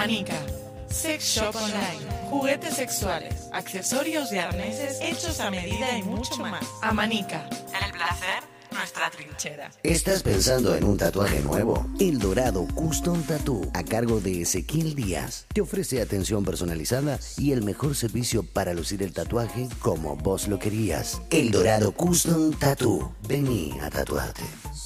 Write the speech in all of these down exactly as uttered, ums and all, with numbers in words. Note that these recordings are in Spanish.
Amanica, Sex Shop Online, juguetes sexuales, accesorios y arneses hechos a medida y mucho más. Amanica, el placer, nuestra trinchera. ¿Estás pensando en un tatuaje nuevo? El Dorado Custom Tattoo, a cargo de Ezequiel Díaz, te ofrece atención personalizada y el mejor servicio para lucir el tatuaje como vos lo querías. El Dorado Custom Tattoo. Vení a tatuarte.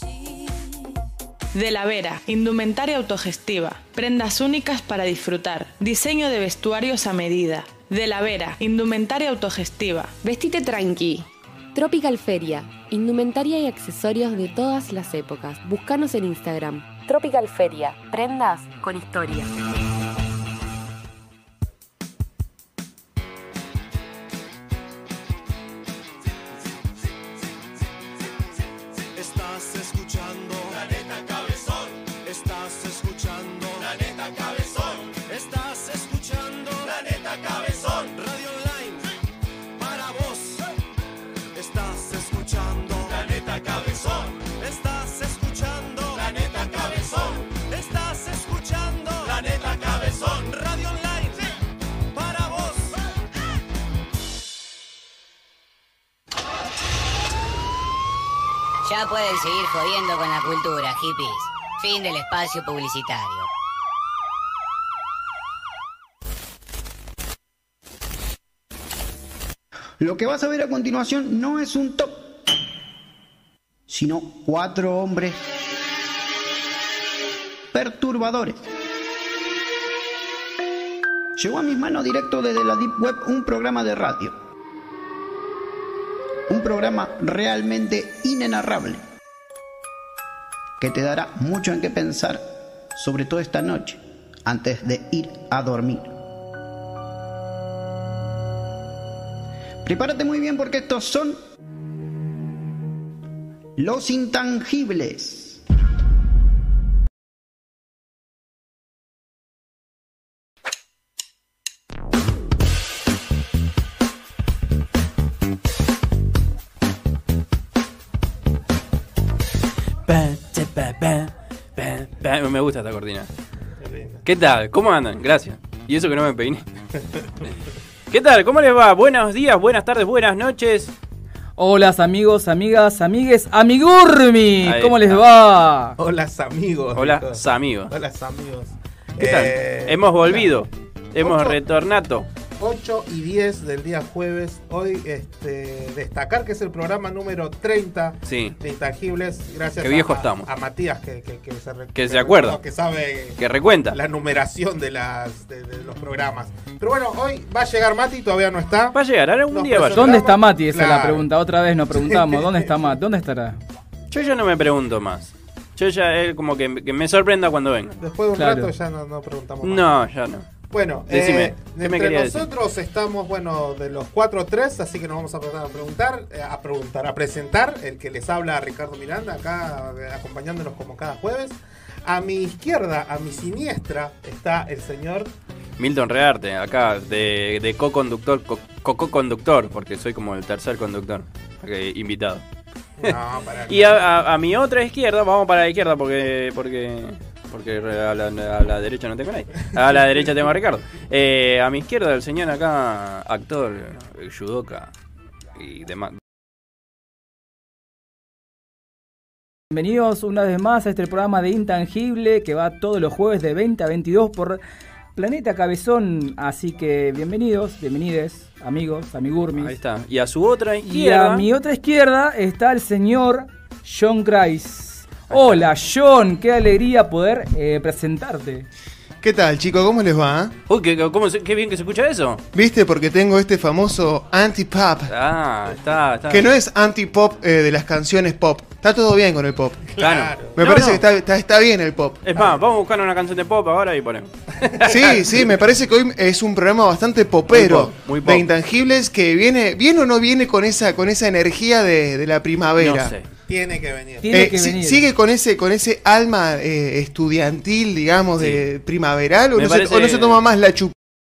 De la Vera, indumentaria autogestiva, prendas únicas para disfrutar, diseño de vestuarios a medida. De la Vera, indumentaria autogestiva. Vestite tranqui. Tropical Feria, indumentaria y accesorios de todas las épocas. Búscanos en Instagram. Tropical Feria, prendas con historia. Estás escuchando Planeta Cabezón. Estás escuchando Planeta Cabezón. Estás escuchando Planeta Cabezón. Radio Online para vos. Estás escuchando Planeta Cabezón. Estás escuchando Planeta Cabezón. Estás escuchando Planeta Cabezón. Radio Online para vos. Ya pueden seguir jodiendo con la cultura, hippies. Fin del espacio publicitario. Lo que vas a ver a continuación no es un top, sino cuatro hombres perturbadores. Llegó a mis manos directo desde la Deep Web un programa de radio. Un programa realmente inenarrable, que te dará mucho en qué pensar, sobre todo esta noche, antes de ir a dormir. Prepárate muy bien porque estos son Los Intangibles. Me gusta esta cortina. ¿Qué tal? ¿Cómo andan? Gracias. Y eso que no me peiné. ¿Qué tal? ¿Cómo les va? Buenos días, buenas tardes, buenas noches. Hola amigos, amigas, amigues, amigurmi. Ahí ¿Cómo está. les va? Hola amigos. Hola amigos. Hola amigos. ¿Qué tal? Eh, Hemos volvido. Hemos ocho- retornato. ocho y diez del día jueves. Hoy este, destacar que es el programa número treinta Sí. de Intangibles. Gracias Qué viejo a, estamos. a Matías que, que, que se, re- Que se acuerda. Que sabe Que recuenta. la numeración de, las, de, de los programas. Pero bueno, hoy va a llegar Mati, todavía no está. Va a llegar, ahora un Nos día va a llegar. ¿Dónde está Mati? Esa es la Claro. pregunta. Otra vez nos preguntamos. ¿Dónde está Mati? ¿Dónde estará? Yo ya no me pregunto más. Yo ya, él como que, que me sorprenda cuando venga. Después de un Claro. rato ya no, no preguntamos más. No, ya no. Bueno, Decime, eh, ¿qué me entre querías decir? nosotros estamos, bueno, de los cuatro tres, así que nos vamos a empezar a preguntar, eh, a preguntar, a presentar. El que les habla, Ricardo Miranda, acá eh, acompañándonos como cada jueves. A mi izquierda, a mi siniestra, está el señor. Milton Rearte, acá, de, de co-conductor, co- co-conductor, porque soy como el tercer conductor, ok, invitado. No, para Y a, a- a mi otra izquierda, vamos para la izquierda porque porque porque a la, a la derecha no tengo nadie. A la derecha tengo a Ricardo. Eh, a mi izquierda el señor acá, actor, eh, judoka y demás. Bienvenidos una vez más a este programa de Intangible que va todos los jueves de veinte a veintidós por Planeta Cabezón. Así que bienvenidos, bienvenides, amigos, amigurmis. Ahí está. Y a su otra Y izquierda. a mi otra izquierda está el señor John Grice. Hola John, qué alegría poder eh, presentarte. ¿Qué tal, chicos? ¿Cómo les va? Uy, qué, cómo se- qué bien que se escucha eso. ¿Viste? Porque tengo este famoso anti-pop. Ah, está, está. Que no es anti-pop eh, de las canciones pop. Está todo bien con el pop. Claro. Me No, parece no. que está, está, está bien el pop. Es más, vamos a buscar una canción de pop ahora y ponemos. Sí, sí, me parece que hoy es un programa bastante popero. Muy pop, muy pop. De Intangibles que viene, ¿viene o no viene con esa, con esa energía de, de la primavera? No sé. Tiene que venir. Tiene Eh, que si- venir. ¿Sigue con ese, con ese alma eh, estudiantil, digamos, de primaveral? ¿O Me no, parece- se, o no se toma más la chupa?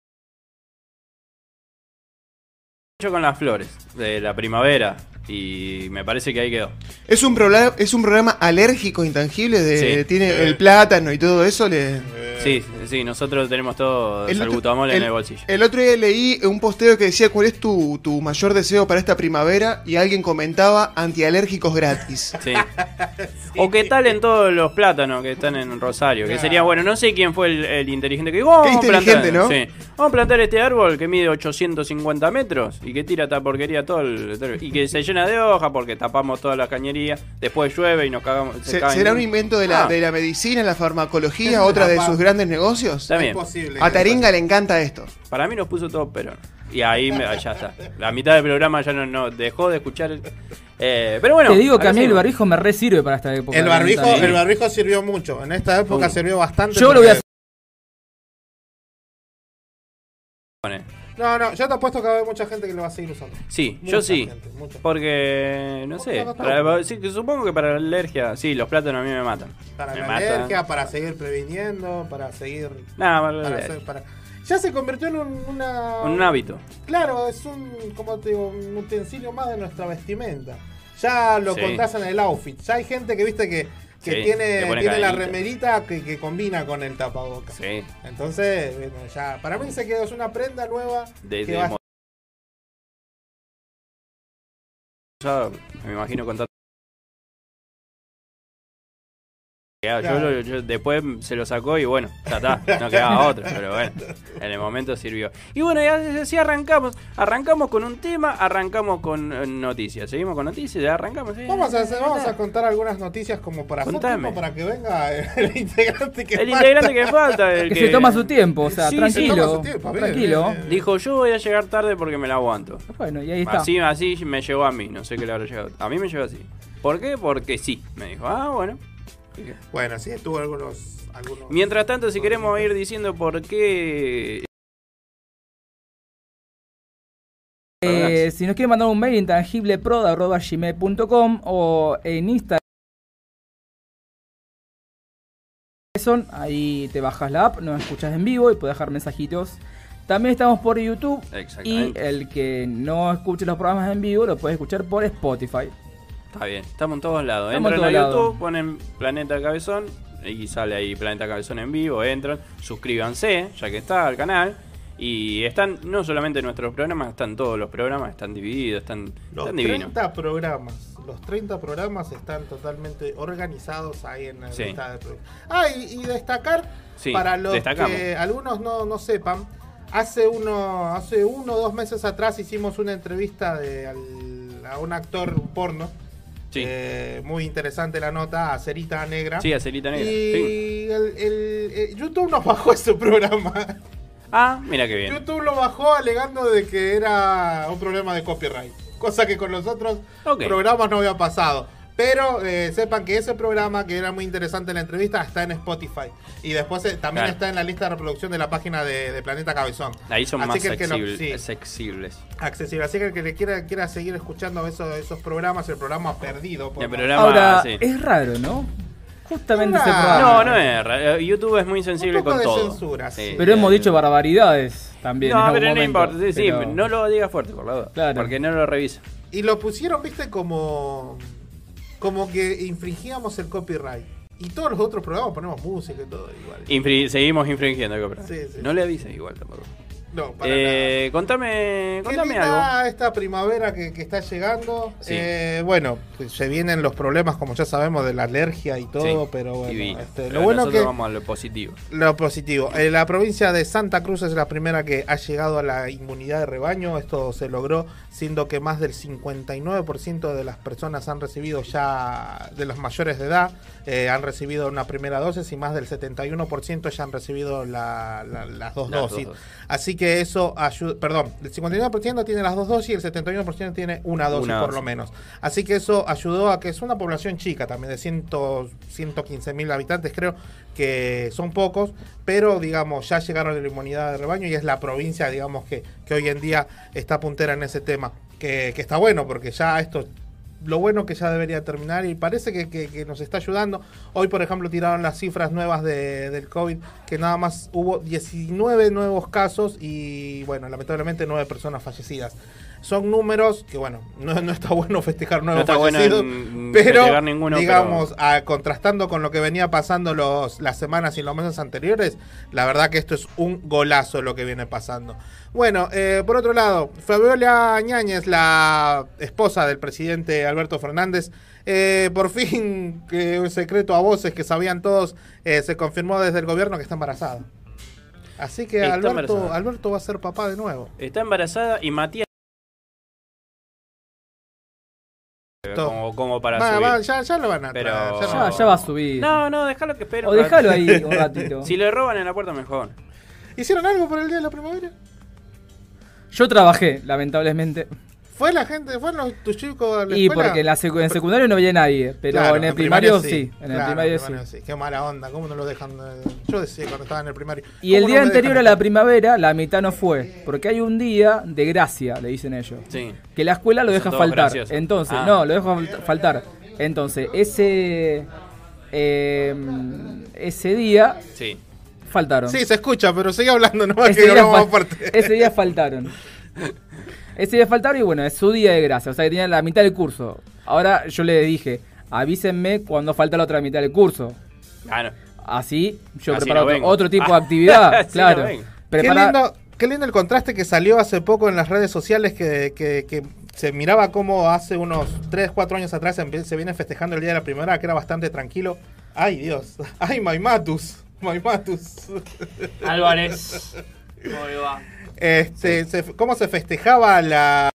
Yo con las flores de la primavera y me parece que ahí quedó. ¿Es un, programa, ¿Es un programa alérgico, Intangibles? De, Sí. ¿Tiene el plátano y todo eso? Le... Sí, sí, nosotros tenemos todo El otro- salbutamol en el- el bolsillo. El otro día leí un posteo que decía cuál es tu, tu mayor deseo para esta primavera y alguien comentaba antialérgicos gratis. Sí. O qué tal en todos los plátanos que están en Rosario, que Claro. sería bueno, no sé quién fue el, el inteligente que dijo, "Oh, Qué vamos a plantar, inteligente, ¿no? sí, vamos a plantar este árbol que mide ochocientos cincuenta metros y que tira esta porquería todo el, y que se llena de hoja porque tapamos toda la cañería, después llueve y nos cagamos. se Se- caen. ¿Será un invento de la, Ah. de la medicina, la farmacología, otra de sus grandes negocios? También. A Taringa le encanta esto. Para mí nos puso todo Perón. Y ahí me- ya está. La mitad del programa ya no, no dejó de escuchar. Eh, pero bueno. Te digo que a acá mí el seguimos. barbijo me re sirve para esta época. El barbijo, Sí. el barbijo sirvió mucho. En esta época Uh. sirvió bastante. Yo lo voy a Pone. No, no, ya te apuesto que va a haber mucha gente que lo va a seguir usando. Sí, Mucha yo sí. gente, mucha. Porque, no sé. Mucha para- sí, que supongo que para la alergia, sí, los plátanos a mí me matan. Para me la matan. alergia, para seguir previniendo, para seguir. Nada, para la para alergia. hacer- para- Ya se convirtió en un, una. Un hábito. Claro, es un, como te digo, un utensilio más de nuestra vestimenta. Ya lo Sí. contás en el outfit. Ya hay gente que viste que, que Sí, tiene, le pone tiene la cadenita. remerita que, que combina con el tapabocas. Sí. Entonces, bueno, ya, para mí se quedó, es una prenda nueva De, que de va a mo- Ya, me imagino con tanto. Yo, Claro. lo- yo después se lo sacó y bueno, ya está, no quedaba otra, pero bueno, en el momento sirvió. Y bueno, y así arrancamos, arrancamos con un tema, arrancamos con eh, noticias, seguimos con noticias, ya arrancamos. ¿sí? Vamos a, hacer- vamos a contar algunas noticias como para hacer Contame. tiempo para que venga el integrante que El falta. integrante que falta, el Que que, se toma su tiempo, o sea, Sí, tranquilo. se toma su tiempo, bien, tranquilo. bien, bien. dijo yo voy a llegar tarde porque me la aguanto. Bueno, y ahí está. Así, así me llegó a mí, no sé qué le habrá llegado. A mí me llegó así. ¿Por qué? Porque sí, me dijo. Ah, bueno. Bueno, sí, tuvo algunos, algunos. Mientras tanto, si queremos ir diciendo por qué. Eh, si nos quieren mandar un mail, intangibleprod arroba gmail punto com o en Instagram. Ahí te bajas la app, nos escuchas en vivo y puedes dejar mensajitos. También estamos por YouTube y Exactamente. el que no escuche los programas en vivo lo puede escuchar por Spotify. Está bien, estamos en todos lados. Estamos Entran en a todos YouTube, lados. ponen Planeta Cabezón y sale ahí Planeta Cabezón en vivo. Entran, suscríbanse, ya que está al canal. Y están no solamente nuestros programas, están todos los programas, están divididos, están, Los están divinos. treinta programas, los treinta programas están totalmente organizados ahí en la Sí. lista de programas. Ah, y, y destacar, Sí, para los destacamos. que algunos no, no sepan, hace uno hace uno o dos meses atrás hicimos una entrevista de, al- a un actor porno. Sí. Eh, muy interesante la nota, a Cerita Negra. Sí, a Cerita Negra, Y sí. el, el- el- YouTube nos bajó ese programa. Ah, mira qué bien. YouTube lo bajó alegando de que era un problema de copyright. Cosa que con los otros Ok. programas no había pasado. Pero eh, sepan que ese programa, que era muy interesante la entrevista, está en Spotify. Y después eh, también Claro. está en la lista de reproducción de la página de, de Planeta Cabezón. Ahí son Así más que el que lo- accesibles, sí. accesibles. Accesible. Así que el que le quiera, quiera seguir escuchando esos, esos programas, el programa perdido. por El más- programa, Ahora, sí. es raro, ¿no? Justamente Es ese raro. programa. No, no es. ra- YouTube es muy sensible Un poco con de todo. censura, sí. Pero hemos dicho barbaridades también. en No, algún pero no momento, importa. Sí, sí, pero- no lo digas fuerte, por la duda. Claro. Porque no lo revisa. Y lo pusieron, viste, como como que infringíamos el copyright. Y todos los otros programas ponemos música y todo igual. Infri- seguimos infringiendo. ¿qué pasa? Sí, sí, no sí. le avises igual tampoco. No, para Eh, contame Qué contame linda algo. esta primavera que, que está llegando. Sí. Eh, bueno, pues se vienen los problemas, como ya sabemos, de la alergia y todo, Sí, pero bueno, divino. este, Pero lo bueno nosotros que vamos a lo positivo. lo positivo. Eh, la provincia de Santa Cruz es la primera que ha llegado a la inmunidad de rebaño. Esto se logró siendo que más del cincuenta y nueve por ciento de las personas han recibido ya, de los mayores de edad, eh, han recibido una primera dosis y más del setenta y uno por ciento ya han recibido la- la- las dos Las dos dosis. dosis. Así que eso ayuda, perdón, el cincuenta y nueve por ciento tiene las dos dosis y el setenta y uno por ciento tiene una dosis Una por dosis. lo menos. Así que eso ayudó a que es una población chica también, de cien, ciento quince mil habitantes creo, que son pocos, pero digamos ya llegaron a la inmunidad de rebaño y es la provincia digamos que, que hoy en día está puntera en ese tema, que, que está bueno porque ya esto... Lo bueno que ya debería terminar y parece que, que- que nos está ayudando. Hoy, por ejemplo, tiraron las cifras nuevas de, del COVID, que nada más hubo diecinueve nuevos casos y, bueno, lamentablemente nueve personas fallecidas. Son números que, bueno, no, no está bueno festejar nuevos No está bueno fallecidos, en- pero, festejar ninguno, digamos, a- contrastando con lo que venía pasando los, las semanas y los meses anteriores, la verdad que esto es un golazo lo que viene pasando. Bueno, eh, por otro lado, Fabiola Ñáñez, la esposa del presidente Alberto Fernández, eh, por fin, que un secreto a voces que sabían todos, eh, se confirmó desde el gobierno que está embarazada. Así que Está Alberto, embarazada. Alberto va a ser papá de nuevo. Está embarazada y Matías. Como, como para Va, subir. va, ya, ya lo van a Pero- traer, ya Ya, no- ya va a subir. No, no, déjalo que espere. O un déjalo ratito. ahí un ratito. Si le roban en la puerta, mejor. ¿Hicieron algo por el Día de la Primavera? Yo trabajé, lamentablemente. ¿Fue la gente, fueron los, tus chicos a la Y escuela? porque en, la secu- en secundario no había nadie, pero Claro, en el primario, sí. En el Claro, primario en sí. Qué mala onda, ¿cómo no lo dejan? eh? Yo decía cuando estaba en el primario. Y el ¿cómo día no me anterior a dejan? la primavera, la mitad no fue. Porque hay un día de gracia, le dicen ellos. Sí. Que la escuela lo Son deja todos faltar. graciosos. Entonces, Ah. no, lo deja fal- faltar. Entonces, ese. eh, ese día Sí. faltaron. Sí, se escucha, pero sigue hablando, no va a Ese que día, hablamos fal- más fuerte. ese día faltaron. Ese día faltaron y bueno, es su día de gracia. O sea que tenían la mitad del curso. Ahora yo le dije, avísenme cuando falta la otra mitad del curso. Claro. Así yo Así preparo no otro, vengo. otro tipo de actividad. Así claro. no vengo. Qué Prepara- lindo, qué lindo el contraste que salió hace poco en las redes sociales que, que, que se miraba como hace unos tres, cuatro años atrás empe- se viene festejando el Día de la Primavera, que era bastante tranquilo. Ay, Dios. Ay, Maimatus. Maimatus. Álvarez. ¿Cómo le va? Este, se- ¿Cómo se festejaba la...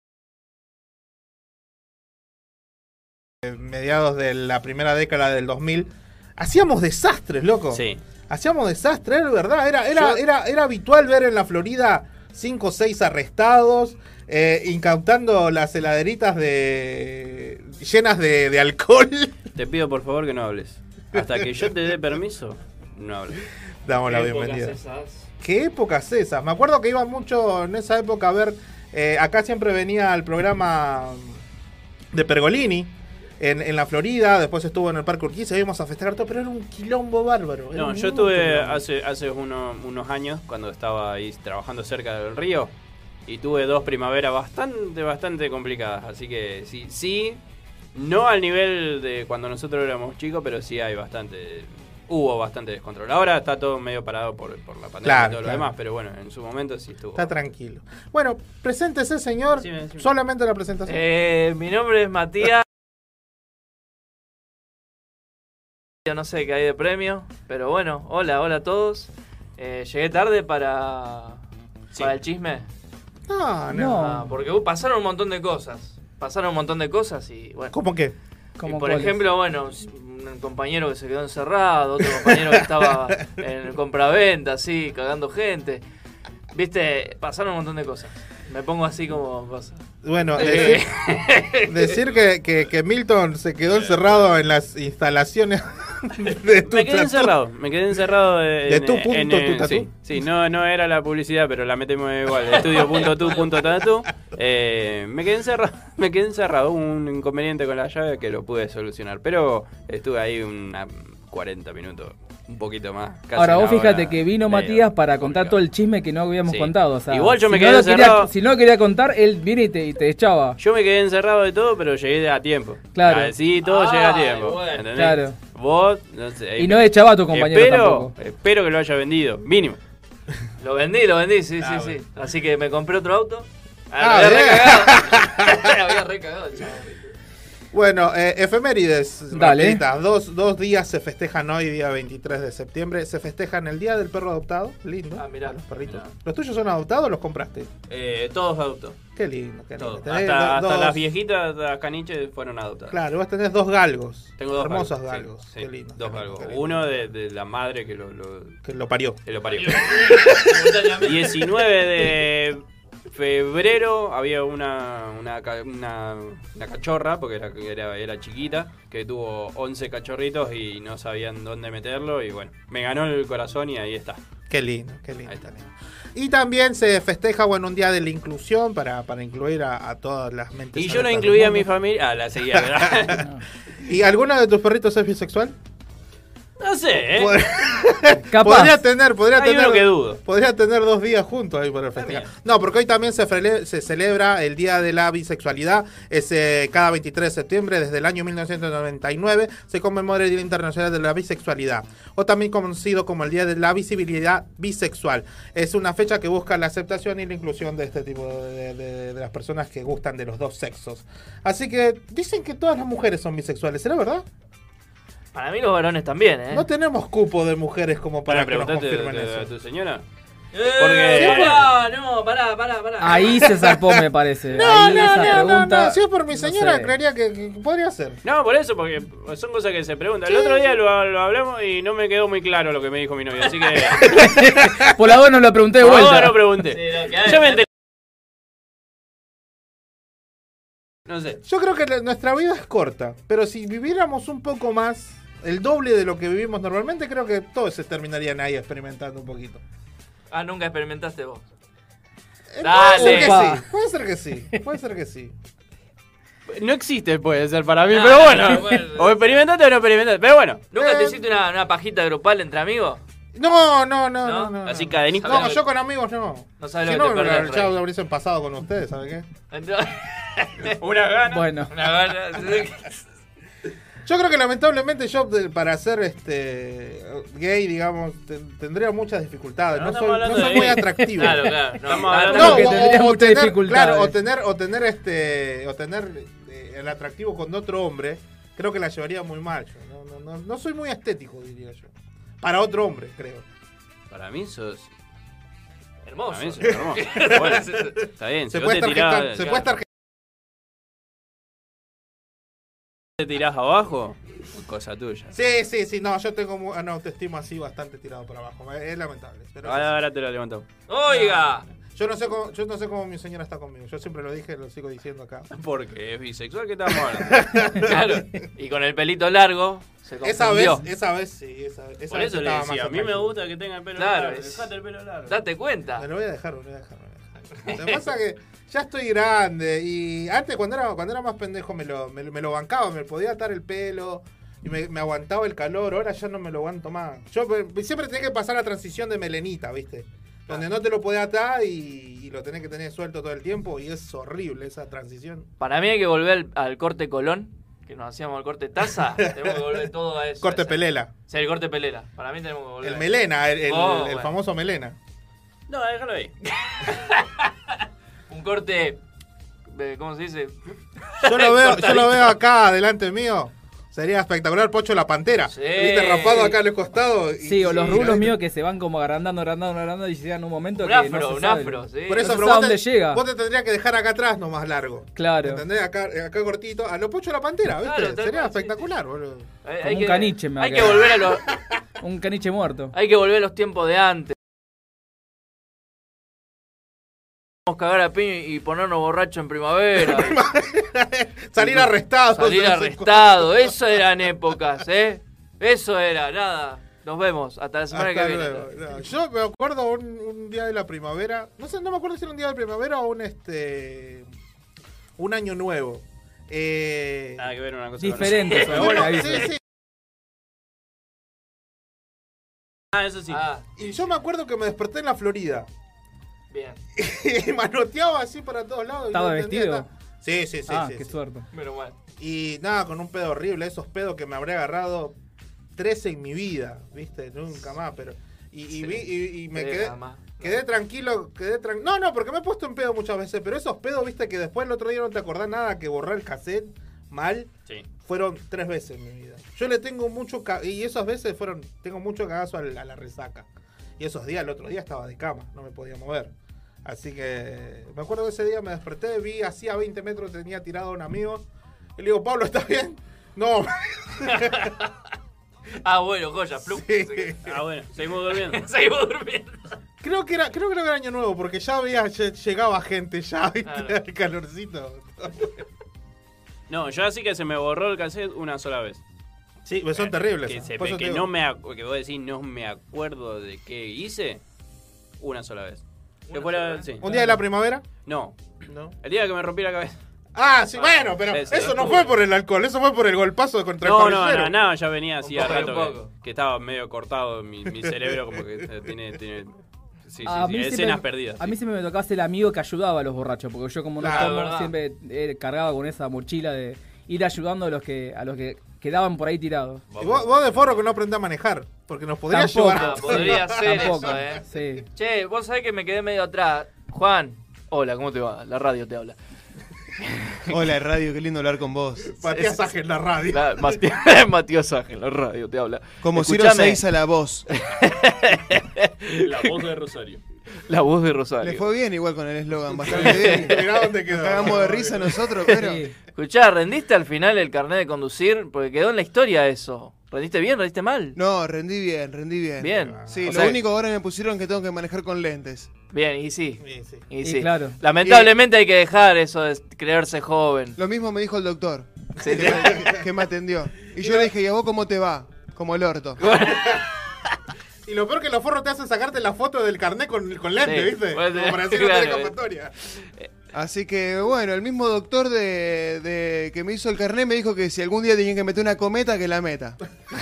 mediados de la primera década del dos mil? Hacíamos desastres, loco. Sí. Hacíamos desastres, era verdad. Era, era, Yo- era, era habitual ver en la Florida cinco o seis arrestados, eh, incautando las heladeritas de llenas de, de alcohol. Te pido por favor que no hables. Hasta que yo te dé permiso, no hables. Damos la ¿Qué épocas bienvenida. esas? ¿Qué épocas esas? Me acuerdo que iba mucho en esa época a ver. eh, acá siempre venía al programa de Pergolini en, en la Florida. Después estuvo en el Parque Urquiza. Íbamos a festejar todo, pero era un quilombo bárbaro. era No, un yo estuve quilombo. hace, hace uno- unos años cuando estaba ahí trabajando cerca del río y tuve dos primaveras bastante, bastante complicadas. Así que sí, sí, no al nivel de cuando nosotros éramos chicos, pero sí hay bastante, hubo bastante descontrol. Ahora está todo medio parado por, por la pandemia Claro, y todo claro. lo demás, pero bueno, en su momento sí estuvo. Está tranquilo. Bueno, preséntese, señor. Decime, decime. Solamente la presentación. Eh, mi nombre es Matías. Yo no sé qué hay de premio, pero bueno, hola, hola a todos. Eh, llegué tarde para, Sí. para el chisme. No, no. No. Ah, porque uh, pasaron un montón de cosas. Pasaron un montón de cosas y bueno. ¿Cómo qué? Y ¿Cómo por cuáles? ejemplo, bueno, un compañero que se quedó encerrado, otro compañero que estaba en el compraventa, así, cagando gente. Viste, pasaron un montón de cosas. Me pongo así como cosas. Bueno, Eh. decir, decir que, que, que Milton se quedó encerrado en las instalaciones de tu Me quedé tatu. encerrado, me quedé encerrado de, ¿De tu punto tu tatú? Sí, sí, no, no era la publicidad, pero la metemos igual, estudio punto tu punto tatu. Eh, me quedé encerrado, me quedé encerrado, hubo un inconveniente con la llave que lo pude solucionar, pero estuve ahí unos cuarenta minutos, un poquito más. Casi Ahora, vos una fíjate hora, que vino medio Matías para contar complicado. todo el chisme que no habíamos Sí. contado. O sea, Igual yo me si quedé no lo quería- encerrado. si no lo quería contar, él viene y te, y te echaba. Yo me quedé encerrado de todo, pero llegué a tiempo. Claro. Ah, sí, todo Ah, llega a tiempo. bueno. ¿entendés? Claro. Vos, no sé. Y no echaba a tu compañero espero, tampoco. Espero que lo haya vendido, mínimo. Lo vendí, lo vendí, sí, Ah, sí, bueno. sí. Así que me compré otro auto. Ah, Ah, me había bien. recagado. Me había recagado, chaval. Bueno, eh, efemérides. Dale. rapiditas. Dos, dos días se festejan hoy, día veintitrés de septiembre. Se festejan el Día del Perro Adoptado. Lindo. Ah, mirá. Los perritos. Mirá. ¿Los tuyos son adoptados o los compraste? Eh, todos adoptados. Qué lindo, qué lindo. Todos. Tenés Hasta, do- hasta dos- las viejitas, las caniches fueron adoptadas. Claro, vos tenés dos galgos. Tengo dos hermosos galgos, sí, galgos. sí, Qué lindo. dos qué lindo, galgos. qué lindo. Uno de, de la madre que lo, lo, Que lo parió. que lo parió. diecinueve de febrero había una, una, ca- una, una cachorra, porque era, era, era chiquita, que tuvo once cachorritos y no sabían dónde meterlo. Y bueno, me ganó el corazón y ahí está. Qué lindo, qué lindo. Ahí está. qué lindo. Y también se festeja, bueno, un día de la inclusión para, para incluir a, a todas las mentes. Y yo no abiertas incluía a del mi mundo. familia. Ah, la seguía, ¿verdad? ¿Y alguno de tus perritos es bisexual? No sé, ¿eh? Capaz. Podría tener, podría Hay tener, uno que dudo. podría tener dos días juntos ahí por el festival. No, porque hoy también se, frele- se celebra el Día de la Bisexualidad. Es eh, cada veintitrés de septiembre, desde el año mil novecientos noventa y nueve, se conmemora el Día Internacional de la Bisexualidad, o también conocido como el Día de la Visibilidad Bisexual. Es una fecha que busca la aceptación y la inclusión de este tipo de, de, de las personas que gustan de los dos sexos. Así que dicen que todas las mujeres son bisexuales, ¿será verdad? Para mí los varones también, ¿eh? No tenemos cupo de mujeres como para Para que nos preguntarte confirmen a eso. tu señora. Eh, Porque- no, no, pará, pará, pará. Ahí se zarpó, me parece. No, Ahí no, esa no, no, pregunta, no. Si es por mi no señora, sé. creería que, que podría ser. No, por eso, porque son cosas que se preguntan. Sí. El otro día lo, lo hablamos y no me quedó muy claro lo que me dijo mi novia, así que... Por la voz no lo pregunté de Por vuelta. ahora no pregunté. Sí, lo que hay. Yo me enteré. No sé. Yo creo que la- nuestra vida es corta, pero si viviéramos un poco más, el doble de lo que vivimos normalmente, creo que todos se terminarían ahí experimentando un poquito. Ah, nunca experimentaste vos. Eh, Dale. Puede ser que Opa. sí, puede ser que sí, puede ser que sí. No existe, puede ser para mí, Ah, pero bueno. bueno. O experimentaste o no experimentaste, pero bueno. ¿Nunca te Eh. hiciste una, una pajita grupal entre amigos? No, no, no, ¿No? no. no, Así no. cadenita. No, yo con amigos no. No sabes Si lo que no, te perdés, ya Rey. lo hubiesen pasado con ustedes, ¿sabe qué? Entonces- Una gana. Bueno, Una gana. Yo creo que lamentablemente yo de- para ser este gay, digamos, te- tendría muchas dificultades. No No, estamos soy, no hablando soy de muy gay. atractivo. Claro, claro. Estamos ah, hablando No, que o, tendría o muchas tener, dificultades. claro, o tener, o tener este, o tener eh, el atractivo con otro hombre, creo que la llevaría muy mal. Yo. No, no, no, no soy muy estético, diría yo. Para otro hombre, creo. Para mí sos... Hermoso. Para mí sos hermoso. Bueno, está bien. Se si puede vos te estar tirás, gesta- se puede estar te tirás abajo, cosa tuya. Sí, sí, sí, no, yo tengo mu- una autoestima así bastante tirado por abajo. Es lamentable. Pero Ahora, ahora te lo levanto. Oiga. yo no sé cómo, yo no sé cómo mi señora está conmigo. Yo siempre lo dije, lo sigo diciendo acá. Porque es bisexual que estamos hablando. Claro. Y con el pelito largo se Esa vez, confundió. esa vez sí, esa, esa Por vez eso le estaba decía, más a mí me atractivo. gusta que tenga el pelo Claro, largo. es- Dejate el pelo largo. Date cuenta. Me lo voy a dejar, me lo voy a dejar. Me lo voy a dejar. Lo que pasa es que ya estoy grande y antes cuando era, cuando era más pendejo me lo, me, lo- me lo bancaba, me podía atar el pelo y me, me aguantaba el calor, ahora ya no me lo aguanto más. Yo eh, siempre tenía que pasar la transición de melenita, ¿viste? Donde no te lo podés atar y, y lo tenés que tener suelto todo el tiempo y es horrible esa transición. Para mí hay que volver al, al corte Colón, que nos hacíamos el corte taza. Tenemos que volver todo a eso. Corte ese. pelela. Sí, el corte pelela. Para mí tenemos que volver. El a eso. melena, el, el- Oh, el bueno. famoso melena. No, déjalo ahí. Un corte. eh, ¿Cómo se dice? Yo lo veo, yo Cortadito. lo veo acá delante mío. Sería espectacular Pocho la Pantera. Sí. ¿Viste? Rapado acá a los costados. y- sí, o los y- rulos míos que se van como agrandando, agrandando, agrandando y llegan a un momento Un que afro, no se un sabe. afro, sí. Por eso, No se pero sabe vos, dónde te, llega. vos te tendrías que dejar acá atrás nomás largo. Claro. ¿Entendés? Acá, acá cortito. A lo Pocho la Pantera, ¿viste? Claro, tal Sería cual, sí, espectacular, boludo. Hay, Como hay un que, caniche me va a Hay que quedar. volver a los. Un caniche muerto. Hay que volver a los tiempos de antes. Vamos a cagar a piña y ponernos borrachos en primavera. Salir arrestados. Salir arrestado. Eso eran épocas, ¿eh? Eso era, nada. Nos vemos. Hasta la semana Hasta que viene. luego. No, yo me acuerdo un, un día de la primavera. No sé, no me acuerdo si era un día de primavera o un este. Un año nuevo. Eh, Nada que ver una cosa Diferente, con son, otra. ahí sí, dice. sí. Ah, eso sí. Ah, Y yo me acuerdo que me desperté en la Florida. bien. Y manoteaba así para todos lados. y ¿Estaba no entendía vestido? nada. Sí, sí, sí. ah, sí, qué sí. suerte. Menos mal. Y nada, con un pedo horrible, esos pedos que me habré agarrado trece en mi vida, ¿viste? Nunca más, pero... Y, y, Sí. vi- y- y me Sí, quedé, nada más. quedé tranquilo, quedé tranquilo. No, no, porque me he puesto en pedo muchas veces, pero esos pedos, ¿viste? Que después el otro día no te acordás nada que borrar el cassette mal, Sí. fueron tres veces en mi vida. Yo le tengo mucho... ca- Y esas veces fueron... Tengo mucho cagazo a la, a la resaca. Y esos días, el otro día estaba de cama, no me podía mover. Así que me acuerdo que ese día me desperté, vi así a veinte metros tenía tirado a un amigo. Y le digo, Pablo, ¿estás bien? No. Ah, bueno, joya, flup. Sí. Ah, bueno, seguimos durmiendo. Seguimos durmiendo. Creo que era, creo que era año nuevo, porque ya había, lle- llegaba gente, ya, ¿viste? Claro. El calorcito. No, yo así que se me borró el cassette una sola vez. Sí, pues son terribles. Que, ¿eh? se, Por eso que te no digo. me ac- que vos decís no me acuerdo de qué hice una sola vez. ¿Una Después la- sola vez? sí. ¿Un día de la primavera? No, No. el día que me rompí la cabeza. Ah, sí, bueno, pero Ese, eso no estuvo. fue por el alcohol, eso fue por el golpazo contra No, el no, parrillero. no, no, ya venía así Un a poco, rato un que, poco. que estaba medio cortado mi, mi cerebro, como que eh, tiene, tiene sí, sí, A sí, mí escenas siempre- perdidas. A sí. mí siempre me tocaba ser el amigo que ayudaba a los borrachos, porque yo como no Claro, tomo, verdad. siempre eh, cargaba con esa mochila de ir ayudando a los que a los que quedaban por ahí tirados. Y vos, vos de forro que no aprendés a manejar, porque nos podría Tampoco. llevar. Ah, podría ser Tampoco, eso, eh. sí. Che, vos sabés que me quedé medio atrás. Juan, hola, ¿cómo te va? La radio te habla. Hola, radio, qué lindo hablar con vos. Matías Ángel, la radio. La, Mati- Matías Ángel, la radio te habla. Como Ciro Escuchame, seis a la voz. La voz de Rosario. La voz de Rosario. Le fue bien igual con el eslogan, bastante bien. Mirá dónde quedó. Nos cagamos de risa nosotros, pero... Sí. Escuchá, ¿rendiste al final el carnet de conducir? Porque quedó en la historia eso. ¿Rendiste bien? ¿Rendiste mal? No, rendí bien, rendí bien. Bien. Sí, O lo sea, único ahora me pusieron que tengo que manejar con lentes. Bien, y sí. Sí, sí. Y Y sí. claro. Lamentablemente hay que dejar eso de creerse joven. Lo mismo me dijo el doctor, Sí, sí. que, que me atendió. Y yo le dije, ¿y a vos cómo te va? Como el orto. Y lo peor que los forros te hacen sacarte la foto del carnet con, con lente, Sí, ¿viste? puede Como ser, para decir que no claro. tenés escapatoria. Así que, bueno, el mismo doctor de, de que me hizo el carnet me dijo que si algún día tenían que meter una cometa, que la meta.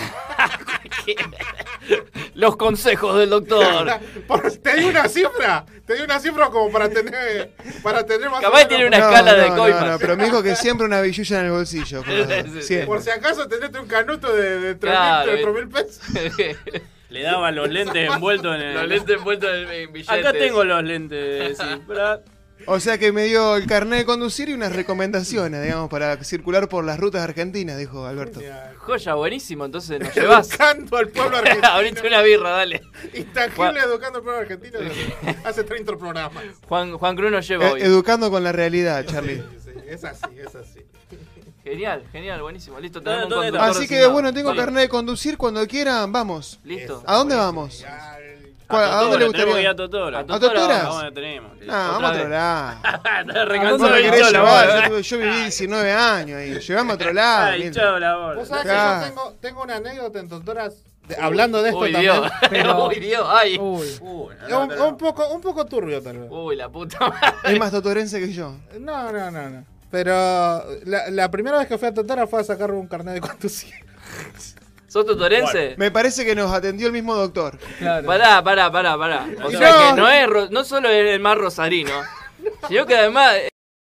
Los consejos del doctor. Por- te di una cifra, te di una cifra como para tener, para tener más o Capaz menos- tiene una escala de Coimas. No, no, pero me dijo que siempre una billulla en el bolsillo. por favor. Sí, sí. Siempre. Por si acaso tenés un canuto de, de Claro, tres mil pesos. Le daban los lentes envueltos en el... Los lentes envueltos en en billetes. Acá tengo los lentes, sí. Pero- O sea que me dio el carnet de conducir y unas recomendaciones, digamos, para circular por las rutas argentinas, dijo Alberto. Joya, buenísimo, entonces nos llevas. Educando al pueblo argentino. Abrite una birra, dale. Intangible Juan- educando al pueblo argentino desde hace treinta programas. Juan, Juan Cruz nos lleva Eh, hoy. educando con la realidad, Charlie. Sí, sí, es así, es así. Genial, genial, buenísimo. Listo, ¿Dónde- tenemos un dónde conductor Así que, designado. bueno, tengo Sí. carnet de conducir. Cuando quieran, vamos. Listo. ¿A dónde vamos? Ya, el- ¿Cuál- ¿A dónde le Tenemos que ir gustaría? a Totora. A ¿A Totora? ¿A dónde tenemos? No, vamos a Otra otro vez. lado. Está ¿Dónde recansado me de querés hinchado la llevar? bola. Yo, tuve- yo viví diecinueve años ahí. Llevamos a otro lado. Está hinchado la bola. Vos sabés Claro. que yo tengo, tengo una anécdota en Tontoras de- hablando de esto Uy, también. Dios. Pero- Uy, Dios, ay. Uy. Uy, Es un, un poco, un poco turbio tal vez. Uy, la puta madre. Es más totorense que yo. No, no, no, no. Pero la, la primera vez que fui a Tontora fue a sacar un carnet de conducir. ¿Sos tutorense? Me parece que nos atendió el mismo doctor. Claro. Pará, pará, pará, pará. O No. sea que no es ro- no solo es el más rosarino, sino que además es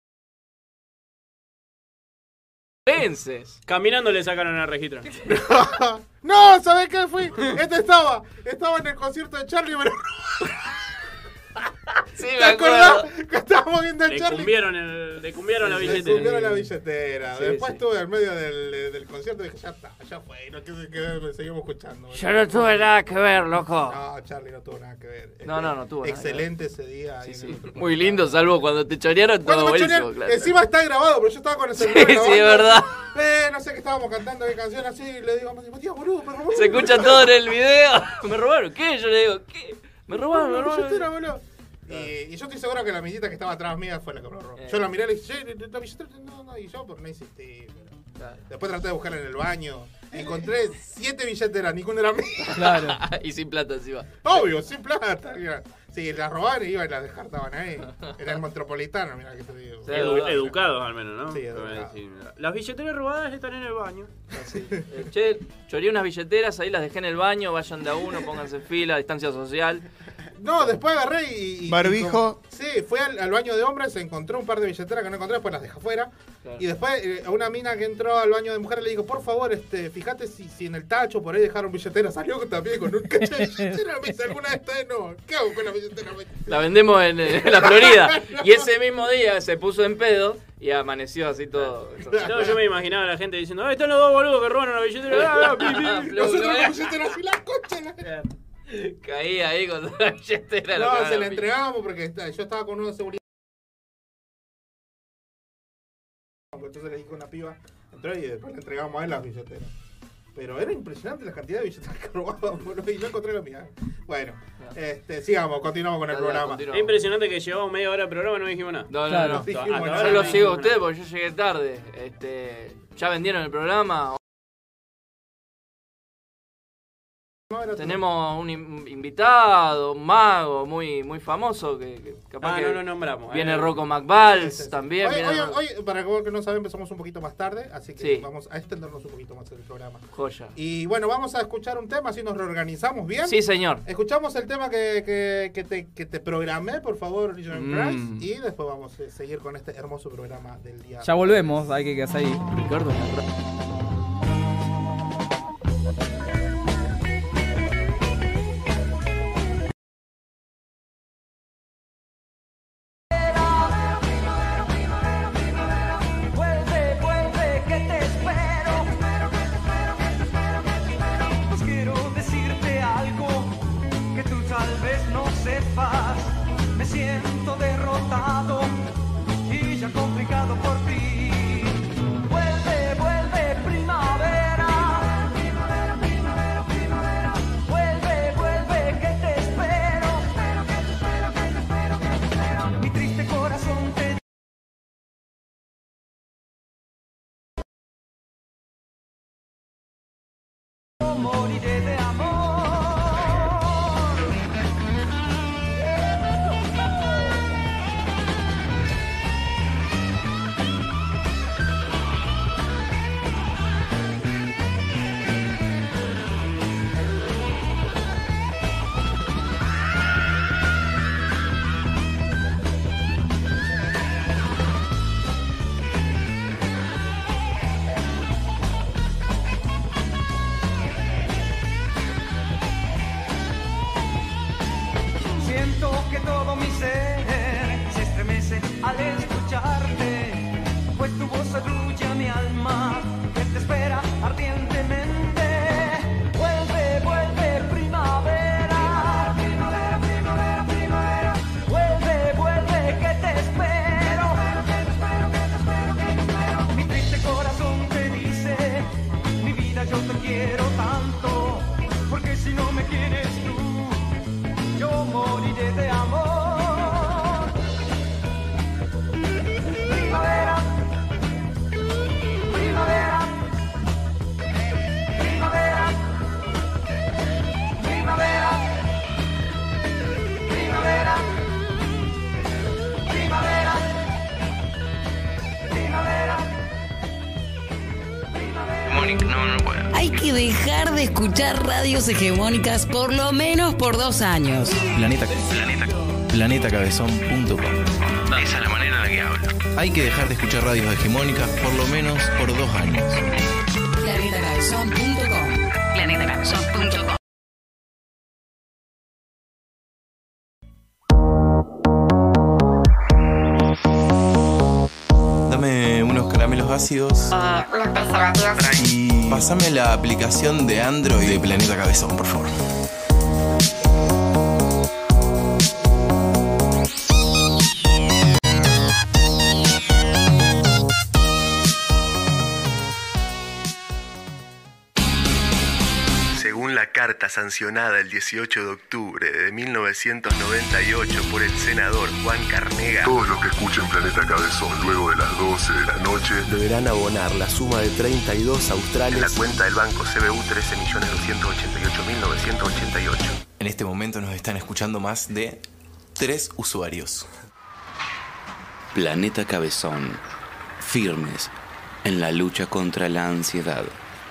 tutorenses. Caminando le sacaron el registro. No, ¿sabés qué fui? Este estaba, estaba en el concierto de Charlie, pero Sí, ¿te me acordás acuerdo. que estábamos viendo el Le Charlie? cumbieron, el, le cumbieron la Le billetera. cumbieron la billetera. Sí, Después sí. estuve en medio del, del concierto y dije, ya está, ya fue, no quise que me seguimos escuchando. Yo no tuve nada que ver, loco. No, Charlie no tuvo nada que ver. No, no, no tuvo nada que Excelente ese día. ahí Sí, en sí. el otro Muy programa. lindo, salvo cuando te chorearon Cuando todo me buenísimo, chorearon, claro. encima está grabado, pero yo estaba con el Sí, celular sí, grabando. es verdad. Eh, no sé qué estábamos cantando, qué canción así, y le digo, Matías, boludo, me robaron. Se escucha todo en el video. ¿Me robaron? ¿Qué? Yo le digo, ¿qué? Me robaron, me La billetera, robaron. boludo. Y, y yo estoy seguro que la amiguita que estaba atrás mía fue la que me lo robó. Eh. Yo la miré y le dije, "Che, la billetera, no, no", y yo por no insistí. pero- Claro. Después traté de buscarla en el baño. Encontré siete billeteras, ninguna era mía. Claro. Y sin plata encima. Obvio, sin plata. Mira. Sí, las robaban y iban y las descartaban ahí. Era el metropolitano, mira que te digo. Sí, Edu- verdad. educados al menos, ¿no? Sí, educados. Sí, las billeteras robadas están en el baño. Eh, Che, choreé unas billeteras, ahí las dejé en el baño, vayan de a uno, pónganse en fila, distancia social. No, después agarré y. y- Barbijo. y como- sí, fui al, al baño de hombres, encontré un par de billeteras que no encontré, después las dejé afuera. Claro. Y después eh, a una mina que entró al baño de mujeres le dijo, por favor, este, fíjate si, si en el tacho por ahí dejaron billetera. Salió también con un cacho de billetera. Me dice, alguna de estas no. ¿Qué hago con la billetera? La vendemos en, en la Florida. Y ese mismo día se puso en pedo y amaneció así todo. No, yo me imaginaba a la gente diciendo, ahí están los dos boludos que robaron la billetera. Ah, ah, pi, pi. Nosotros con billeteras y la concha. la- Caí ahí con la billetera. lo No, cagaron se a la piña. entregamos porque está- yo estaba con uno de seguridad. Entonces le dije a una piba, entró y después le entregamos a él las billeteras. Pero era impresionante la cantidad de billeteras que robaban, boludo, y no encontré la mía. Bueno, este, sigamos, continuamos con el Dale, programa. continúa. Es impresionante que llevamos media hora de programa y no dijimos nada. No, no, Claro. no. Dijimos Hasta nada. ahora Yo lo no sigo a dijimos ustedes nada. porque yo llegué tarde. Este, ¿ya vendieron el programa? Tenemos un in- invitado, un mago muy muy famoso que, que capaz Ah, que no lo nombramos. viene Eh, Rocco McBalls Sí, sí, sí. también. Hoy, viene hoy, Ro- hoy, para que que no saben, empezamos un poquito más tarde, así que Sí. vamos a extendernos un poquito más en el programa. Joya. Y bueno, vamos a escuchar un tema, así nos reorganizamos bien. Sí, señor. Escuchamos el tema que, que, que, te, que te programé, por favor, Regional Mm. Price, y después vamos a seguir con este hermoso programa del día. Ya volvemos, hay que quedarse ahí. Ricardo. Vuelve, vuelve, que te espero. Pues quiero decirte algo que tú tal vez no sepas. Me siento derrotado y ya complicado por ti. Vuelve, vuelve, primavera. Vuelve, vuelve, que te espero. Mi triste corazón te moriré de amor. Siento que todo mi ser se estremece al escucharte, pues tu voz arrulla mi alma que te espera ardientemente. Vuelve, vuelve, primavera. Primavera, primavera, primavera. Vuelve, vuelve, que te espero. Mi triste corazón te dice, mi vida yo te quiero tanto, porque si no me quieres tú, yo moriré de amor. Primavera, primavera, primavera, primavera, primavera, primavera, primavera, primavera. Hay que dejar de escuchar radios hegemónicas por lo menos por dos años. Planeta, planeta, planetacabezón punto com. Esa es la manera en la que hablo. Hay que dejar de escuchar radios hegemónicas por lo menos por dos años. planetacabezón punto com. planetacabezón punto com. Dame unos caramelos ácidos. Eh, unos preservativos. Y pásame la aplicación de Android de Planeta Cabezón, por favor. Según la carta sancionada el dieciocho de octubre de mil novecientos noventa y ocho por el senador Juan Carnega, todos los que escuchen Planeta Cabezón luego de las doce de la noche deberán abonar la suma de treinta y dos australes en la cuenta del banco C B U trece millones doscientos ochenta y ocho mil novecientos ochenta y ocho. En este momento nos están escuchando más de tres usuarios. Planeta Cabezón. Firmes en la lucha contra la ansiedad.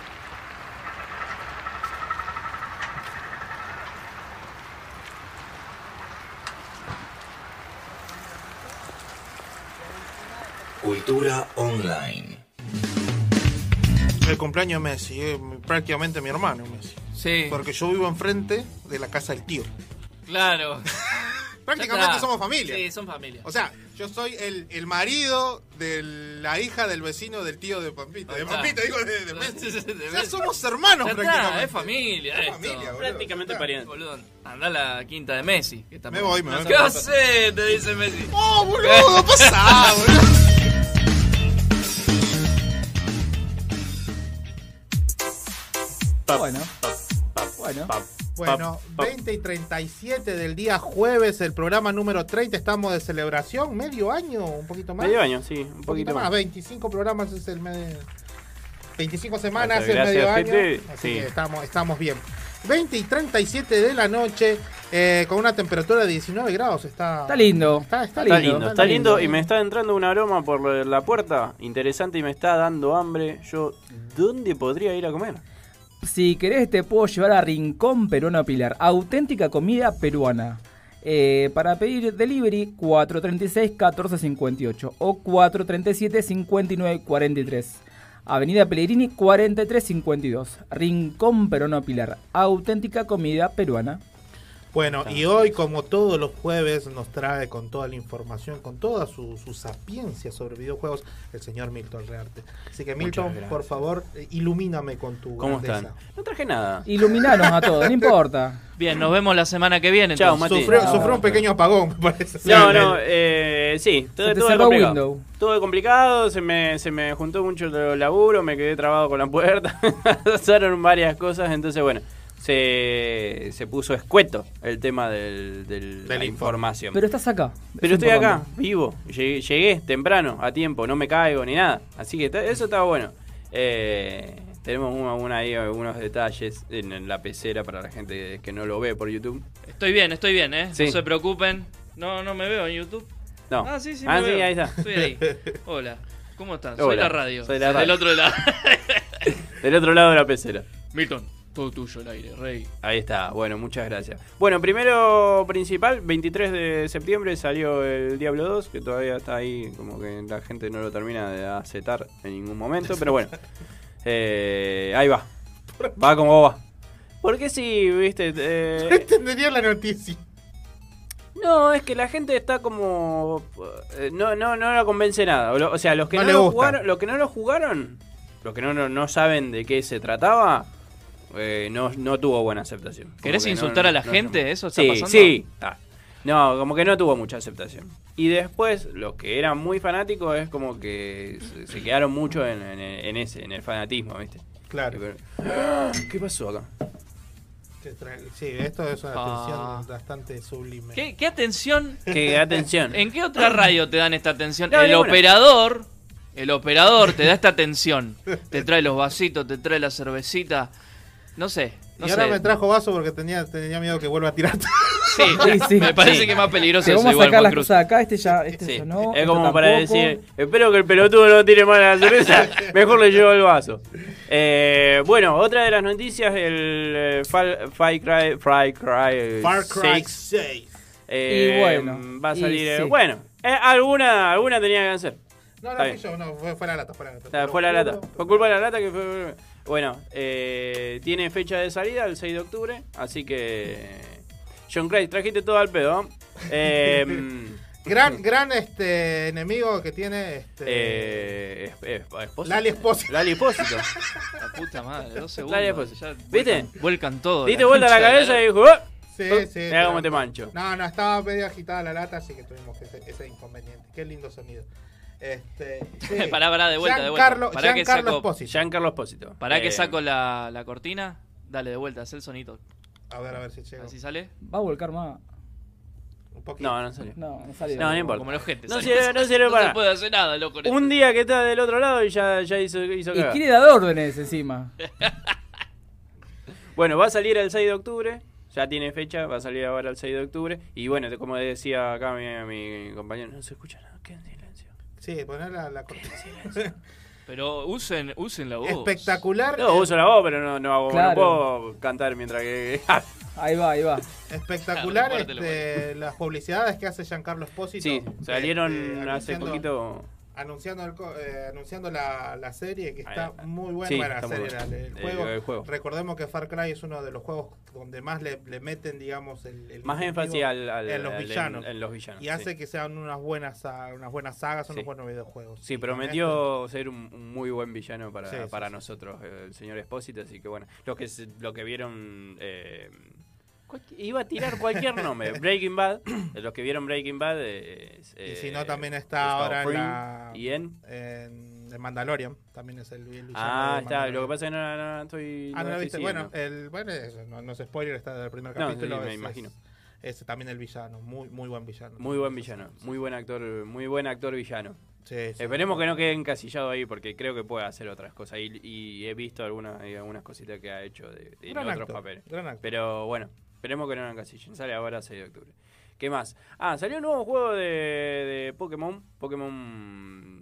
Cultura online. El cumpleaños de Messi, eh, prácticamente mi hermano Messi. Sí. Porque yo vivo enfrente de la casa del tío. Claro. Prácticamente Ya somos familia. Sí, son familia. O sea, yo soy el, el marido de la hija del vecino del tío de Pampita. De Ahí está. Pampita, digo, de, de Messi. De O sea, Messi. somos hermanos Ya está, prácticamente. es familia. Es esto. familia, boludo. Prácticamente pariente. Boludo, anda a la quinta de Messi. Que está Me voy, me voy. ¿Qué haces? Te dice Messi. ¡Oh, boludo! ¡Pasá, boludo! Bueno. Bueno. Bueno, veinte y treinta y siete del día jueves, el programa número treinta, estamos de celebración, medio año, un poquito más. Medio año, sí, un Un poquito más. veinticinco programas es el mes. veinticinco semanas es Gracias, medio gente. año. Así Sí. que estamos, estamos bien. veinte y treinta y siete de la noche, eh, con una temperatura de diecinueve grados. Está, Está lindo. Está, está Está lindo, lindo, está lindo y me está entrando un aroma por la puerta interesante y me está dando hambre. Yo, ¿dónde podría ir a comer? Si querés te puedo llevar a Rincón Peruano Pilar, auténtica comida peruana. Eh, para pedir delivery cuatro treinta y seis catorce cincuenta y ocho o cuatro treinta y siete cincuenta y nueve cuarenta y tres. Avenida Pellegrini cuarenta y tres cincuenta y dos. Rincón Peruano Pilar, auténtica comida peruana. Bueno, y hoy, como todos los jueves, nos trae con toda la información, con toda su, su sapiencia sobre videojuegos, el señor Milton Rearte. Así que, Milton, por favor, ilumíname con tu ¿Cómo grandeza. están? No traje nada. Iluminanos a todos, no importa. Bien, nos vemos la semana que viene. Chao, entonces. Mati. Sufrió, sufrió un pequeño apagón, me parece. No, no, eh, sí, todo, Se te todo cerró complicado. Windows. Todo complicado, se me, se me juntó mucho el laburo, me quedé trabado con la puerta, pasaron varias cosas, entonces bueno, se, se puso escueto el tema del, del, de la información. Pero estás acá. Pero Es estoy acá, importante. vivo, llegué, llegué temprano, a tiempo, no me caigo ni nada, así que ta- eso estaba bueno. Eh, tenemos una, una ahí, algunos detalles en, en la pecera para la gente que no lo ve por YouTube. Estoy bien, estoy bien, ¿eh? Sí. No se preocupen. No, no me veo en YouTube. No. Ah, sí, sí, Ah, me sí, veo. ahí está. Estoy ahí. Hola. ¿Cómo están? Soy Hola, la radio. soy la Del radio. otro lado. Del otro lado de la pecera. Milton, todo tuyo el aire, rey. Ahí está, bueno, muchas gracias. Bueno, primero principal, veintitrés de septiembre salió el Diablo dos, que todavía está ahí, como que la gente no lo termina de aceptar en ningún momento, pero bueno, eh, ahí va, va como va. Porque sí, viste... Eh, No entendería la noticia. no, es que la gente está como... eh, no, no, no la convence nada. O, lo- o sea, los que No no, le lo gusta. jugaron, los que no lo jugaron, los que no, no, no saben de qué se trataba... Eh, no, no tuvo buena aceptación. Como ¿Querés que no- insultar a la no- gente? no- ¿Eso está sí, pasando? Sí, ah. No, como que no tuvo mucha aceptación. Y después, los que eran muy fanáticos es como que se, se quedaron mucho en, en- en ese, en el fanatismo, ¿viste? Claro. Y pero- ¿Qué pasó acá? Sí, esto es una Ah. atención bastante sublime. ¿Qué, qué atención? ¿Qué atención? ¿En qué otra radio te dan esta atención? No, el ninguna. operador, el operador te da esta atención. Te trae los vasitos, te trae la cervecita. No sé, no y ahora sé. me trajo vaso porque tenía, tenía miedo que vuelva a tirar. Sí, Sí, sí. me parece Sí. que es más peligroso Te eso vamos a igual, sacar Juan las Cruz. cosas de acá, este ya, este Sí, ya no. es esto como para tampoco. decir, espero que el pelotudo no tire mal a la cerveza, mejor le llevo el vaso. Eh, bueno, otra de las noticias, el eh, Fal- Far Cry, Far Cry Far Cry seis, seis. eh, Y bueno, va a y salir, eh, sí. bueno, eh, alguna, alguna tenía que hacer. No, Está no fui bien. yo, no, fue, fue la lata, fue la lata. O sea, fue la lata, fue culpa de la lata que fue... Bueno, eh, tiene fecha de salida el seis de octubre, así que... John Craig, trajiste todo al pedo, ¿no? Eh, Gran, gran este enemigo que tiene este Eh, es- es- Espósito. Lali Espósito. Lali Espósito. La puta madre, dos segundos. Lali Espósito. ya ¿Viste? Vuelcan, vuelcan todo. Diste vuelta a la concha de cabeza y dijo, "Oh, Sí, oh, sí. mira cómo te mancho". No, no, estaba medio agitada la lata, así que tuvimos ese, ese inconveniente. Qué lindo sonido. Este, sí. Pará, pará, de vuelta, de vuelta. Giancarlo, Pará que Giancarlo saco- Espósito. Giancarlo Espósito. Pará que Eh, saco la, la cortina. Dale, de vuelta, haz el sonito. A ver, a ver si llega. ¿Así sale? Va a volcar más. Un poquito. No, no salió. No, no salió. No, no importa. Como los gente. No sale. sirve, no sirve No para se puede hacer nada, loco. Un día que está del otro lado y ya, ya hizo, hizo Y cagar. quiere dar órdenes encima. Bueno, va a salir el seis de octubre. Ya tiene fecha, va a salir ahora el seis de octubre. Y bueno, como decía acá mi, mi compañero, no se escucha nada, queda en silencio. Sí, poner la, la cortina. Pero usen, usen la voz. Espectacular. No, uso la voz, pero no, no, hago, Claro. no puedo cantar mientras que... Ahí va, ahí va. Espectacular Claro, compártelo, este, las publicidades que hace Giancarlo Espósito. Sí, salieron este, hace anunciando- poquito... Anunciando, el co- eh, anunciando la, la serie que está Ahí. muy buena. Sí, Bueno, la está muy serie, buena. la- el, Eh, juego. el juego. Recordemos que Far Cry es uno de los juegos donde más le, le meten, digamos, el, el Más incentivo énfasis al, al- en los al- villanos. en- en los villanos, y sí. hace que sean unas buenas, sa- unas buenas sagas, Sí. unos buenos videojuegos. Sí, Y prometió ser un, un muy buen villano para, Sí, sí, para sí. nosotros, eh, el señor Espósito, así que bueno, los que se- lo que vieron eh, cual- iba a tirar cualquier nombre, Breaking Bad, eh, los que vieron Breaking Bad, eh, es, Y si eh, no, también está Gustavo ahora en Fring, la. y en en The Mandalorian. También es el, el villano ah, de está, lo Mandalorian. que pasa es que no, no, no estoy Ah, no no lo estoy viste. Bueno, siguiendo. el, bueno eso, no, no es spoiler, está del primer No, capítulo. sí, me es- imagino. Es, es también el villano, muy muy buen villano. Muy buen villano, muy buen actor, muy buen actor villano. Sí, sí. Esperemos que no quede encasillado ahí, porque creo que puede hacer otras cosas. Y, y he visto algunas, algunas cositas que ha hecho de, de Gran otros acto, papeles. gran acto. Pero bueno, esperemos que no lo encasillen. Sale ahora seis de octubre. ¿Qué más? Ah, salió un nuevo juego de, de Pokémon. Pokémon...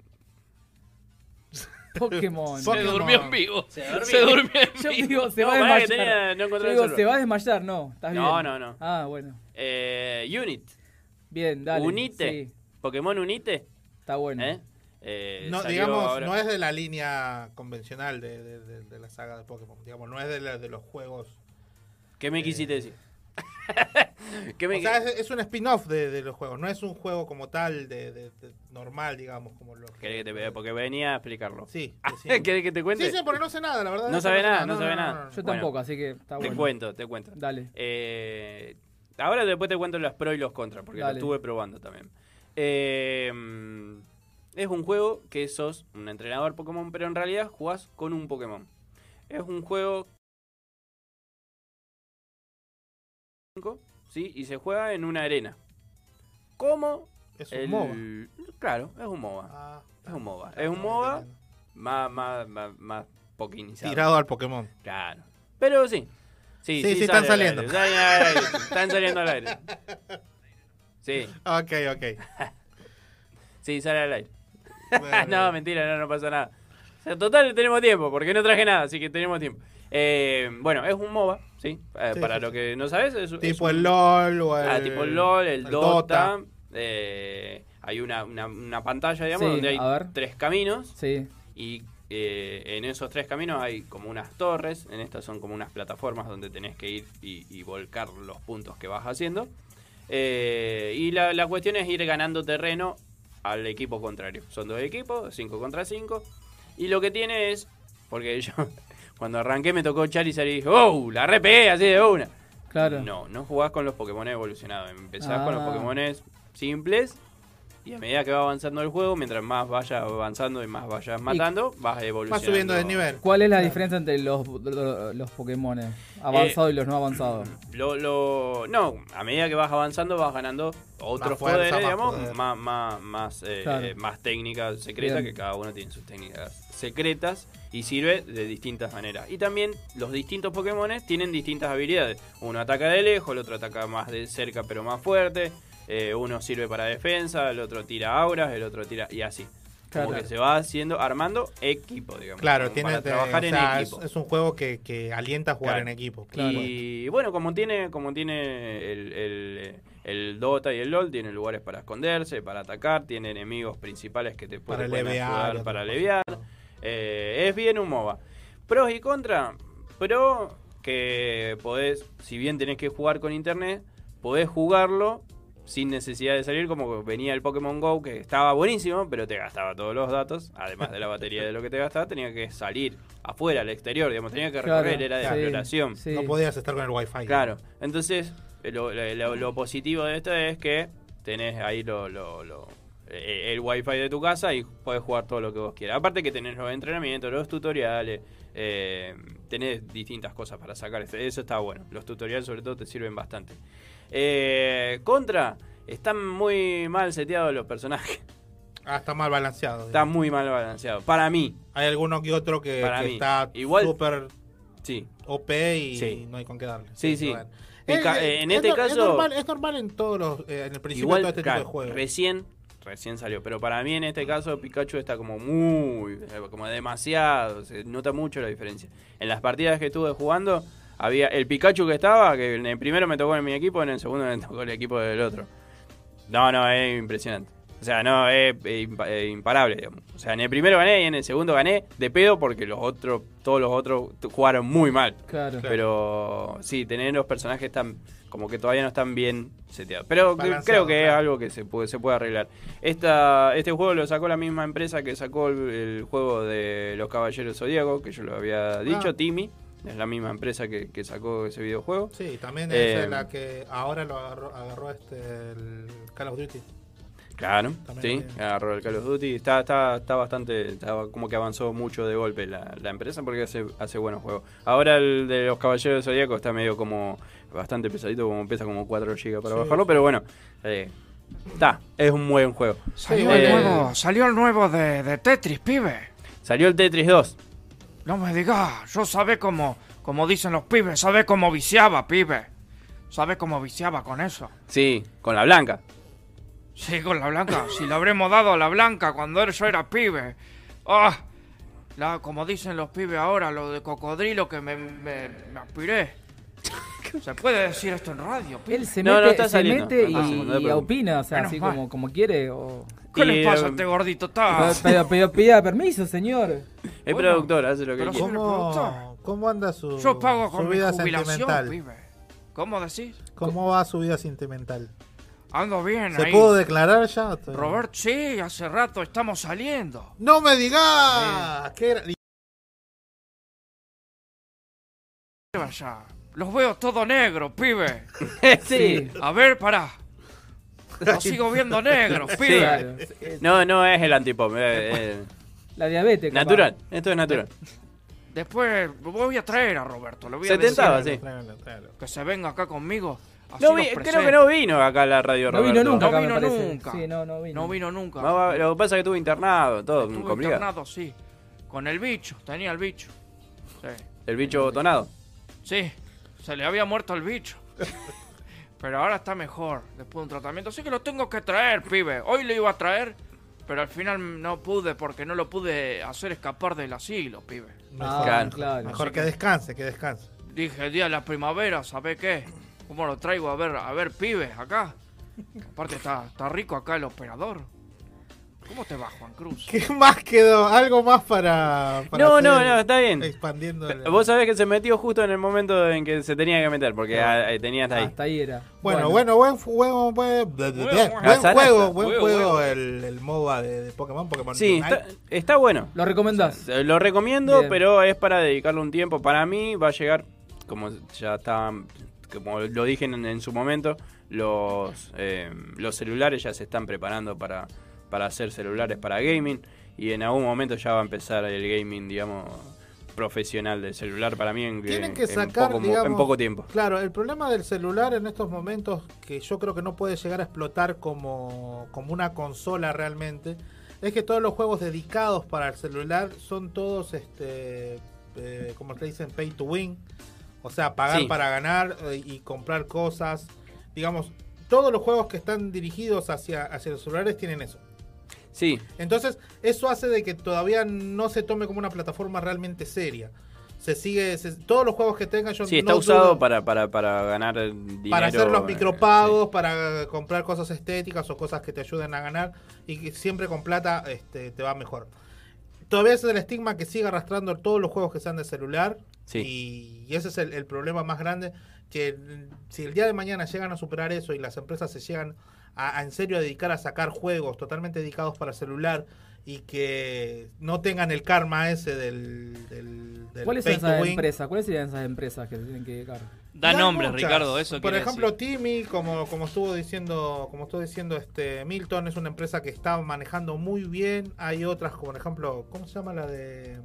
Pokémon. Se durmió en vivo. Se durmió, Se durmió en Yo vivo. digo, se No, va a pará que desmayar. tenía- no encontré Yo el digo, celular. se va a desmayar, no. ¿Estás No, bien? no, no. Ah, bueno. Eh, Unit. Bien, dale. Unite. Sí, Pokémon Unite. está bueno. ¿Eh? Eh, No, salió digamos, ahora- no es de la línea convencional de, de- de- de la saga de Pokémon. Digamos, no es de, la- de los juegos. ¿Qué me quisiste decir? ¿Qué me O sea, es, es un spin-off de, de los juegos. No es un juego como tal, de, de- de normal, digamos, como los. ¿Querés que te vea? Porque venía a explicarlo. Sí. ¿Querés que te cuente? Sí, sí, porque no sé nada, la verdad. No es que sabe sé nada, no sabe nada. Yo Bueno, tampoco, así que está Te bueno. cuento, te cuento. Dale. Eh, ahora después te cuento los pros y los contras, porque Dale. lo estuve probando también. Eh, es un juego que sos un entrenador Pokémon, pero en realidad jugás con un Pokémon. Es un juego... ¿sí? Y se juega en una arena. ¿Cómo? Es un el- MOBA. Claro, es un MOBA. Ah, es un MOBA. Es un MOBA más, más, más, más poquinizado. Tirado al Pokémon. Claro. Pero sí. Sí, Sí, sí, sale están al aire, saliendo. salen al aire, Están saliendo al aire. Sí. Ok, ok. Sí, sale al aire. Bueno, no, mentira, no, no pasa nada. O sea, total, tenemos tiempo, porque no traje nada, así que tenemos tiempo. Eh, bueno, es un MOBA, ¿sí? Eh, Sí, para sí, lo sí. que no sabes, es, es Tipo un- el LOL o el. Ah, tipo el LOL, el, el Dota. Dota. eh, hay una, una, una pantalla, digamos, Sí, donde hay a ver. tres caminos. Sí. Y eh, en esos tres caminos hay como unas torres. En estas son como unas plataformas donde tenés que ir y, y volcar los puntos que vas haciendo. Eh, y la, la cuestión es ir ganando terreno al equipo contrario. Son dos equipos, cinco contra cinco. Y lo que tiene es... Porque yo cuando arranqué me tocó Charizard y dije, ¡oh! La re pegué así de una. Claro. No, no jugás con los Pokémon evolucionados. Empezás Ah. con los Pokémon simples. Y a medida que va avanzando el juego, mientras más vayas avanzando y más vayas matando, vas evolucionando. subiendo de nivel. ¿Cuál es la diferencia entre los, los, los Pokémon avanzados y los no avanzados? Lo, lo, no, a medida que vas avanzando vas ganando otros Más fuerza, poderes, más digamos, poder. más, más, más, eh, Claro. eh, más técnicas secretas, Bien. que cada uno tiene sus técnicas secretas y sirve de distintas maneras. Y también los distintos Pokémon tienen distintas habilidades. Uno ataca de lejos, el otro ataca más de cerca pero más fuerte. Eh, uno sirve para defensa, el otro tira auras, el otro tira... y así. Como Claro. que se va haciendo, armando equipo, digamos. Claro, como tiene para te- trabajar o en sea, equipo. Es, es un juego que, que alienta a jugar Claro. en equipo. Y bueno, como tiene, como tiene el, el, el Dota y el LOL, tiene lugares para esconderse, para atacar, tiene enemigos principales que te Para pueden, pueden levear y ayudar otras para cosas. aliviar. Eh, es bien un MOBA. Pros y contras. Pro, que podés, si bien tenés que jugar con internet, podés jugarlo sin necesidad de salir, como venía el Pokémon GO, que estaba buenísimo, pero te gastaba todos los datos, además de la batería de lo que te gastaba, tenía que salir afuera, al exterior, digamos, tenía que recorrer, Claro, era de sí, exploración. sí. No podías estar con el Wi-Fi. Claro, entonces lo, lo- lo positivo de esto es que tenés ahí lo, lo, lo- eh, el Wi-Fi de tu casa y podés jugar todo lo que vos quieras. Aparte que tenés los entrenamientos, los tutoriales, eh, tenés distintas cosas para sacar. Eso está bueno. Los tutoriales sobre todo te sirven bastante. Eh, contra, están muy mal seteados los personajes. Ah, está mal balanceado. Está muy mal balanceado. Para mí. Hay alguno que otro que, Para que mí. está Igual- súper sí. O P y Sí. no hay con qué darle. Sí, sí. bueno. Pica- Eh, eh, en es este nor- caso... Es normal, es normal en todos los. eh, en el principio Igual, de todo este claro, tipo de juegos. recién, recién salió. Pero para mí en este caso Pikachu está como muy, eh, como demasiado. Se nota mucho la diferencia. En las partidas que estuve jugando, había el Pikachu que estaba, que en el primero me tocó en mi equipo, en el segundo me tocó el equipo del otro. No, no, es impresionante. O sea, no, es eh, impa- eh, imparable, digamos. O sea, en el primero gané y en el segundo gané de pedo porque los otros, todos los otros t- jugaron muy mal. Claro. Pero sí, tener los personajes tan como que todavía no están bien seteados. Pero que- Balanceado, creo que es claro. algo que se puede, se puede arreglar. Esta, este juego lo sacó la misma empresa que sacó el, el juego de los Caballeros Zodíaco, que yo lo había dicho, Ah. Timmy. Es la misma empresa que, que sacó ese videojuego. Sí, también Eh, es la que ahora lo agarró, agarró este el Call of Duty. Claro, También sí, lo agarró el Call of Duty. Está, está, está bastante, está como que avanzó mucho de golpe la, la empresa porque hace, hace buenos juegos. Ahora el de los Caballeros del Zodíaco está medio como bastante pesadito, como pesa como cuatro gigas para Sí, bajarlo, sí. pero bueno, eh, Está, es un buen juego. Salió, Eh, el, nuevo, salió el nuevo de, de Tetris, pibe. Salió el Tetris dos. No me digas, yo sabe cómo, como dicen los pibes, sabe cómo viciaba, pibe. Sabe cómo viciaba con eso. Sí, con la blanca. Sí, con la blanca. Si le habremos dado a la blanca cuando yo era pibe. Ah, la, como dicen los pibes ahora, lo de cocodrilo que me, me, me aspiré. ¿Se puede decir esto en radio, pibe? Él se No, mete, no está se saliendo. mete No, y, no, no te y preocupes. opina, o sea, Menos así mal. como, como quiere. O... ¿Qué Y, le pasa a eh, este gordito? Está... Pero, pero, pero pida permiso, señor. Es productor, hace lo que pero quiere. soy el productor. ¿Cómo, ¿Cómo anda su, Yo pago con su mi vida jubilación, sentimental? pibe. ¿Cómo decís? ¿Cómo va su vida sentimental? Ando bien ¿Se ahí. pudo declarar ya? Robert, sí, hace rato estamos saliendo. ¡No me digas! ¿Qué era? Vaya, los veo todo negro, pibe. Sí. A ver, pará. Los sigo viendo negros, pibe. Sí. No, no es el antipop. Es, es La diabetes. capaz. natural. Esto es natural. Después voy a traer a Roberto. Le voy a Se tentaba, decir sí. que se venga acá conmigo. Así No los vi- creo presento. que no vino acá a la radio No vino Roberto. nunca No acá, me vino parece. nunca. Sí, no, no vino. No vino nunca. No va- lo que pasa es que estuvo internado, todo Estuve complicado. internado, sí. Con el bicho, tenía el bicho. Sí. El bicho botonado. Sí, se le había muerto el bicho. Pero ahora está mejor, después de un tratamiento. Así que lo tengo que traer, pibe. Hoy lo iba a traer, pero al final no pude porque no lo pude hacer escapar del asilo, pibe. Mejor, Claro. claro. mejor Así que que- descanse, que descanse. Dije, el día de la primavera, ¿sabe qué? ¿Cómo lo traigo a ver, a ver pibes acá? Aparte está, está rico acá el operador. ¿Cómo te va, Juan Cruz? ¿Qué más quedó? ¿Algo más para, para No, hacer no, no, está bien. expandiendo? el- Vos sabés que se metió justo en el momento en que se tenía que meter, porque ah, eh, tenía hasta ahí. Hasta ahí era. Bueno, bueno, buen juego, buen, buen bueno. juego, buen Huevo, juego huevo. el, el MOBA de, de Pokémon, Pokémon Sí, Unite. está, está bueno. ¿Lo recomendás? Eh, Lo recomiendo, Bien. pero es para dedicarle un tiempo. Para mí va a llegar, como ya estaban, como lo dije en, en su momento, los, eh, los celulares ya se están preparando para, para hacer celulares para gaming. Y en algún momento ya va a empezar el gaming, digamos, profesional de celular para mí en, Tienen que en sacar, poco, digamos, en poco tiempo. Claro, el problema del celular en estos momentos, que yo creo que no puede llegar a explotar como, como una consola realmente, es que todos los juegos dedicados para el celular son todos, este, eh, como te dicen, pay to win. O sea, pagar Sí. para ganar eh, y comprar cosas. Digamos, todos los juegos que están dirigidos hacia, hacia los celulares tienen eso. Sí, Entonces, eso hace de que todavía no se tome como una plataforma realmente seria. Se sigue, se- todos los juegos que tengan, yo sí, está no usado dudo- para, para, para ganar dinero. para hacer los eh, micropagos, para comprar cosas estéticas o cosas que te ayuden a ganar y que siempre con plata este, te va mejor. Todavía ese es el estigma que sigue arrastrando todos los juegos que sean de celular Sí. y, y ese es el, el problema más grande, que mm, si el día de mañana llegan a superar eso y las empresas se llegan a, a en serio a dedicar a sacar juegos totalmente dedicados para celular y que no tengan el karma ese del, del, del ¿Cuáles pay son to esas win. empresas? ¿Cuáles serían esas empresas que se tienen que dedicar? Da Y hay nombres, muchas. Ricardo, eso Por quiere ejemplo, decir. Timmy, como, como estuvo diciendo, como estuvo diciendo este Milton, es una empresa que está manejando muy bien. Hay otras, como por ejemplo, ¿cómo se llama la de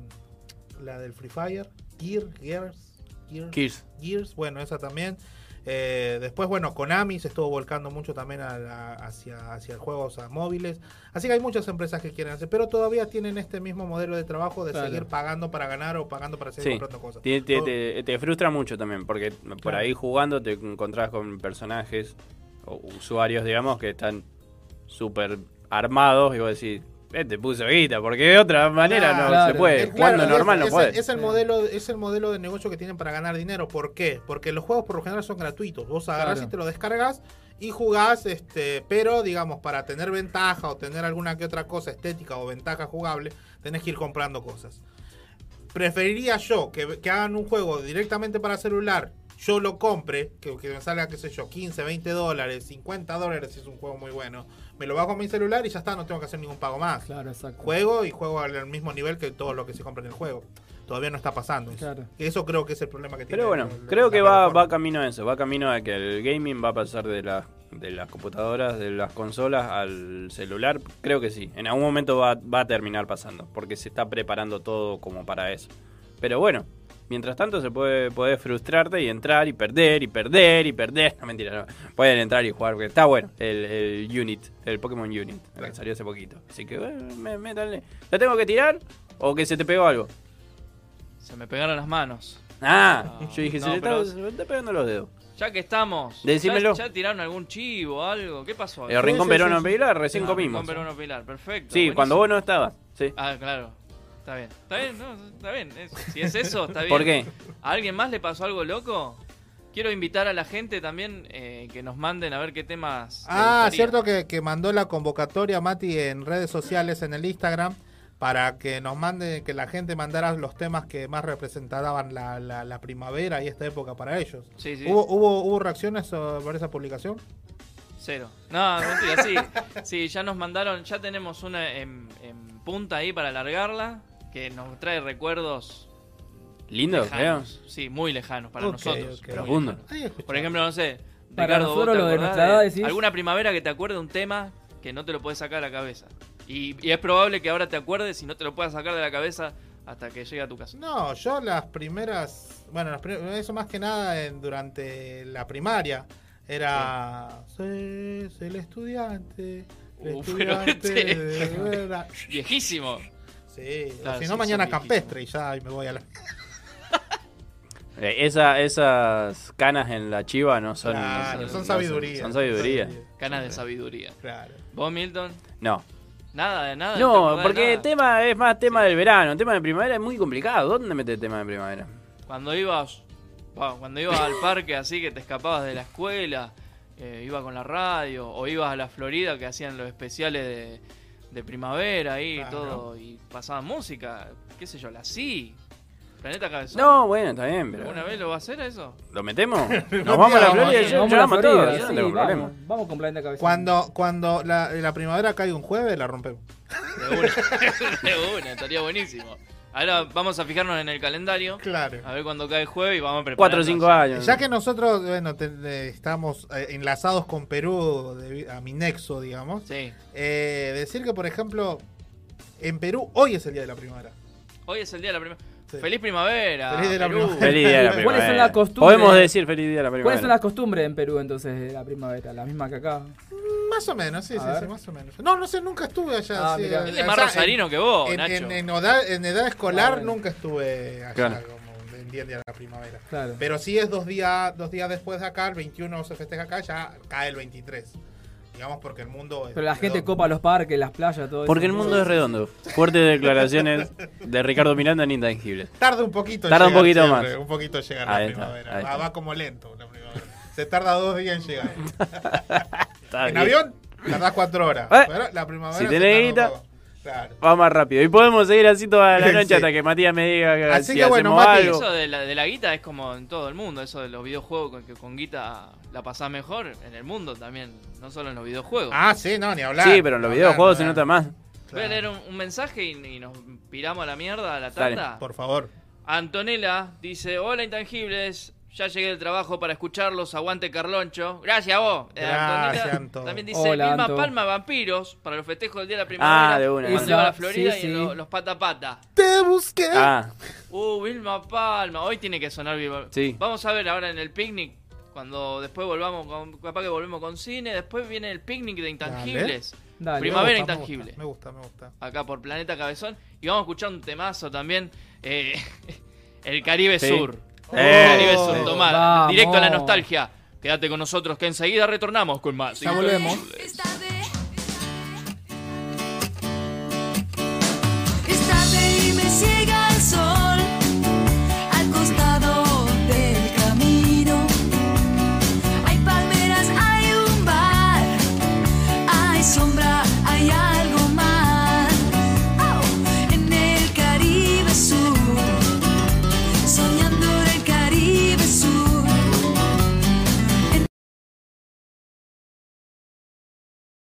la del Free Fire? Gear, Gears, Gears, Gears. Gears, bueno, esa también. Eh, después, bueno, Konami se estuvo volcando mucho también a la- hacia, hacia juegos a móviles. Así que hay muchas empresas que quieren hacer, pero todavía tienen este mismo modelo de trabajo de Claro. seguir pagando para ganar o pagando para seguir Sí, comprando cosas. te, te- Todo- te- te frustra mucho también, porque por Claro. ahí jugando te encontrás con personajes o usuarios, digamos, que están súper armados y vos decís, eh, te puso guita, porque de otra manera no Claro. se puede. Es- claro, Jugando es- normal no es, puede. Es el, modelo, es el modelo de negocio que tienen para ganar dinero. ¿Por qué? Porque los juegos por lo general son gratuitos. Vos agarrás Claro. y te lo descargas y jugás, este, pero digamos, para tener ventaja o tener alguna que otra cosa estética o ventaja jugable, tenés que ir comprando cosas. Preferiría yo que, que hagan un juego directamente para celular, yo lo compre, que, que me salga, qué sé yo, quince, veinte dólares, cincuenta dólares si es un juego muy bueno. Me lo bajo a mi celular y ya está, no tengo que hacer ningún pago más. Claro, exacto. Juego y juego al mismo nivel que todo lo que se compra en el juego. Todavía no está pasando eso. Claro. Eso creo que es el problema que tiene. Pero bueno, el- el- creo la que va, plataforma. va camino a eso, va camino a que el gaming va a pasar de, la, de las computadoras, de las consolas al celular. Creo que sí, en algún momento va, va a terminar pasando, porque se está preparando todo como para eso. Pero bueno, Mientras tanto se puede, puede frustrarte y entrar y perder y perder y perder. No, mentira, no. Pueden entrar y jugar, porque está bueno el, el Unit, el Pokémon Unit, el que salió hace poquito. Así que, bueno, me, métanle. ¿La tengo que tirar o que se te pegó algo? Se me pegaron las manos. Ah, No, yo dije, no, se, le pero- está, se le está pegando los dedos. Ya que estamos, Decímelo. ¿ya, ya tiraron algún chivo, algo? ¿Qué pasó? El Rincón Peruano Pilar, recién Ah, comimos. Rincón Peruano Pilar, perfecto. Sí, buenísimo. cuando vos no estabas. Sí. Ah, claro. Está bien. Está bien, no, está bien. Es- si es eso, está bien. ¿Por qué? ¿A alguien más le pasó algo loco? Quiero invitar a la gente también eh, que nos manden a ver qué temas. les Ah, gustaría. cierto que, que mandó la convocatoria Mati en redes sociales, en el Instagram, para que nos mande, que la gente mandara los temas que más representaban la, la, la primavera y esta época para ellos. Sí, sí. ¿Hubo, hubo, ¿Hubo reacciones eh, por esa publicación? Cero. No, mentira, sí. Sí, ya nos mandaron, ya tenemos una en, en punta ahí para alargarla, que nos trae recuerdos Lindo, lejanos. Sí, muy lejanos para Ok, nosotros. ok. muy Profundo. lejanos. Ay, escuchá. Por ejemplo, no sé, Para Ricardo, ¿vos nosotros te lo de acordás nuestra edad, decís. alguna primavera que te acuerde de un tema que no te lo puedes sacar de la cabeza? Y, y es probable que ahora te acuerdes y no te lo puedas sacar de la cabeza hasta que llegue a tu casa. No, yo las primeras, bueno, las prim- eso más que nada en- durante la primaria era soy, soy el estudiante, el Uh, pero estudiante este- de verdad. Viejísimo. Sí, Claro, si sí, no mañana son campestre y ya y me voy a la Eh, esa, esas canas en la chiva no son. Claro, no son no sabiduría. Son sabiduría. Canas de sabiduría. Claro. ¿Vos, Milton? No. Nada de nada. ¿te acordás No, de porque nada? el tema es más tema del verano. El tema de primavera es muy complicado. ¿Dónde metes el tema de primavera? Cuando ibas, bueno, cuando ibas al parque así que te escapabas de la escuela, eh, ibas con la radio, o ibas a la Florida que hacían los especiales de, de primavera ahí y Claro. todo, y pasaban música, qué sé yo, la sí. Planeta Cabezón. No, bueno, está bien, pero. ¿Alguna vez lo va a hacer eso? ¿Lo metemos? Nos No, vamos a la vamos, Florida y sí, yo Vamos a la llevamos todo. Florida, Yo no sí, tengo problema. vamos, vamos con Planeta Cabezón. Cuando, cuando la, la primavera cae un jueves, la rompemos. De una, de una, estaría buenísimo. Ahora vamos a fijarnos en el calendario. Claro. A ver cuándo cae el jueves y vamos a preparar. Cuatro o cinco años. Ya que nosotros, bueno, te- eh, estamos eh, enlazados con Perú debi- a mi nexo, digamos. Sí. eh, decir que, por ejemplo, en Perú hoy es el día de la primavera. Hoy es el día de la primavera. Sí. Feliz primavera. Feliz día de la Perú. primavera. Feliz día de la primavera. ¿Cuáles son las costumbres? Podemos decir feliz día de la primavera. ¿Cuáles son las costumbres en Perú entonces de la primavera? ¿La misma que acá? Más o menos, sí, A sí, ver. sí, más o menos. No, no sé, nunca estuve allá. Ah, sí, mira. eh, Él es más allá rosarino en- que vos, en, Nacho. En, en edad, en edad escolar Ah, bueno. nunca estuve allá Claro. como en día de la primavera. Claro. Pero sí es dos días, dos días después de acá, el veintiuno se festeja acá, ya cae el veintitrés. Digamos porque el mundo es Pero la gente redondo. copa los parques, las playas, todo Porque el eso. mundo es redondo. Fuertes declaraciones de Ricardo Miranda en Intangibles. Tarda un poquito en Tarda un llegar poquito siempre, más. Un poquito en llegar Ahí la está, primavera. ahí Va, está. va como lento la primavera. Se tarda dos días en llegar. Está En bien. avión tardás cuatro horas. Eh, Pero la primavera si se tenés tarda un guita, poco. Claro. va más rápido. Y podemos seguir así toda la noche Sí. hasta que Matías me diga que Así si que bueno, hacemos Mati, algo. Eso de la, de la guita es como en todo el mundo. Eso de los videojuegos con, que con guita la pasás mejor en el mundo también. No solo en los videojuegos. Ah, sí, no, ni hablar. Sí, pero en los Ni videojuegos se hablar, nota más. Voy a leer un, un mensaje y, y nos piramos a la mierda a la Dale. tanda. Por favor. Antonella dice: Hola intangibles, ya llegué del trabajo para escucharlos, aguante Carloncho. Gracias a vos. Eh, Gracias, Antonella Anto. también dice: Hola, Vilma Anto. Palma Vampiros para los festejos del día de la primavera. Ah, de una. Cuando Esa, iba a la Florida sí, y en sí. lo- los pata pata. Te busqué. Ah, Uh, Vilma Palma. Hoy tiene que sonar Vilma. Sí. Vamos a ver ahora en el picnic. Cuando después volvamos, con, capaz que volvemos con cine. Después viene el picnic de intangibles. Dale. Primavera Me gusta, intangible. Me gusta, me gusta. Acá por Planeta Cabezón. Y vamos a escuchar un temazo también. eh, el Caribe Sí. Sur. Eh, el Caribe Sur, sí. tomá, Vamos. directo a la nostalgia. Quédate con nosotros que enseguida retornamos con más. Ya volvemos. Esta tarde y me ciega el sol al costado del camino. Hay palmeras, hay un bar, hay sombra, hay algo más. Oh, en el Caribe Sur, soñando del Caribe Sur.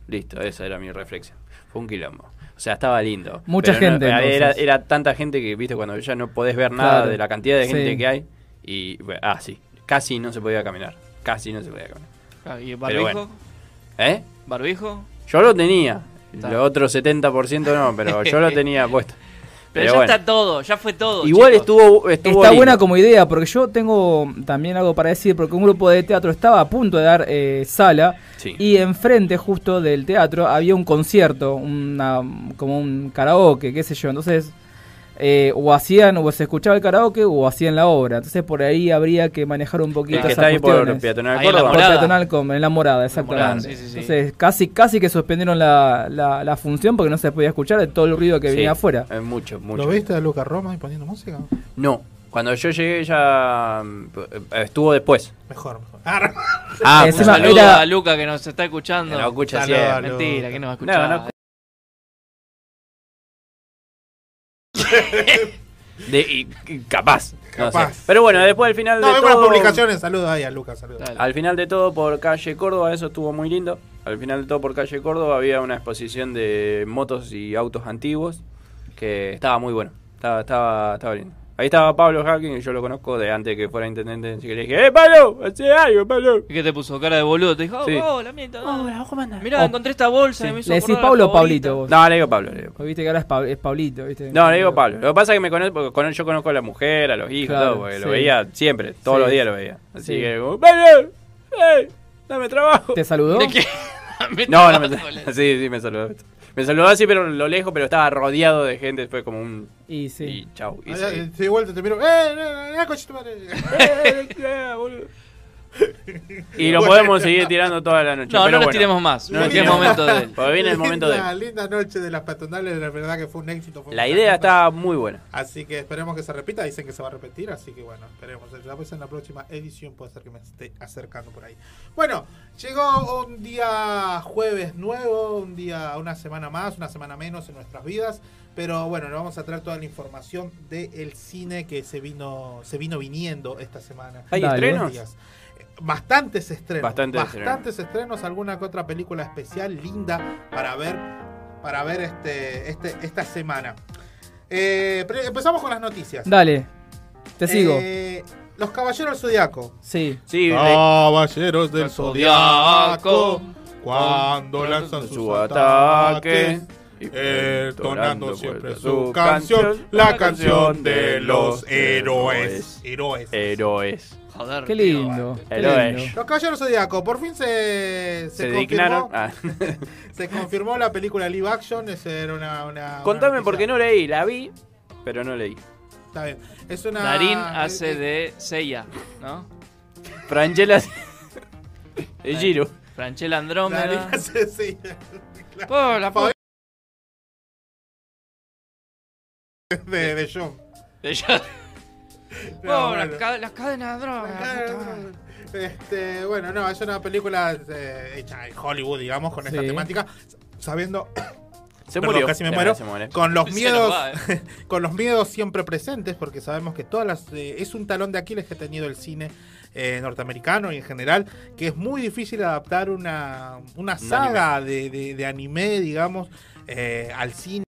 Listo, esa era mi reflexión. Fue un quilombo. O sea, estaba lindo. Mucha pero gente, No, era, entonces. era tanta gente que, viste, cuando ya no podés ver nada Claro. de la cantidad de gente Sí. que hay. Y, bueno, ah, sí. Casi no se podía caminar. Casi no se podía caminar. Ah, ¿y el Pero barbijo? bueno. ¿Eh? ¿Barbijo? Yo lo tenía. Está. Los otros setenta por ciento no, pero yo lo tenía puesto. Pero, Pero ya bueno. está todo, ya fue todo. Igual chicos. estuvo, estuvo Está lindo. buena como idea, porque yo tengo también algo para decir, porque un grupo de teatro estaba a punto de dar eh, sala, Sí. y enfrente justo del teatro había un concierto, una, como un karaoke, qué sé yo, entonces eh, o hacían, o se escuchaba el karaoke, o hacían la obra, entonces por ahí habría que manejar un poquito El que esas está ahí por cuestiones. Peatonal Ahí en la Córdoba. Por Morada. Peatonal Com, en la morada, exactamente. Morada, sí, sí, sí. Entonces casi casi que suspendieron la, la, la función porque no se podía escuchar de todo el ruido que Sí, venía afuera. Es mucho, mucho. ¿Lo viste a Lucas Roma ahí poniendo música? No, cuando yo llegué ya mm, estuvo después. Mejor, mejor. Ah, Ah, Un Encima saludo era- a Luca que nos está escuchando. Que nos escucha Saludo a siempre. Luca. Mentira, que nos va a escuchar. No, no. De, y, y capaz. no Capaz. sé. Pero bueno, después al final no, de vemos las todo. publicaciones. Saludos ahí a Lucas. Saludos. Dale. Al final de todo por calle Córdoba, eso estuvo muy lindo. Al final de todo por calle Córdoba había una exposición de motos y autos antiguos que estaba muy bueno. Estaba, estaba, estaba lindo. Ahí estaba Pablo Hacking, que yo lo conozco de antes que fuera intendente. Así que le dije, ¡eh, Pablo! ¡Hace algo, Pablo! ¿Y qué te puso? ¿Cara de boludo? Te dijo, oh, Sí. hola, miento. Hola, ¿cómo andás? Mirá, Oh, encontré esta bolsa Sí. y me hizo ¿Le decís acordar a Pablo la o Pablito favorita. vos? No, le digo Pablo. Le digo Pablo. Porque viste que ahora es, Pa- es Pablito, ¿viste? No, le digo Pablo. Lo que pasa es que me conozco, porque con- yo conozco a la mujer, a los hijos, Claro, todo, porque sí. lo veía siempre, todos Sí. los días lo veía. Así Sí. que, como, ¡Pablo! ¡Ey! ¡Dame trabajo! ¿Te saludó? ¿De qué? Me No, no me trabajo, le- Sí, sí, me saludó. Me saludó así, pero lo lejos, pero estaba rodeado de gente. Fue como un. Y sí. Y chau. Y Ah, sí. ya, te di vuelta, te miro. ¡Eh, eh, eh, coche tu madre! Eh, eh, boludo. Y lo Bueno. podemos seguir tirando toda la noche. No, pero no nos bueno. tiremos más. No No nos es tiremos momento más. de él. Porque viene el momento de Linda, él. linda noche de las patronales, la verdad que fue un éxito. Fue La mucha idea gente. está muy buena. Así que esperemos que se repita. Dicen que se va a repetir, así que bueno, esperemos. Ya pues en la próxima edición puede ser que me esté acercando por ahí. Bueno, llegó un día jueves nuevo, un día, una semana más, una semana menos en nuestras vidas. Pero bueno, nos vamos a traer toda la información del cine que se vino, se vino viniendo esta semana. ¿Hay Dale. estrenos? Días. Bastantes estrenos. Bastantes Bastantes estrenos. Alguna que otra película especial linda para ver, para ver este, este, esta semana. Eh, pre- empezamos con las noticias. Dale, te sigo. Eh, Los Caballeros del Zodiaco. Sí. Sí, de- Caballeros del Zodiaco, cuando lanzan su sus ataque. ataques, Y entonando siempre su su canción, la canción de los héroes. Héroes. Héroes. Joder. Qué lindo. Qué Héroes. lindo. Los Caballeros del Zodiaco, por fin se, Se, se, dignaron. confirmó, Ah. se confirmó la película live action. Esa era una, una- Contame una porque noticia. no leí. La vi, pero no leí. Está bien. Es una. Darín eh, hace eh, de Seiya, ¿no? Franchella. El Giro. Franchella Darín Andrómeda. hace- sí. Oh, la po- de, de John. de ya- No, Oh, bueno. la, ca- la cadena de droga. puta madre. Este, bueno, no, es una película eh, hecha en Hollywood, digamos, con esta Sí. temática, sabiendo Se Perdón, murió. casi me Se muero. se muere. con los Se miedos, nos va, eh. con los miedos siempre presentes, porque sabemos que todas las eh, es un talón de Aquiles que ha tenido el cine eh, norteamericano y en general, que es muy difícil adaptar una, una saga de, de- de anime, digamos, eh, al cine.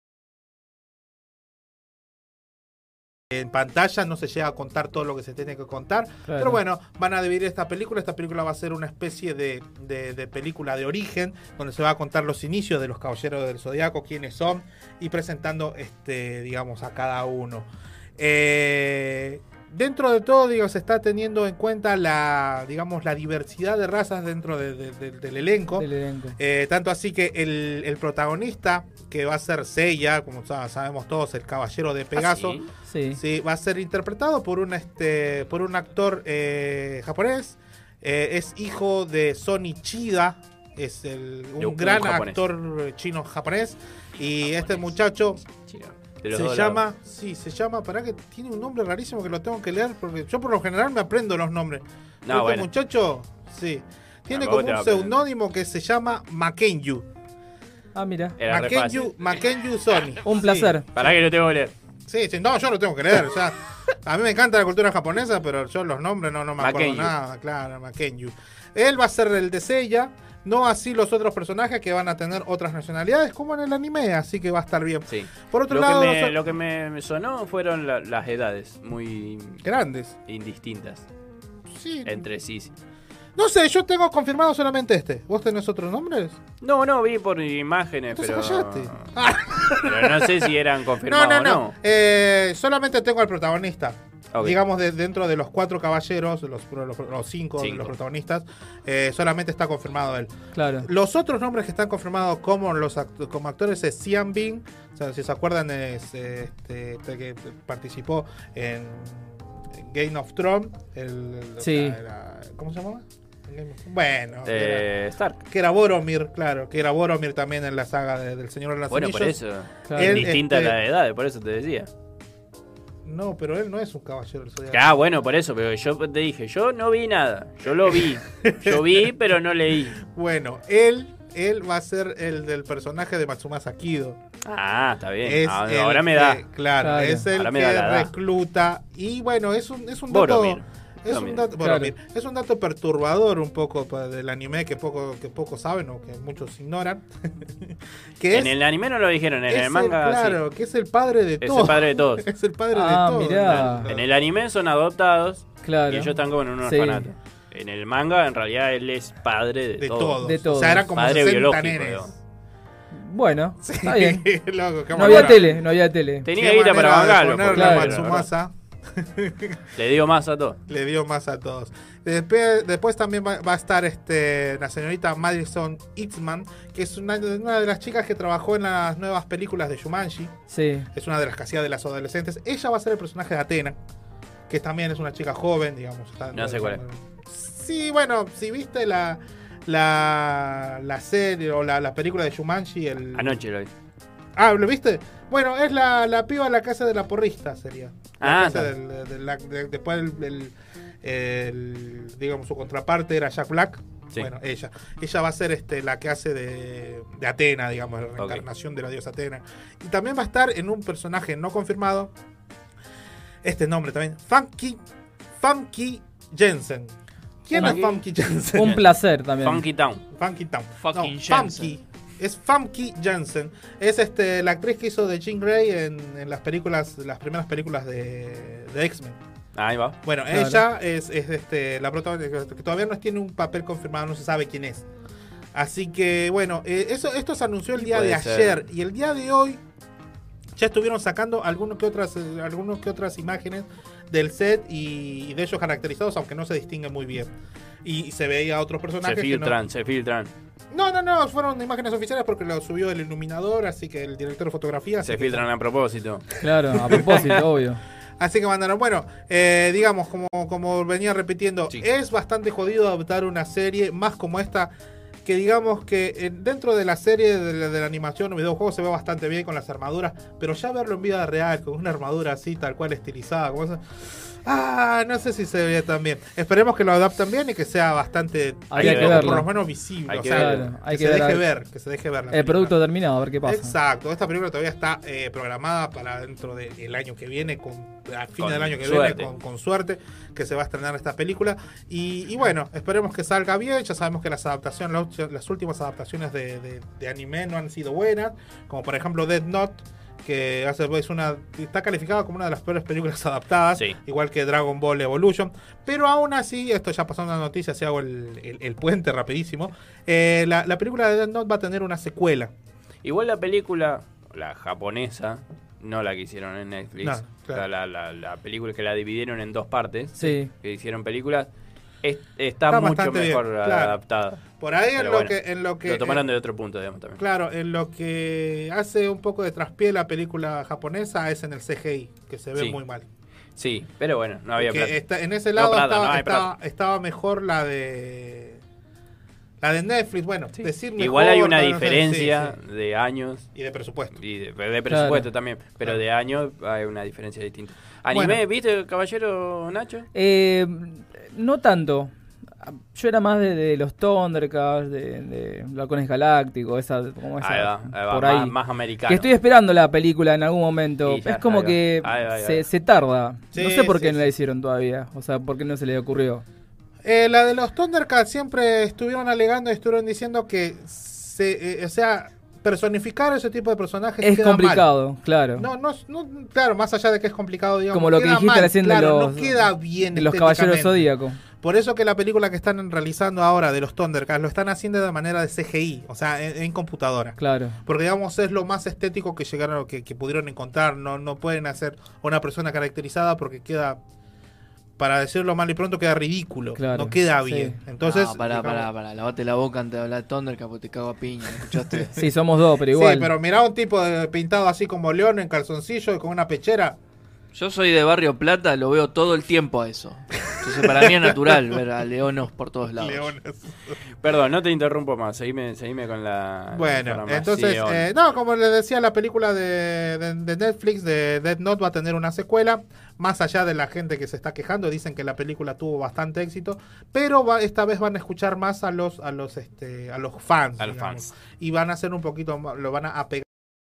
En pantalla no se llega a contar todo lo que se tiene que contar. Claro. Pero bueno, van a dividir esta película. Esta película va a ser una especie de, de- de película de origen, donde se va a contar los inicios de los Caballeros del Zodiaco, quiénes son, y presentando, este, digamos, a cada uno. Eh, dentro de todo, digo, se está teniendo en cuenta la, digamos, la diversidad de razas dentro de- de- de- del elenco. Del elenco. Eh, tanto así que el, el protagonista, que va a ser Seiya, como sa- sabemos todos, el caballero de Pegaso, ¿sí? Sí. sí, va a ser interpretado por un, este, por un actor eh, japonés. Eh, es hijo de Sony Chida, es el, un De un gran japonés. actor chino-japonés. Y este muchacho De los se dos llama, lados. sí, se llama, para que tiene un nombre rarísimo que lo tengo que leer, porque yo por lo general me aprendo los nombres. No, este bueno. muchacho, sí, tiene Ah, como vos te un vas a aprender. seudónimo que se llama Makenyu. Ah, mira. Era re Makenyu, fácil. Makenyu Sony. Un placer. Pará que lo tengo que leer. Sí, sí, no, yo lo tengo que leer. O sea, a mí me encanta la cultura japonesa, pero yo los nombres no, no me acuerdo Makenyu. nada. Claro, Makenyu. Él va a ser el de Seiya. No así los otros personajes que van a tener otras nacionalidades, como en el anime, así que va a estar bien. Sí. Por otro lo lado, que me, so- lo que me, me sonó fueron la- las edades muy grandes, indistintas. Sí. Entre sí. sí. no sé, yo tengo confirmado solamente este. ¿Vos tenés otros nombres? No, no, vi por imágenes, Entonces pero... callate. pero no sé si eran No, confirmados no, o no. no. Eh, solamente tengo al protagonista. Ok. Digamos, de, dentro de los cuatro caballeros, los, los, los cinco, de Cinco. los protagonistas, eh, solamente está confirmado él. Claro. Los otros nombres que están confirmados como los act- como actores es Sean Bean, o sea, si se acuerdan, es eh, este, este que participó en Game of Thrones. El, el- Sí. la- la- ¿Cómo se llamaba? Game of- Bueno, que Eh, era, Stark. que era Boromir, claro, que era Boromir también en la saga de- del Señor de los Bueno, Anillos. por eso. Claro. Él, Distinta este, la edad, por eso te decía. No, pero él no es un caballero del Zodiaco. Ah, bueno, por eso, pero yo te dije, yo no vi nada. Yo lo vi. Yo vi, pero no leí. Bueno, él, él va a ser el del personaje de Matsumasa Kido. Ah, está bien. Es Ah, el ahora me que- da. Claro, Claro. es el Ahora me que da la edad. recluta. Y bueno, es un, es un dato. Boromir. Es un, Boromir. dato, Claro. Boromir. Es un dato perturbador un poco pa- del anime que poco que pocos saben o que muchos ignoran. que En el anime no lo dijeron, en es el manga sí. claro, que es el padre de Es todos. el padre de todos. Es el padre Ah, de todos. mirá. En el anime son adoptados Claro. y ellos están como en un Sí. orfanato. En el manga, en realidad, él es padre de, De todos. todos. De todos. O sea, eran como Padre sesenta biológico, nenes. digamos. Bueno, Sí, está bien. loco, qué No había manera- tele, no había tele. Tenía qué guita para manera de bancarlo. ponerle porque- a claro, Matsumasa. Le dio más a todos. Le dio más a todos. Después, después también va, va a estar este la señorita Madison Eastman, que es una, una de las chicas que trabajó en las nuevas películas de Jumanji. Sí. Es una de las que hacía de las adolescentes. Ella va a ser el personaje de Athena, que también es una chica joven, digamos. Está- No sé cuál es. Sí, bueno, si viste la la, la serie o la, la película de Jumanji, el... Anoche lo vi. Ah, ¿lo viste? Bueno, es la, la piba de la casa de la porrista, sería. La Ah, casa está. del- de la- de- después el, el- el- digamos, su contraparte era Jack Black. Sí. Bueno, ella. Ella va a ser este, la que hace de, de Atena, digamos, la reencarnación de la diosa Atena. Y también va a estar en un personaje no confirmado. Este nombre también. Funky, Funky Jensen. ¿Quién Funky- es Funky Jensen? Un placer también. Funky Town. Funky Town. Fucking No, Jensen. Funky. Es Famke Janssen. Es este la actriz que hizo de Jean Grey en, en las películas, las primeras películas de, de X-Men. Ahí va. Bueno, Claro. ella es, es este la protagonista que todavía no tiene un papel confirmado, no se sabe quién es. Así que bueno, eh, eso esto se anunció el día Puede de ser. ayer y el día de hoy ya estuvieron sacando algunos que otras eh, algunos que otras imágenes del set y, y de ellos caracterizados, aunque no se distinguen muy bien. Y, y se veía otros Se personajes que no- filtran, se filtran. no, no, no, fueron imágenes oficiales porque lo subió el iluminador, así que el director de fotografía. Se así que- filtran a propósito. Claro, a propósito, obvio. Así que mandaron, bueno, eh, digamos, como, como venía repitiendo, Sí. es bastante jodido adaptar una serie más como esta, que digamos que eh, dentro de la serie de la, de la animación o videojuego se ve bastante bien con las armaduras, pero ya verlo en vida real, con una armadura así, tal cual estilizada, como esa... Ah, no sé si se ve tan bien. Esperemos que lo adapten bien y que sea bastante, Habría eh, que o verlo. por lo menos visible. Hay o que sea, verlo. Claro, hay que, que se ver deje al- ver, que se deje ver. la El película. producto terminado, a ver qué pasa. Exacto, esta película todavía está eh, programada para dentro del año que viene, con, a fin Con del año que suerte. viene, con, con suerte, que se va a estrenar esta película. Y, y bueno, esperemos que salga bien. Ya sabemos que las adaptaciones, las, las últimas adaptaciones de, de- de anime no han sido buenas, como por ejemplo Death Note, que hace, es una, está calificada como una de las peores películas adaptadas, Sí. igual que Dragon Ball Evolution. Pero aún así, esto ya pasó en una noticia, si hago el, el- el puente rapidísimo, eh, la, la película de Death Note va a tener una secuela. Igual la película, la japonesa, no la que hicieron en Netflix. No, claro. O sea, la, la- la película que la dividieron en dos partes, Sí. que hicieron películas, es- está, Está mucho bastante bien, mejor claro. adaptada. Por ahí en Pero lo, bueno, que, en lo que... Lo tomaron eh, de otro punto, digamos, también. Claro, en lo que hace un poco de traspié la película japonesa es en el C G I, que se ve Sí. muy mal. Sí, pero bueno, no había Porque plata. está- en ese No, lado plata, estaba, no hay estaba- plata. estaba mejor la de... La de Netflix, bueno, decir mejor, Igual hay una pero no sé, diferencia sí, sí. de años. Y de presupuesto. Y de, de presupuesto Claro. también. Pero Claro. de años hay una diferencia distinta. ¿Anime, Bueno. viste, caballero Nacho? Eh, no tanto. Yo era más de, de los Thundercats, de, de Halcones Galácticos, esa, como esa, Ahí va, ahí va, por más, ahí. más americano. Que estoy esperando la película en algún momento. Y ya, es como ahí va. que Ahí va, ahí se, va. se tarda. Sí, no sé por qué sí, no la hicieron todavía. O sea, por qué no se le ocurrió. Eh, la de los Thundercats siempre estuvieron alegando y estuvieron diciendo que, se, eh, o sea, personificar ese tipo de personajes Es queda complicado, mal. claro. No, no, no, claro, más allá de que es complicado, digamos. Como lo que queda dijiste mal, recién claro, de los, no queda bien de los Caballeros Zodíaco. Por eso que la película que están realizando ahora de los Thundercats lo están haciendo de manera de C G I, o sea, en, en computadora. Claro. Porque, digamos, es lo más estético que llegaron, que, que pudieron encontrar. No, no pueden hacer una persona caracterizada porque queda, para decirlo mal y pronto, queda ridículo. Claro, no queda sí. bien. Entonces, No, pará, digamos- pará, pará. Lavate la boca antes de hablar de Thundercat porque te cago a piña. ¿Me escuchaste? Sí, somos dos, pero igual. Sí, pero mirá un tipo de- pintado así como león en calzoncillo y con una pechera. Yo soy de Barrio Plata, lo veo todo el tiempo a eso. Entonces para mí es natural ver a leonos por todos lados. Leones. Perdón, no te interrumpo más. Seguime, seguime con la. Bueno, información. entonces, eh, no, como les decía, la película de, de, de Netflix de Death Note va a tener una secuela. Más allá de la gente que se está quejando, dicen que la película tuvo bastante éxito, pero va, esta vez van a escuchar más a los a los este a los fans, A los digamos, fans. y van a hacer un poquito más, lo van a apegar,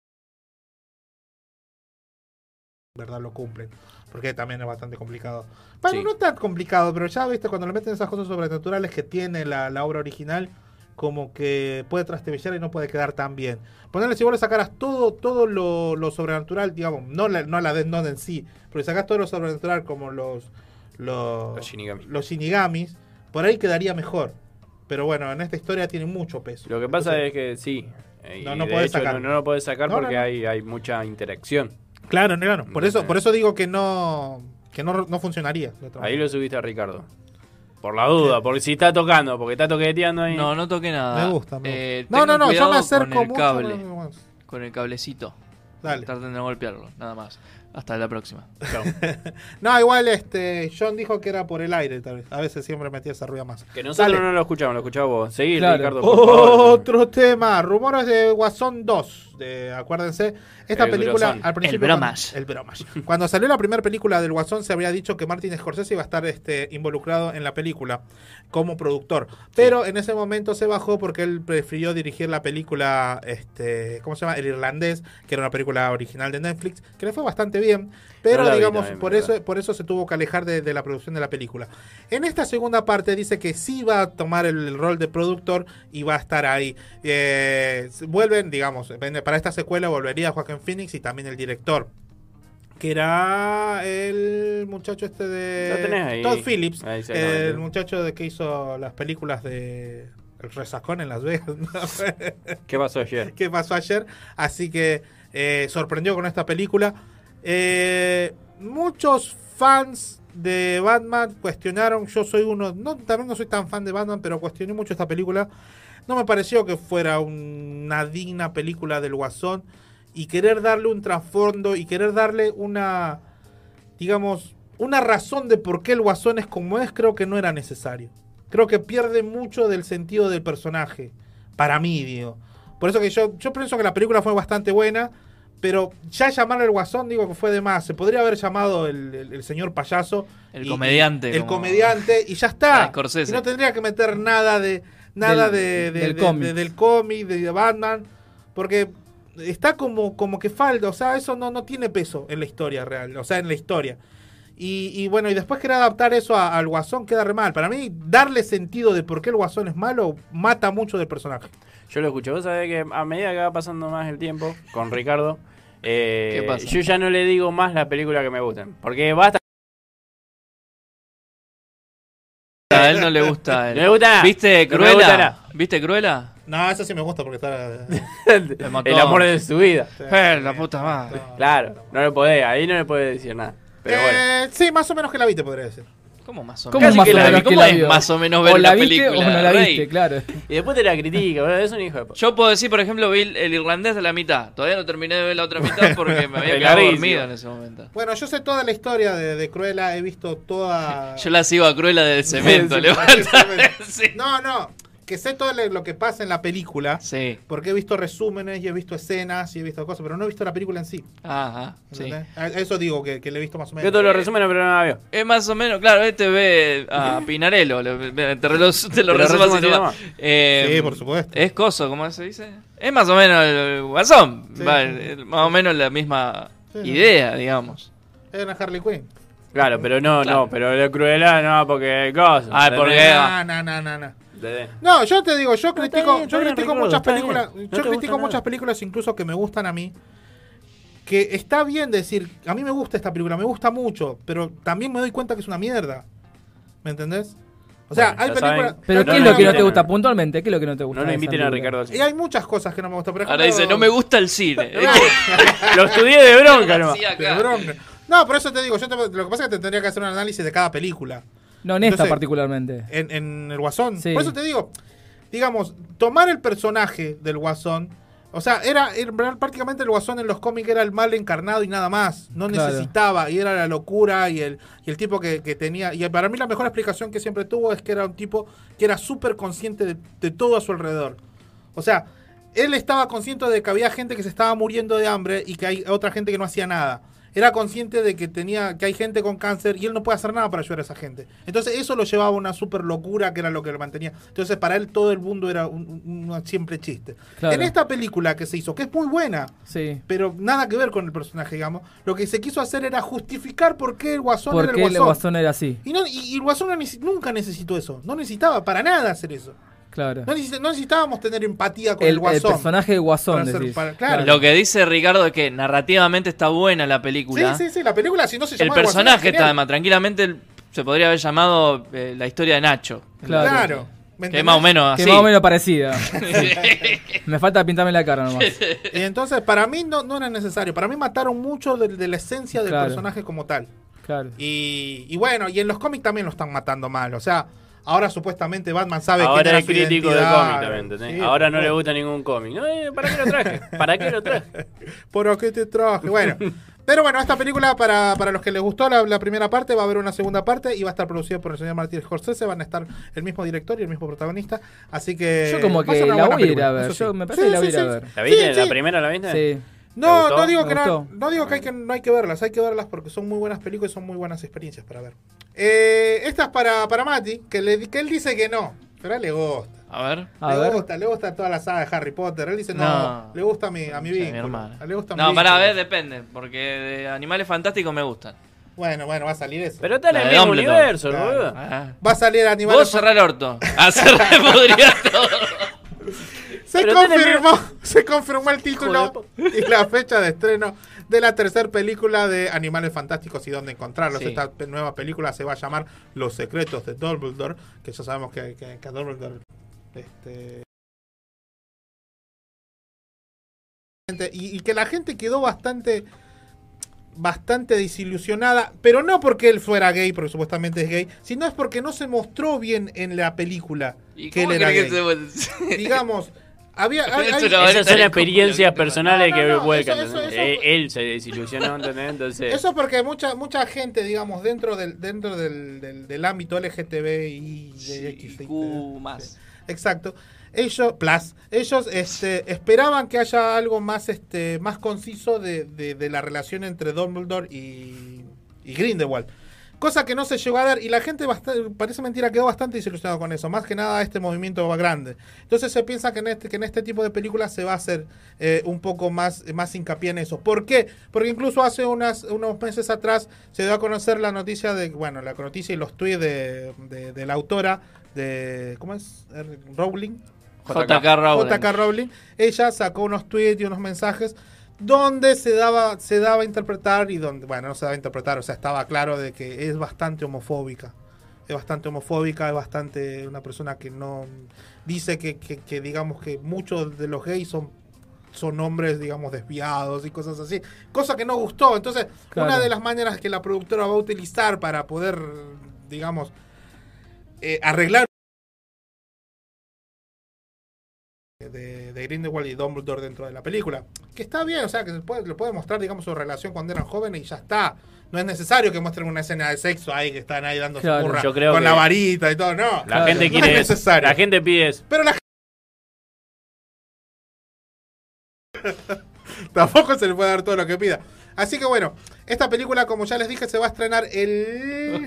verdad lo cumplen, porque también es bastante complicado. Bueno, Sí. no tan complicado, pero ya viste cuando le meten esas cosas sobrenaturales que tiene la, la obra original, como que puede trastebillar y no puede quedar tan bien. Ponerle, si vos le sacaras todo todo lo, lo sobrenatural, digamos, no la, no la Death Note en sí, pero si sacás todo lo sobrenatural como los los, Los Shinigami. los Shinigamis, por ahí quedaría mejor. Pero bueno, en esta historia tiene mucho peso. Lo que pasa Entonces, es que sí. eh, No, y no de podés hecho, sacar. No, no lo podés sacar No, no, porque no. Hay, hay mucha interacción. Claro, claro. Por eso, por eso digo que no que no, no funcionaría. de otra Ahí manera. lo subiste a Ricardo. Por la duda, porque si está tocando, porque está toqueteando ahí. No, no toqué nada. Me gusta, me Eh, gusta. No, no, tengan no, yo me cuidado acerco con el mucho, cable. no, no, no. Con el cablecito. Dale. Traten de no golpearlo, nada más. Hasta la próxima. Chao. No, igual este John dijo que era por el aire, tal vez. A veces siempre metía esa ruida más. Que nosotros Dale. no lo escuchamos, lo escuchamos vos. Seguí, Claro. Ricardo, por favor. Otro tema, rumores de Guasón dos. De, acuérdense, esta El película Brosón. al principio. El bromas. Cuando, el bromas. Cuando salió la primera película del Guasón, se había dicho que Martin Scorsese iba a estar este, involucrado en la película como productor. Pero en ese momento se bajó porque él prefirió dirigir la película, este, ¿cómo se llama? El Irlandés, que era una película original de Netflix, que le fue bastante bien. Pero No la vi digamos, también, por ¿verdad? eso, por eso se tuvo que alejar de, de la producción de la película. En esta segunda parte dice que sí va a tomar el, el rol de productor y va a estar ahí. Eh, vuelven, digamos, para esta secuela volvería Joaquin Phoenix y también el director, que era el muchacho este Lo tenés de ahí. Todd Phillips, Ahí, exactamente. el muchacho de que hizo las películas de El Resacón en Las Vegas. ¿no? ¿Qué pasó ayer? ¿Qué pasó ayer? Así que eh, sorprendió con esta película. Eh, muchos fans de Batman cuestionaron, yo soy uno, no, también no soy tan fan de Batman, pero cuestioné mucho esta película. No me pareció que fuera una digna película del Guasón, y querer darle un trasfondo y querer darle una, digamos, una razón de por qué el Guasón es como es, creo que no era necesario. Creo que pierde mucho del sentido del personaje, para mí, digo. Por eso que yo, yo pienso que la película fue bastante buena, pero ya llamarle el Guasón, digo que fue de más. Se podría haber llamado el, el- el señor payaso. El y- comediante, El como- comediante, y ya Ah, está. Scorsese. Y no tendría que meter nada de nada Del- de, de- del de- cómic. de- del cómic, de, de Batman, porque está como, como que falta, o sea, eso no, no tiene peso en la historia real, o sea, en la historia. Y, y bueno, y después querer adaptar eso a- al Guasón queda re mal. Para mí, darle sentido de por qué el Guasón es malo mata mucho del personaje. Yo lo escucho. Vos sabés que a medida que va pasando más el tiempo con Ricardo, eh, ¿Qué pasa? yo ya no le digo más las películas que me gustan. Porque basta. A él no le gusta. No le gusta nada. ¿Viste No me gusta Cruella? nada. ¿Viste Cruella? No, eso sí me gusta porque está... Le mató. El amor de su vida. Eh, la puta madre. Claro, no le podés, ahí no le podés decir nada. Pero bueno. Eh, sí, más o menos que la vi, te podría decir. ¿Cómo más o ¿Cómo menos? más que o la menos vi? que ¿Cómo la es vio? más o menos ver O una la viste película? o no la Rey? viste, claro. Y después te la critica, boludo, es un hijo de puta. Yo puedo decir, por ejemplo, vi el, el irlandés de la mitad. Todavía no terminé de ver la otra mitad porque me había Es quedado larguísimo. dormido en ese momento. Bueno, yo sé toda la historia de, de Cruella, he visto toda... Yo la sigo a Cruella del cemento. Sí, levanta. sí. No, no, que sé todo le- lo que pasa en la película, Sí. porque he visto resúmenes y he visto escenas y he visto cosas, pero no he visto la película en sí. Ajá, sí. ¿Entendés? A- Eso digo, que, que le he visto más o menos. Yo todos los resúmenes, pero no la veo. Es más o menos, claro, este ve a Pinarello, le- te, te, relos- te lo Te lo resumo así resumo nomás. así Eh, Sí, por supuesto. Es coso, ¿cómo se dice? Es más o menos el, el Guasón, Sí, va, sí. el- el- más o menos la misma Sí. idea, digamos. Es una Harley Quinn. Claro, pero no, no, pero la crueldad no, porque cosa. Ah, porque... No, no, no, no, no. No, yo te digo, yo critico, yo critico muchas películas, yo critico muchas películas incluso que me gustan a mí. Que está bien decir, a mí me gusta esta película, me gusta mucho, pero también me doy cuenta que es una mierda. ¿Me entendés? O sea, Bueno, hay ya películas... saben. Pero ¿qué es lo que no te gusta puntualmente? ¿Qué es lo que no te gusta? No lo de esa inviten a película? Ricardo. Y hay muchas cosas que no me gustan. Por Ahora ejemplo, dice, no me gusta el cine. Lo estudié de bronca nomás. Sí, acá. De bronca. No, por eso te digo, yo te- lo que pasa es que te tendría que hacer un análisis de cada película. No, en esta Entonces, particularmente. En, en el Guasón. Sí. Por eso te digo, digamos, tomar el personaje del Guasón, o sea, era, era prácticamente el Guasón en los cómics era el mal encarnado y nada más. No Claro. necesitaba, y era la locura y el, y el tipo que, que tenía. Y para mí la mejor explicación que siempre tuvo es que era un tipo que era súper consciente de, de todo a su alrededor. O sea, él estaba consciente de que había gente que se estaba muriendo de hambre y que hay otra gente que no hacía nada. Era consciente de que tenía que hay gente con cáncer y él no puede hacer nada para ayudar a esa gente. Entonces eso lo llevaba a una super locura que era lo que lo mantenía. Entonces para él todo el mundo era un, un, un siempre chiste. Claro. En esta película que se hizo, que es muy buena, Sí. pero nada que ver con el personaje, digamos, lo que se quiso hacer era justificar por qué el Guasón ¿Por era el qué el Guasón. Guasón era así? Y, no, y, y el Guasón no neces- nunca necesitó eso. No necesitaba para nada hacer eso. Claro. No, neces- no necesitábamos tener empatía con el, El, el Guasón. personaje de Guasón, Para ser- decís. para- claro. Lo que dice Ricardo es que narrativamente está buena la película. Sí, sí, sí, la película si no se El llamaba Guasón, personaje era está genial. más tranquilamente se podría haber llamado eh, la historia de Nacho. Claro. Claro. ¿Me Que es entendés? más o menos Que así. más o menos parecida. Me falta pintarme la cara nomás. Y entonces, para mí no, no era necesario. Para mí mataron mucho de, de la esencia del Claro. personaje como tal. Claro. Y, y bueno, y en los cómics también lo están matando mal. O sea, ahora supuestamente Batman sabe Ahora quién era es su crítico de identidad. cómic también, ¿entendés? Sí, Ahora no por- le gusta ningún cómic. No, eh, ¿para qué lo traje? ¿Para qué lo traje? ¿Por qué te traje? Bueno. Pero bueno, esta película, para, para los que les gustó la, la primera parte, va a haber una segunda parte y va a estar producida por el señor Martin Scorsese. Van a estar el mismo director y el mismo protagonista. Así que. Yo como va a ser que una la buena voy a ir película, a ver. eso sí. Yo me parece Sí, que la voy a sí, ir a sí. ver. ¿La viste? Sí, ¿La sí. primera la viste? Sí. No, ¿Te no gustó? digo ¿Me que no, gustó? no digo que hay que no hay que verlas, hay que verlas porque son muy buenas películas y son muy buenas experiencias para ver. Eh, esta es para, para Mati, que, le, que él dice que no, pero a él le gusta. A ver. A le ver. gusta, le gusta toda la saga de Harry Potter. Él dice no, No. le gusta a mi, a mi Sí, mi vínculo. hermana. Le gusta a mi No, para vínculo. ver, depende. Porque de Animales Fantásticos me gustan. Bueno, bueno, va a salir eso. Pero está en La el de mismo Dumbledore. universo, Claro. boludo. Ah. Va a salir Animales Vos cerrá el orto. A cerrar podría todo. Se Pero confirmó, se confirmó el título Hijo y la fecha de estreno de la tercera película de Animales Fantásticos y dónde encontrarlos. Sí. Esta pe- nueva película se va a llamar Los Secretos de Dumbledore, que ya sabemos que, que, que a Dumbledore este, y, y que la gente quedó bastante bastante desilusionada, pero no porque él fuera gay, porque supuestamente es gay, sino es porque no se mostró bien en la película ¿Y que él cómo era crees gay. que se- Digamos, había hay- Es hay- una Esas son experiencias No, personales no, que no, vuelcan. eso- eso- ¿entendés? eso- Eh, Él se desilusionó, ¿entendés? Entonces, Eso es porque mucha mucha gente, digamos, dentro del dentro del, del, del ámbito L G T B I de X, Sí, Q más. exacto. Ellos, plus, ellos este, esperaban que haya algo más este más conciso de, de, de la relación entre Dumbledore y, y Grindelwald. Cosa que no se llegó a dar y la gente, bastante, parece mentira, quedó bastante desilusionado con eso. Más que nada este movimiento va grande. Entonces se piensa que en este, que en este tipo de películas se va a hacer eh, un poco más, más hincapié en eso. ¿Por qué? Porque incluso hace unas, unos meses atrás se dio a conocer la noticia de, bueno, la noticia y los tweets de, de, de la autora de, ¿cómo es? Er, Rowling. J K Rowling. J K Rowling. Ella sacó unos tweets y unos mensajes donde se daba se daba a interpretar y donde, bueno, no se daba a interpretar, o sea, estaba claro de que es bastante homofóbica. Es bastante homofóbica, es bastante una persona que no dice que, que, que digamos que muchos de los gays son son hombres, digamos, desviados y cosas así. Cosa que no gustó. Entonces, Claro. una de las maneras que la productora va a utilizar para poder, digamos, eh, arreglar de, de Grindelwald y Dumbledore dentro de la película. Que está bien, o sea, que se puede, le puede mostrar, digamos, su relación cuando eran jóvenes y ya está. No es necesario que muestren una escena de sexo ahí, que están ahí dando Claro. su burra Yo creo con que la varita y todo. No, la Claro. gente no quiere es necesario. La gente pide eso. Pero la tampoco se le puede dar todo lo que pida. Así que bueno, esta película, como ya les dije, se va a estrenar el...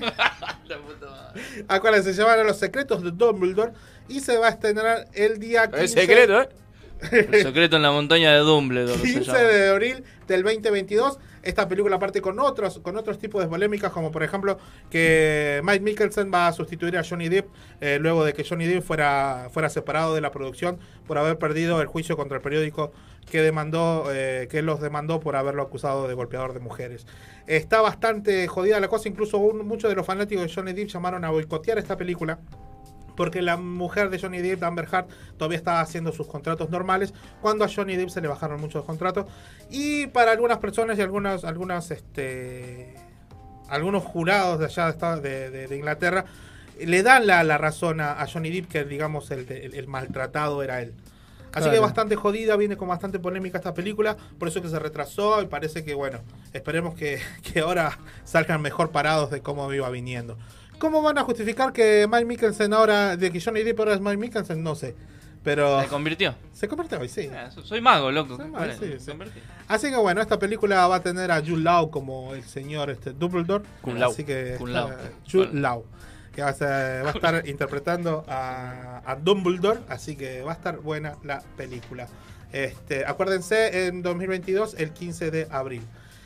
Acuérdense, se llaman Los Secretos de Dumbledore y se va a estrenar el día quince... Es secreto, ¿eh? El secreto en la montaña de Dumbledore. se quince llama. de abril del veinte veintidós. Esta película parte con otros con otros tipos de polémicas, como por ejemplo que Mike Mikkelsen va a sustituir a Johnny Depp eh, luego de que Johnny Depp fuera, fuera separado de la producción por haber perdido el juicio contra el periódico que demandó eh, que los demandó por haberlo acusado de golpeador de mujeres. Está bastante jodida la cosa, incluso un, muchos de los fanáticos de Johnny Depp llamaron a boicotear esta película porque la mujer de Johnny Depp, Amber Heard, todavía estaba haciendo sus contratos normales, cuando a Johnny Depp se le bajaron muchos contratos. Y para algunas personas y algunas, algunas este, algunos jurados de allá de, de, de Inglaterra le dan la, la razón a, a Johnny Depp, que digamos el, el, el maltratado era él. Así Claro. que bastante jodida, viene con bastante polémica esta película, por eso que se retrasó y parece que, bueno, esperemos que, que ahora salgan mejor parados de cómo iba viniendo. ¿Cómo van a justificar que Mike Mikkelsen ahora, de que Johnny Depp ahora es Mike Mikkelsen? No sé. Pero ¿Se convirtió? Se convirtió hoy, sí. Eh, soy mago, loco. Soy mago, Vale, sí, me sí. convertí. Así que bueno, esta película va a tener a Jude Law como el señor este, Dumbledore. Kun Law. Así que Kun está- Law. Jude Bueno. Law. Que va a, ser- va a estar interpretando a, a Dumbledore. Así que va a estar buena la película. Este, acuérdense, en dos mil veintidós, el quince de abril.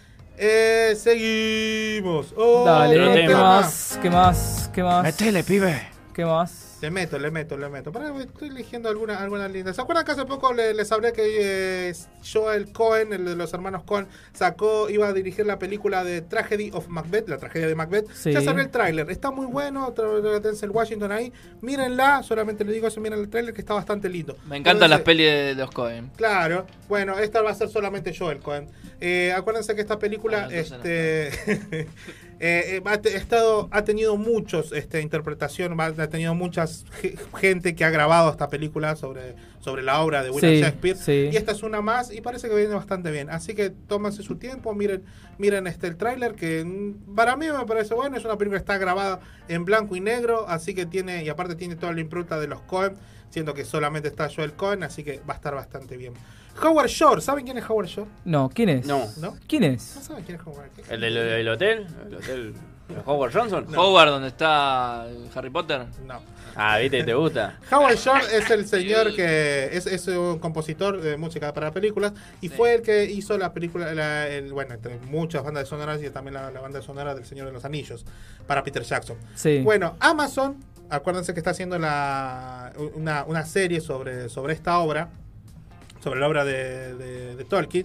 Eh, seguimos. Oh, Dale, otro ¿qué tema. más? ¿Qué más? ¿Qué más? Metele, pibe. ¿Qué más? Le meto, le meto, le meto. Pará, estoy eligiendo algunas alguna lindas. ¿Se acuerdan que hace poco le- les hablé que eh, Joel Cohen, el de los hermanos Cohen, sacó, iba a dirigir la película de Tragedy of Macbeth, la tragedia de Macbeth? Sí. Ya salió el tráiler, está muy bueno, tra- tra- Denzel Washington ahí. Mírenla, solamente le digo eso, miren el tráiler que está bastante lindo. Me encantan las Acuérdense- pelis de los Cohen. Claro, bueno, esta va a ser solamente Joel Cohen. Eh, acuérdense que esta película Ah, entonces no. este, eh, eh, ha, te- estado, ha tenido muchos este, interpretación, va- ha tenido muchas ge- gente que ha grabado esta película sobre, sobre la obra de William Sí, Shakespeare. sí. Y esta es una más y parece que viene bastante bien. Así que tómense su tiempo, miren, miren este el tráiler que mm, para mí me parece bueno. Es una película que está grabada en blanco y negro, así que tiene, y aparte tiene toda la impronta de los Cohen, siendo que solamente está Joel Cohen, así que va a estar bastante bien. Howard Shore, ¿saben quién es Howard Shore? No, ¿quién es? No. ¿No? ¿Quién es? ¿No saben quién es Howard? ¿Qué? ¿El del, del hotel? ¿El hotel Howard Johnson? Howard, donde está Harry Potter. No. Ah, viste, te gusta. Howard Shore es el señor que es, es un compositor de música para películas y fue el que hizo la película, la- el, bueno, entre muchas bandas sonoras y también la, la banda sonora del Señor de los Anillos para Peter Jackson. Sí. Bueno, Amazon, acuérdense que está haciendo la, una, una serie sobre, sobre esta obra, sobre la obra de, de, de Tolkien.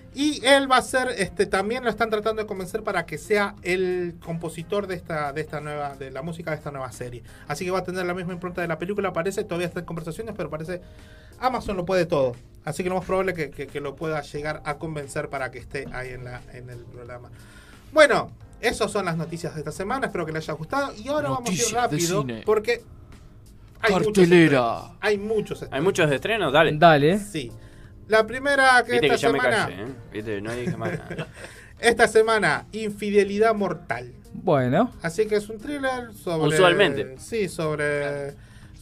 Y él va a ser, este, también lo están tratando de convencer para que sea el compositor de esta, de esta nueva, de la música de esta nueva serie. Así que va a tener la misma impronta de la película, parece, todavía está en conversaciones, pero parece Amazon lo puede todo. Así que lo más probable que, que, que lo pueda llegar a convencer para que esté ahí en la, en el programa. Bueno, esas son las noticias de esta semana, espero que les haya gustado. Y ahora Noticias vamos a ir de rápido, cine. porque hay muchos Cartelera. estrenos. Hay muchos estrenos. ¿Hay muchos de estreno? Dale. Dale. Sí. La primera que Viste esta que ya me semana... callé, ¿eh? Viste, no dije más nada. Esta semana, Infidelidad Mortal. Bueno. Así que es un thriller sobre... Usualmente. Sí, sobre...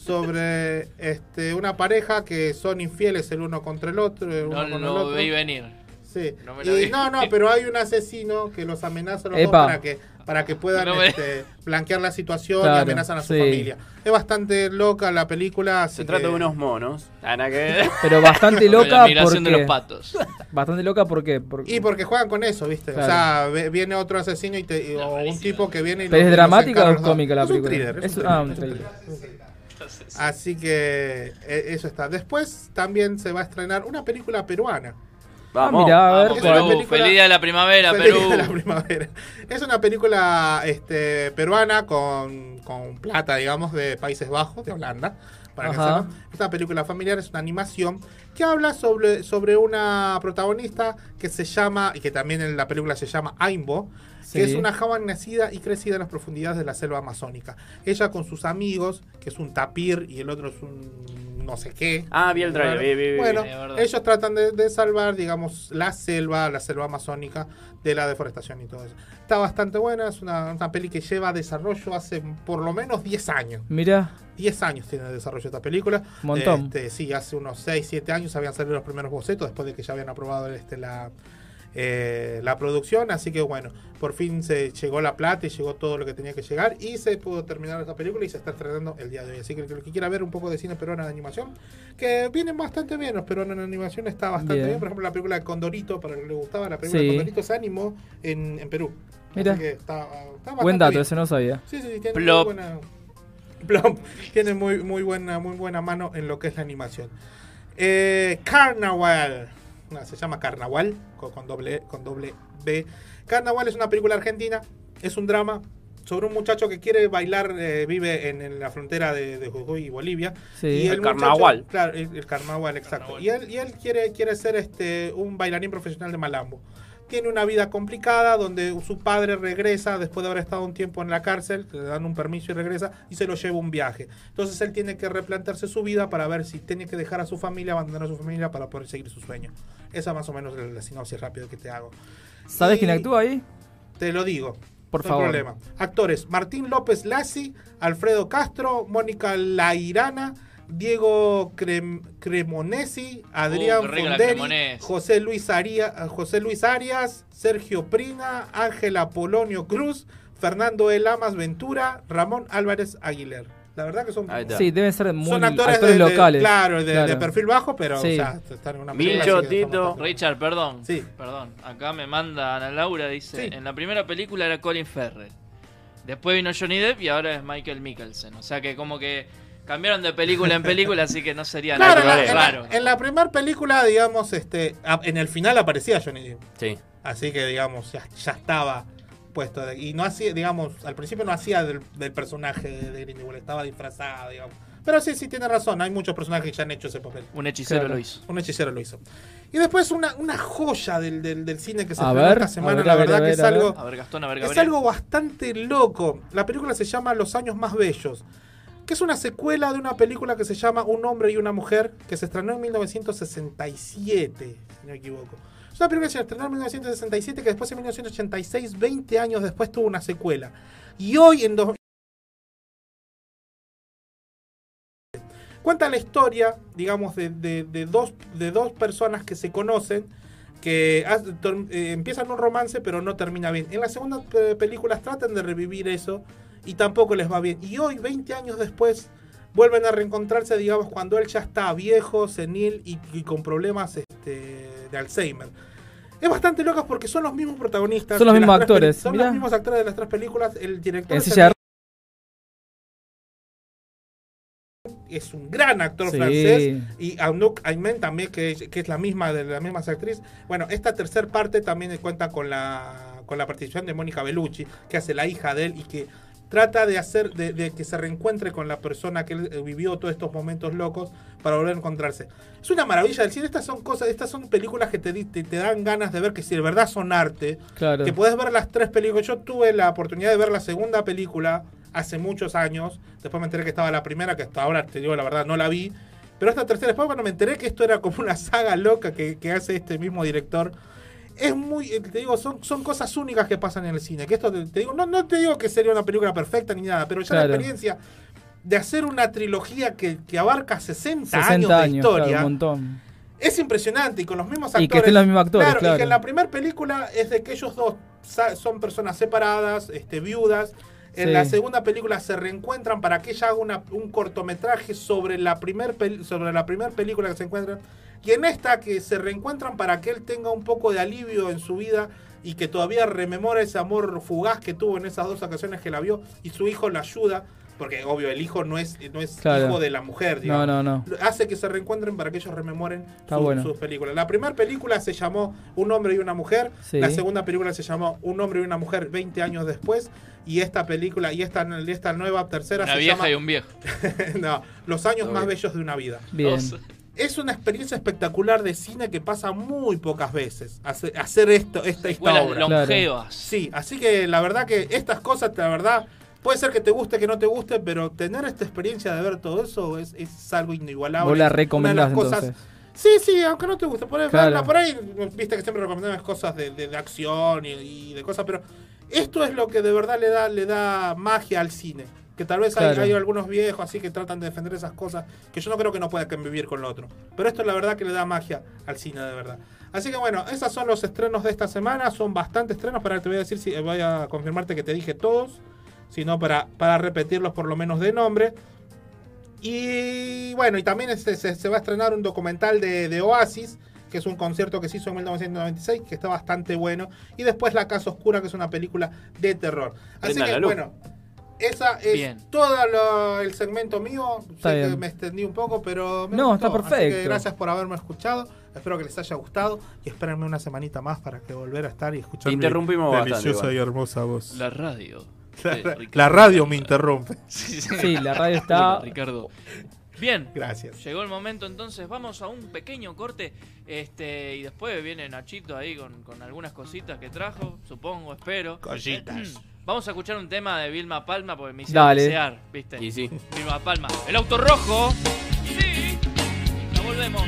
Sobre este, una pareja que son infieles el uno contra el otro. El uno No con el lo otro. veí venir. Sí. No me la Y vi. no, no, pero hay un asesino que los amenaza a los Epa. dos para que, para que puedan No me- este, blanquear la situación y Claro, amenazan a su sí. familia. Es bastante loca la película. Así Se trata que- de unos monos. Ah, nada que ver. Pero bastante La loca migración de porque... los patos. Bastante loca porque... porque... Y porque juegan con eso, ¿viste? Claro. O sea, ve- viene otro asesino y te, y- o un tipo que viene y ¿Pero lo- es los dramática encarga o los es dos. cómica la Es un película? thriller, es Es- un ah, un thriller, thriller. es un thriller. Así que eh, eso está. Después también se va a estrenar una película peruana. Vamos. Ah, mirá, a ver Vamos, Es una Perú. película- Feliz día de la primavera, Feliz Perú. de la primavera. Es una película este, peruana con, con plata, digamos, de Países Bajos, de Holanda. Para que Ajá. sepan. Es una película familiar, es una animación que habla sobre, sobre una protagonista que se llama, y que también en la película se llama Aimbo, que Sí. es una joven nacida y crecida en las profundidades de la selva amazónica. Ella con sus amigos, que es un tapir y el otro es un no sé qué. Ah, vi el trailer. Vi, vi, vi. Bueno, Sí, es verdad. ellos tratan de, de salvar, digamos, la selva, la selva amazónica, de la deforestación y todo eso. Está bastante buena, es una, una peli que lleva desarrollo hace por lo menos diez años. Mira, diez años tiene de desarrollo esta película. Montón. Este, sí, hace unos seis, siete años habían salido los primeros bocetos, después de que ya habían aprobado este, la, eh, la producción, así que bueno, por fin se llegó la plata y llegó todo lo que tenía que llegar y se pudo terminar esta película y se está estrenando el día de hoy. Así que el que quiera ver un poco de cine peruano de animación, que vienen bastante bien, los peruanos en animación está bastante bien. bien. Por ejemplo, la película de Condorito, para el que le gustaba, la película Sí. de Condorito se animó en, en Perú. Mira. Así que está, está bastante Buen dato, bien. ese no sabía. Sí, sí, sí, tiene Plop. muy buena, Plop. Tiene muy, muy buena, muy buena mano en lo que es la animación. Eh, Carnaval. No, se llama Carnaval con, con doble con doble B. Carnaval es una película argentina, es un drama sobre un muchacho que quiere bailar, eh, vive en, en la frontera de, de Jujuy y Bolivia. Sí. Y El muchacho- carnaval. Claro, el, el carnaval, exacto. Y él, y él quiere, quiere ser este un bailarín profesional de malambo. Tiene una vida complicada donde su padre regresa después de haber estado un tiempo en la cárcel, le dan un permiso y regresa y se lo lleva un viaje. Entonces él tiene que replantearse su vida para ver si tiene que dejar a su familia, abandonar a su familia para poder seguir su sueño. Esa más o menos es la sinopsis rápida que te hago. ¿Sabes Y quién actúa ahí? Te lo digo. Por no hay favor. problema. Actores: Martín López Lassi, Alfredo Castro, Mónica Lairana, Diego Crem- Cremonesi, Adrián Uh, qué rica la Fonderi, Cremonesi. José Luis, Aria- José Luis Arias, Sergio Prina, Ángela Polonio Cruz, Fernando E. Lamas Ventura, Ramón Álvarez Aguilar. La verdad que son, Sí, deben ser muy son actores, actores de- de- locales. claro, de, Claro. de perfil bajo, pero Sí. o sea, están en una película, así que estamos bastante- Richard, perdón. Sí. Perdón. Acá me manda Ana Laura, dice, Sí. en la primera película era Colin Farrell. Después vino Johnny Depp y ahora es Michael Mikkelsen. O sea que como que cambiaron de película en película, así que no sería Claro, en nada la, en raro. la- en la primera película, digamos, este, a- en el final aparecía Johnny Depp. Sí. Así que, digamos, ya, ya estaba puesto. de- y no hacía, digamos, al principio no hacía del, del personaje de, de Grindelwald, estaba disfrazado, digamos. Pero sí, sí, tiene razón. Hay muchos personajes que ya han hecho ese papel. Un hechicero lo hizo. Un hechicero lo hizo. Y después una, una joya del, del, del cine que se A estrenó ver, esta semana, a ver, la a ver, verdad a que ver, es a ver. algo. A ver, Gastón, a ver, Es Gabriel. algo bastante loco. La película se llama Los años más bellos, que es una secuela de una película que se llama Un hombre y una mujer, que se estrenó en mil novecientos sesenta y siete, si no me equivoco. Es una película que se estrenó en mil novecientos sesenta y siete, que después en mil novecientos ochenta y seis, veinte años después, tuvo una secuela. Y hoy en dos... Cuenta la historia, digamos, de, de, de dos, de dos personas que se conocen, que hace- tor- eh, empiezan un romance pero no termina bien. En las segundas eh, películas tratan de revivir eso y tampoco les va bien. Y hoy, veinte años después, vuelven a reencontrarse, digamos, cuando él ya está viejo, senil y, y con problemas este, de Alzheimer. Es bastante loco porque son los mismos protagonistas. Son los de las mismos tres peli- actores, Son mirá. los mismos actores de las tres películas. El director En es silla de es un gran actor Sí. francés, y Anouk Aymen también, que, es- que es la misma de la misma actriz. Bueno, esta tercera parte también cuenta con la con la participación de Mónica Bellucci, que hace la hija de él y que trata de hacer de, de que se reencuentre con la persona que él eh, vivió todos estos momentos locos para volver a encontrarse. Es una maravilla del cine. Estas son cosas, estas son películas que te, di- te, te dan ganas de ver, que si de verdad son arte, Claro. que puedes ver las tres películas. Yo tuve la oportunidad de ver la segunda película hace muchos años. Después me enteré que estaba la primera, que hasta ahora, te digo la verdad, no la vi. Pero esta tercera, después cuando me enteré que esto era como una saga loca que, que hace este mismo director, es muy, eh, te digo, son, son cosas únicas que pasan en el cine. Que esto te, te digo, no, no te digo que sería una película perfecta ni nada, pero ya Claro. la experiencia de hacer una trilogía que, que abarca sesenta, años sesenta de años, historia claro, un montón. es impresionante, y con los mismos Y actores. que estén los mismos actores, claro, y claro. que en la primera película es de que ellos dos sa- son personas separadas, este, viudas. En Sí. la segunda película se reencuentran para que ella haga una- un cortometraje sobre la primer pel- sobre la primera película que se encuentran. Y en esta que se reencuentran para que él tenga un poco de alivio en su vida y que todavía rememora ese amor fugaz que tuvo en esas dos ocasiones que la vio, y su hijo la ayuda, porque obvio el hijo no es, no es Claro. hijo de la mujer, No, digamos. no, no. Hace que se reencuentren para que ellos rememoren Está su- bueno. sus películas. La primera película se llamó Un hombre y una mujer. Sí. La segunda película se llamó Un hombre y una mujer veinte años después. Y esta película, y esta, y esta nueva tercera Una se vieja llama y un viejo. no, Los años Está más bien. bellos de una vida. Bien. Es una experiencia espectacular de cine que pasa muy pocas veces. Hace- Hacer esto, esta, esta Secuelas obra. longevas. Sí, así que la verdad que estas cosas, la verdad, puede ser que te guste, que no te guste, pero tener esta experiencia de ver todo eso es, es algo inigualable. Vos la Es una de recomendás, las cosas- entonces. Sí, sí, aunque no te guste. Por, Claro. verla por ahí, viste que siempre recomendamos cosas de, de- de acción y, y de cosas, pero esto es lo que de verdad le da, le da magia al cine. Que tal vez hay, Claro. hay algunos viejos así que tratan de defender esas cosas, que yo no creo que no puedan convivir con lo otro. Pero esto es la verdad que le da magia al cine de verdad. Así que bueno, esos son los estrenos de esta semana. Son bastantes estrenos, para te voy a decir, si voy a confirmarte que te dije todos, sino para, para repetirlos por lo menos de nombre. Y bueno, y también este, se, se va a estrenar un documental de, de Oasis, que es un concierto que se hizo en mil novecientos noventa y seis, que está bastante bueno. Y después La Casa Oscura, que es una película de terror. Así Prenda la que luz. bueno, esa es Bien. todo lo- el segmento mío. Está Sé que bien. me extendí un poco, pero me No, gustó. está Así que perfecto. gracias por haberme escuchado. Espero que les haya gustado. Y espérenme una semanita más para que volver a estar y escuchar Interrumpimos mi bastante, deliciosa igual. y hermosa voz. La radio. La, de ra- Ricardo. la radio me interrumpe. Sí, Sí, la radio está- Bueno, Ricardo. Bien. Gracias. Llegó el momento, entonces vamos a un pequeño corte. Este, y después viene Nachito ahí con, con algunas cositas que trajo, supongo, espero. Cositas. Vamos a escuchar un tema de Vilma Palma porque me hicieron Dale. desear, ¿viste? Y sí. Vilma Palma. El auto rojo. Sí. Ya volvemos.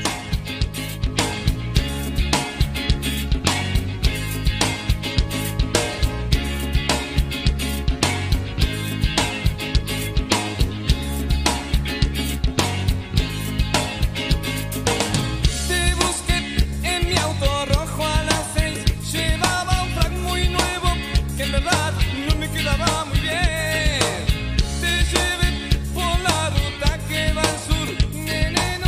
Te busqué en mi auto rojo a las seis. Llevaba un frac muy nuevo que en verdad no me quedaba muy bien. Te llevé por la ruta que va al sur, nene, no.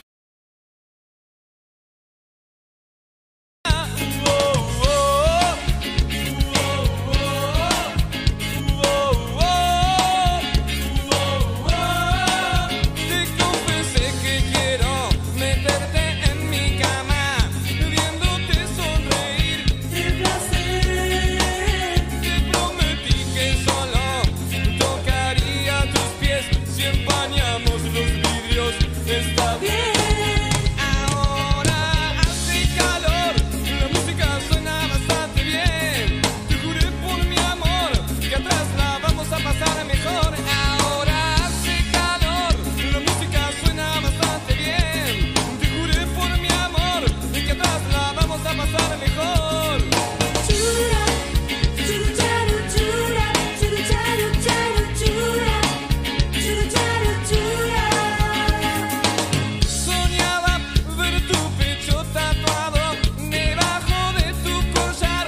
Ah, uh, oh, oh, uh, oh, oh, uh, oh, oh, uh, oh, oh. Te confesé que quiero meterte en mi cama, viéndote sonreír de placer. Te prometí que solo tocaría tus pies si empañamos los vidrios. Está bien. Ahora hace calor, la música suena bastante bien. Te juré por mi amor que atrás la vamos a pasar mejor. Ahora hace calor, la música suena bastante bien. Te juré por mi amor que atrás la vamos a pasar mejor. Soñaba ver tu pecho tatuado debajo de tu collar.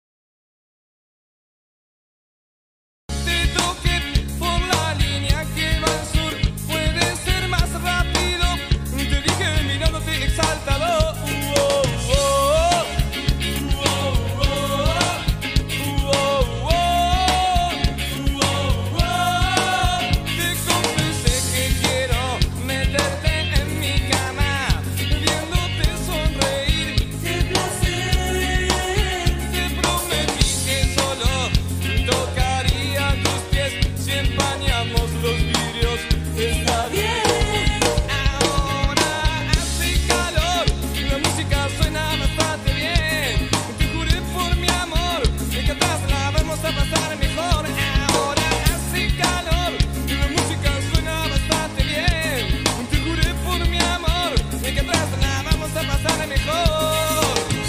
Te toqué por la línea que va al sur. Puede ser más rápido. Te dije mirándote exaltado. Uh, oh, oh. Uh, oh, oh. Uh, oh, oh. Uh, oh, oh. Te confesé que quiero meterte en mi cama, viéndote sonreír de placer. Te prometí que solo tocaría tus pies si empañamos los vidrios. Está bien. Ahora hace calor, la música suena bastante bien. Te juré por mi amor que atrás la vamos a pasar mejor. Ahora hace calor, la música suena bastante bien. Te juré por mi amor que atrás la vamos a pasar mejor.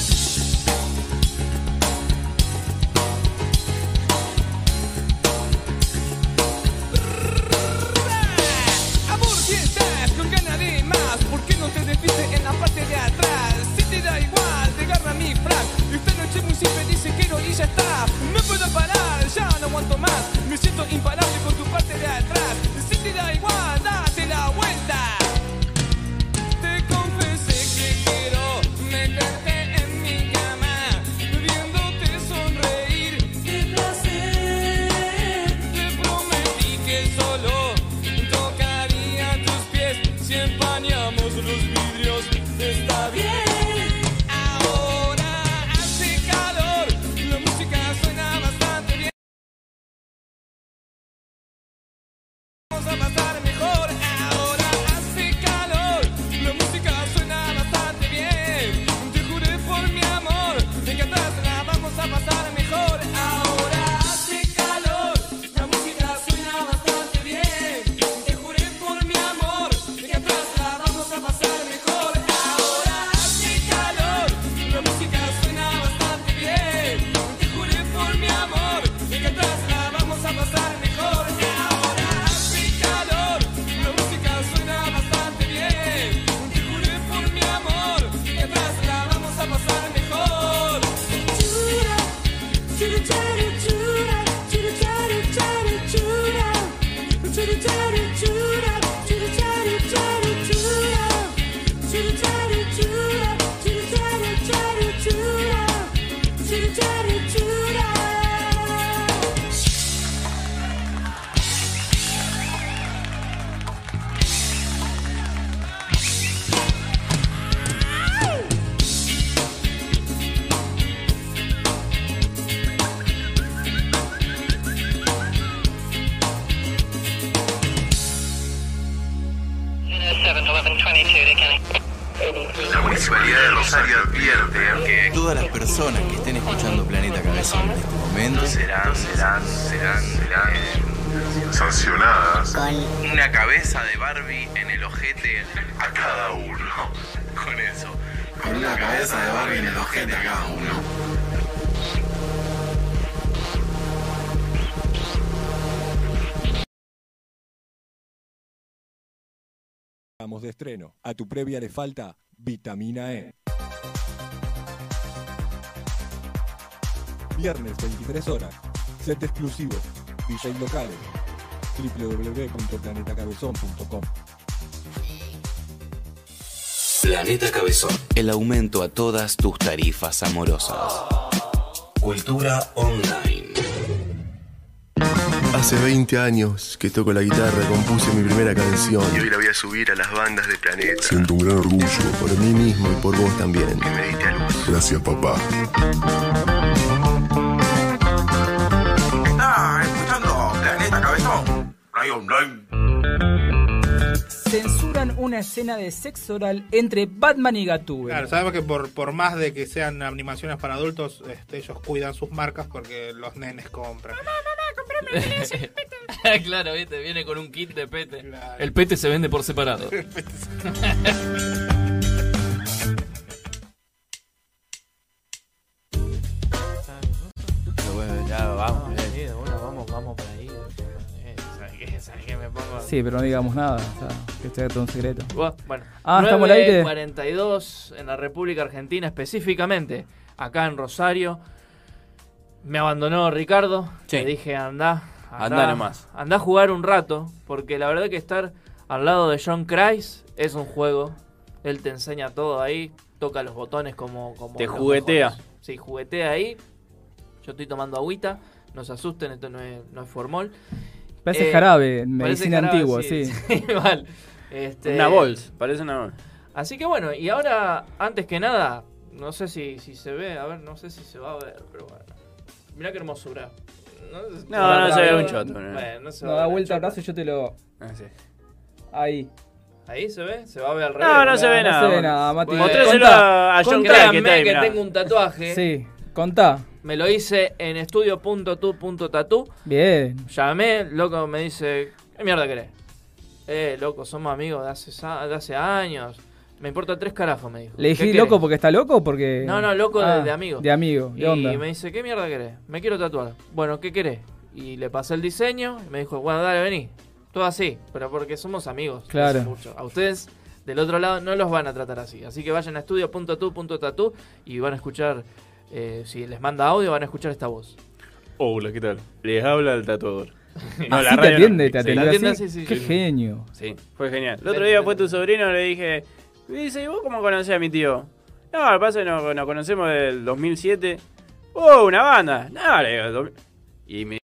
Amor, si estás con ganas de más, ¿por qué no te despistes en la parte de atrás? Si te da igual, te agarra mi frac. Esta noche muy simple dice quiero y ya está. No puedo parar, ya no aguanto más. Me siento imparable con tu parte de atrás. Si te da igual, date la vuelta. Te confesé que quiero meterte en mi cama, viéndote sonreír de placer. Te prometí que solo tocaría tus pies si empañamos los vidrios. Está bien. Ahora hace calor, la música suena bastante bien. Vamos a pasar mejor. Ahora hace calor, la música suena bastante bien. Te juré por mi amor que atrás la vamos a pasar mejor. Ahora hace calor, la música suena bastante bien. Te juré por mi amor que atrás la vamos a pasar mejor. Ahora hace calor, la música suena bastante bien. Te juré por mi amor que atrás la vamos a pasar mejor. Ahora hace La Municipalidad de Rosario advierte que todas las personas que estén escuchando Planeta Cabezón en este momento serán, serán, serán, serán sancionadas con una cabeza de Barbie en el ojete a cada uno. Con eso, con una cabeza de Barbie en el ojete a cada uno. Vamos de estreno. A tu previa le falta vitamina E. Viernes veintitrés horas. Set exclusivo. D J locales. doble u doble u doble u punto planeta cabezón punto com. Planeta Cabezón. El aumento a todas tus tarifas amorosas. Cultura online. Hace veinte años que toco la guitarra, compuse mi primera canción. Y hoy la voy a subir a las bandas de Planeta. Siento un gran orgullo por mí mismo y por vos también. Que me diste a luz. Gracias, papá. Está escuchando Planeta Cabezón. Radio Online. Censuran una escena de sexo oral entre Batman y Gatúbela. Claro, sabemos que por, por más de que sean animaciones para adultos, este, ellos cuidan sus marcas porque los nenes compran. Claro, viste, viene con un kit de pete. Claro. El pete se vende por separado. Ya vamos, eh. Bueno, vamos, vamos por ahí. ¿Sabes qué? ¿Sabes qué? Me pongo... Sí, pero no digamos nada, o sea, que esté todo un secreto. Bueno, ah, estamos al aire. cuarenta y dos en la República Argentina, específicamente acá en Rosario. Me abandonó Ricardo. Sí. Le dije, andá, andá, andá nomás. Andá a jugar un rato, porque la verdad que estar al lado de John Kreis es un juego. Él te enseña todo ahí, toca los botones como... como te los juguetea. mejores. Sí, juguetea ahí. Yo estoy tomando agüita, no se asusten, esto no es, no es formol. Parece eh, jarabe, medicina parece jarabe, antigua, sí. sí. sí mal. Este, una bols, parece una bols. Así que bueno, y ahora, antes que nada, no sé si, si se ve, a ver, no sé si se va a ver, pero bueno. Mirá qué hermosura. No, no, no, no se ve un choto. No, bueno, no se no va da a ver vuelta al brazo y yo te lo... Ah, sí. Ahí. ¿Ahí se ve? ¿Se va a ver al revés? No, no se ve no nada. No se ve nada, Mati. Bueno, Mostráselo a John Craig, que, está ahí, que mirá. tengo un tatuaje. Sí, contá. Me lo hice en estudio punto tu punto tatu. Bien. Llamé, loco me dice, ¿qué mierda querés? Eh, loco, somos amigos de hace, de hace años. Me importa tres carajos, me dijo. ¿Le dije loco porque está loco o porque...? No, no, loco ah, de, de amigo. De amigo, de y onda. Y me dice, ¿qué mierda querés? Me quiero tatuar. Bueno, ¿qué querés? Y le pasé el diseño y me dijo, bueno, dale, vení. Todo así, pero porque somos amigos. Claro. Mucho. A ustedes, del otro lado, no los van a tratar así. Así que vayan a estudio punto tu punto tatu y van a escuchar, eh, si les manda audio, van a escuchar esta voz. Hola, ¿qué tal? Les habla el tatuador. No, así te atiende, no. te atendió sí, así. Sí, sí, Qué sí. genio. Sí, fue genial. El otro día fue tu sobrino, le dije, y dice, ¿vos cómo conocés a mi tío? No, lo que pasa es que nos, nos conocemos del dos mil siete. ¡Oh, una banda! No, le digo, do... y me...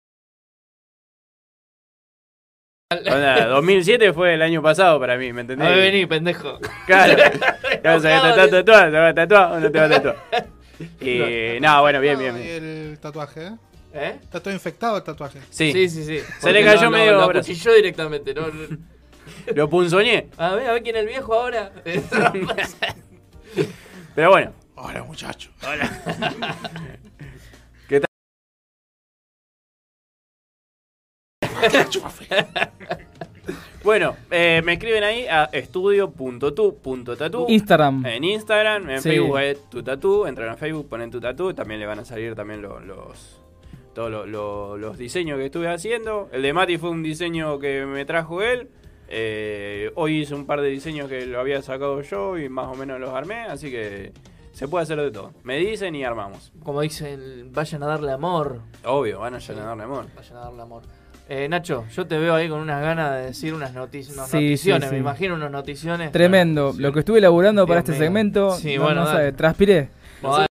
Onda, dos mil siete fue el año pasado para mí, ¿me entendés? A ver, vení, pendejo. Claro. ¿Qué vas a tatuar? ¿Te vas a tatuar o no te vas a tatuar? Y no, bueno, bien, bien, bien. El tatuaje, ¿eh? ¿Eh? Está todo infectado el tatuaje. Sí, sí, sí. sí. Se Porque le cayó no, medio... No, lo acuchilló directamente, ¿no? Lo punzoñé. A ver, a ver quién es el viejo ahora. Pero bueno. Hola, muchacho. Hola. ¿Qué tal? Bueno, eh, me escriben ahí a estudio punto tu punto tatu. Instagram. En Instagram, en Sí. Facebook es tu tatu. Entran a Facebook, ponen tu tatu. También le van a salir también los, los todos los, los, los diseños que estuve haciendo. El de Mati fue un diseño que me trajo él. Eh, hoy hice un par de diseños que lo había sacado yo y más o menos los armé. Así que Se puede hacer de todo. Me dicen y armamos. Como dicen, vayan a darle amor. Obvio, van a darle amor. Vayan a darle amor. Eh, Nacho, yo te veo ahí con unas ganas de decir unas, notic unas Sí, noticiones, sí, sí. me imagino unas noticiones. Tremendo. Sí. Lo que estuve elaborando para Dios este mío. segmento, Sí, no, bueno, no dale. sabe, transpiré. Bueno, dale.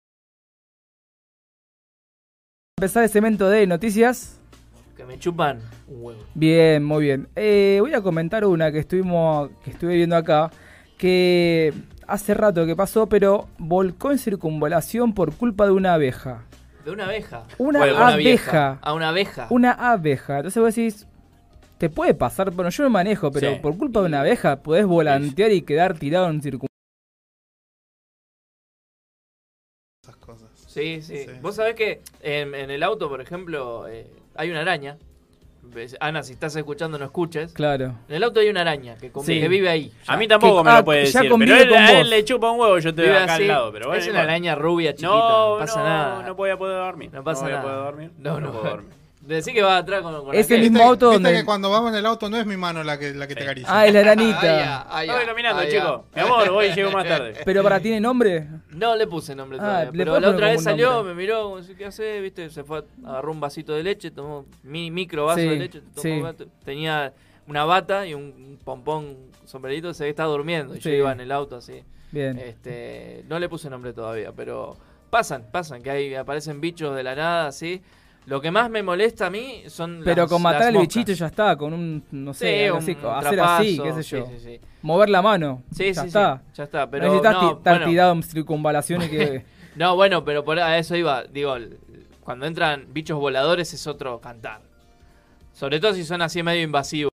Empezar el segmento de noticias. Que me chupan un huevo. Bien, muy bien. Eh, voy a comentar una que estuvimos, que estuve viendo acá, que hace rato que pasó, pero volcó en circunvalación por culpa de una abeja. De una abeja. Una Bueno, abeja. vieja. A una abeja. Una abeja. Entonces vos decís, te puede pasar, bueno, yo me manejo, pero Sí. por culpa de una abeja podés volantear y quedar tirado en circunvalación. Sí, sí, Vos sabés que en, en el auto, por ejemplo, eh, hay una araña. Ves, Ana, si estás escuchando, no escuches. Claro. En el auto hay una araña que, com- Sí. que vive ahí. A mí tampoco Que- me ah, lo puede ya decir, pero convive él, con a vos. él le chupa un huevo, yo estoy Vive acá así. al lado. Pero bueno, es no una importa. araña rubia chiquita, No, no pasa no, nada. no voy a poder dormir. No pasa no voy nada. a poder dormir. No, no. puedo dormir. Decí que va atrás con, con Es el aquel. mismo Viste- auto viste donde- que cuando vamos en el auto no es mi mano la que, la que te acaricia. Ah, es la aranita. Ah, ya, ah, ya, Estoy caminando, ah, ya. chicos. Mi amor, voy y llego más tarde. Pero para, ¿tiene nombre? No le puse nombre Ah, todavía. le Pero podés la poner otra como vez un salió, nombre. me miró, como si, ¿qué hace? ¿Viste? Se fue, agarró un vasito de leche, tomó mi micro vaso Sí, de leche. Tomó sí. un vato, tenía una bata y un pompón sombrerito, se ve que estaba durmiendo. Y Sí. yo iba en el auto así. Bien. Este, no le puse nombre todavía, pero pasan, pasan, que hay, aparecen bichos de la nada, así. Lo que más me molesta a mí son Pero las, con matar las al moscas. bichito ya está, con un, no sé, Sí, algo un así, hacer trapazo, así, qué sé yo. sí, sí, sí. Mover la mano. Sí, ya sí, está. sí, ya está, pero no necesitas no, ti- estar bueno. tirado en circunvalación y que... No, bueno, pero por a eso iba. Digo, el- cuando entran bichos voladores es otro cantar. Sobre todo si son así medio invasivos.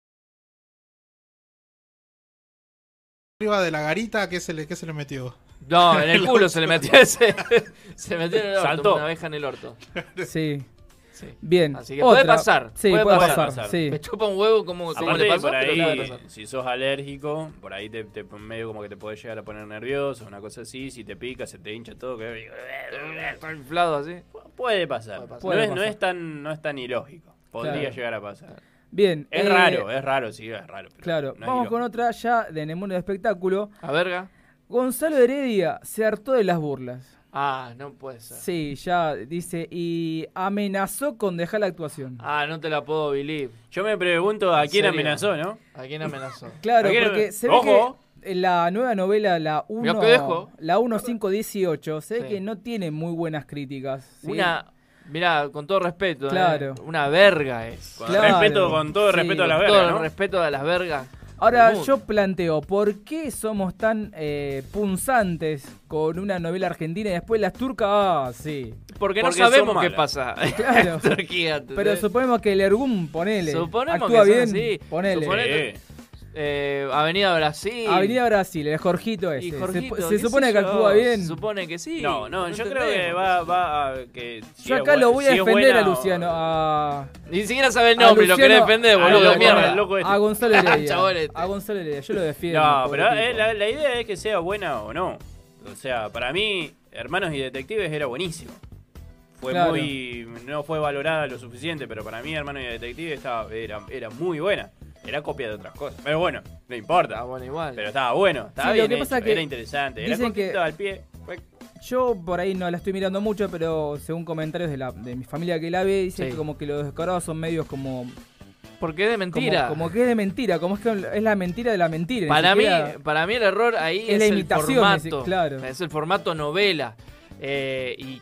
Arriba de la garita, ¿qué se le, qué se le metió? No, en el culo se le metió ese. Se metió en el orto, Saltó. una abeja en el orto. Sí. Sí. Bien. Así que puede Otra. pasar. Sí, puede, puede pasar. pasar, sí. Me chupa un huevo como, como Aparte, le pasó, por pero ahí, puede pasar. si sos alérgico, por ahí te, te medio como que te puede llegar a poner nervioso, una cosa así. Si te pica, se te hincha todo. Que... Está inflado así. Puede pasar. Puede pasar. No, Puede es, no pasar. es tan no es tan ilógico. Podría Claro. llegar a pasar. Bien. Es eh, raro, es raro, sí, es raro. pero Claro. no es Vamos ilógico. con otra ya de en el mundo del espectáculo. A verga. Gonzalo Heredia se hartó de las burlas. Ah, no puede ser. Sí, ya dice, y amenazó con dejar la actuación. Ah, no te la puedo believe. Yo me pregunto a ¿En quién serio? amenazó, ¿no? ¿A quién amenazó? Claro, ¿A quién porque ame- se ve Ojo. que en la nueva novela, la Mirá uno, que dejo. la uno cinco dieciocho, se ve Sí. que no tiene muy buenas críticas. ¿sí? Una, mirá, con todo respeto, ¿eh? Claro. Una verga es. Con Claro. respeto, con todo el Sí. respeto a la Con verga, todo el ¿no? respeto a las vergas. Ahora del mundo. yo planteo, ¿por qué somos tan eh, punzantes con una novela argentina y después las turcas? Ah, sí. Porque no Porque son sabemos qué malas. pasa. Claro. en Turquía, ¿entendés? Pero suponemos que el Ergum, ponele. Suponemos actúa que bien, son así. ponele. Suponete- Sí. Eh, Avenida Brasil. Avenida Brasil, el Jorgito ese. Y Se- Jorgito, se, qué supone sé que yo, actúa bien. Se supone que sí. No, no, yo creo que entendemos, va, qué sé yo. va a que si Yo es acá buen- lo voy a si es defender buena a o- Luciano. A, Ni siquiera sabe el a nombre y lo Luciano- querés defender, a- boludo. a- mierda. el loco este. a Gonzalo Heredia. Chabón este. A Gonzalo Heredia, yo lo defiendo. No, pobre pero tipo. eh, la, la idea es que sea buena o no. O sea, para mí, Hermanos y Detectives era buenísimo. Fue Claro. muy. No fue valorada lo suficiente, pero para mí, Hermanos y Detectives estaba, era, era muy buena. Era copia de otras cosas. Pero bueno, no importa. Ah, bueno, igual. Pero estaba bueno, estaba Sí, lo bien que hecho, pasa que era interesante. Era dicen que- cortito al pie. Fue- Yo por ahí no la estoy mirando mucho, pero según comentarios de, la, de mi familia que la ve, dicen Sí. que como que los descarados son medios como... Porque es de mentira. Como, como que es de mentira, como es que es la mentira de la mentira. ni Para mí, siquiera- para mí el error ahí Es es, la el imitación, formato. ese- claro. Es el formato novela. Eh, y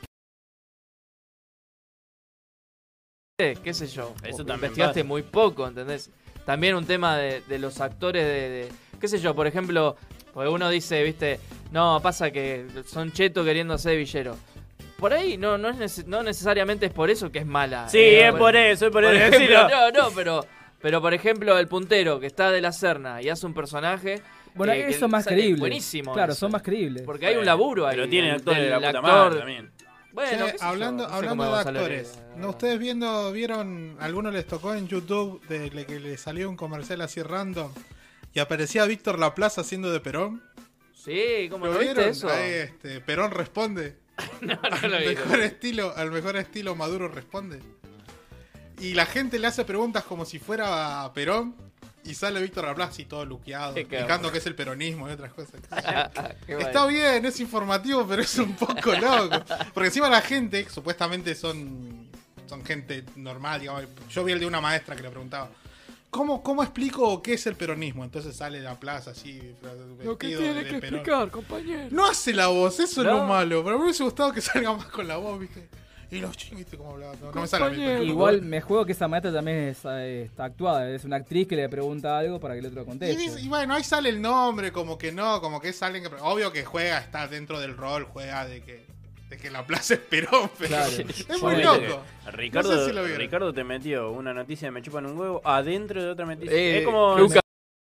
qué sé yo. Eso vos también investigaste pasa. muy poco, ¿entendés? También un tema de, de los actores de, de- qué sé yo, por ejemplo, porque uno dice, viste, no, pasa que son chetos queriendo ser villero. Por ahí no no es nece- no necesariamente es por eso que es mala. Sí, eh, es por eso, es por eso. ejemplo, Decilo. no, no, pero pero por ejemplo, el puntero que está de la Serna y hace un personaje. Bueno, que- que eso es más sale creíble. buenísimo. Claro, eso. son más creíbles. Porque hay un laburo ahí. Pero tienen del- actores de la del puta actor. madre también. Bueno, Che, qué sé hablando yo, no sé hablando cómo de va a salir, actores, eh, ¿no ustedes viendo, vieron, alguno les tocó en YouTube de le- que le salió un comercial así random y aparecía Víctor Laplace haciendo de Perón? Sí, ¿cómo ¿Lo no viste vieron? eso? Ahí, este, Perón responde. no, no al, lo vi, mejor no. estilo, al mejor estilo Maduro responde. Y la gente le hace preguntas como si fuera a Perón Y sale Víctor Laplace así todo luqueado, Qué explicando qué es el peronismo y otras cosas. Qué Está bueno. bien, es informativo, pero es un poco loco. Porque encima la gente, que supuestamente son, son gente normal, digamos. Yo vi el de una maestra que le preguntaba, ¿cómo, cómo explico qué es el peronismo? Entonces sale Laplace así, Lo que vestido tiene de que Perón. explicar, compañero. No hace la voz, eso No. es lo malo. Pero me hubiese gustado que salga más con la voz, ¿viste? Y los chingos, ¿viste cómo hablaba? No, no me sale a mí, pero- Igual me juego que esa maestra también es, eh, está actuada. Es una actriz que le pregunta algo para que el otro Y, conteste. dice- y bueno, ahí sale el nombre, como que no, como que es alguien que... Obvio que juega, está dentro del rol, juega de que, de que la plaza es Perón, pero Claro. es muy Viste loco. que Ricardo, No sé si lo vieron. Ricardo te metió una noticia de Me chupan un huevo adentro de otra noticia. Eh, es como Luca.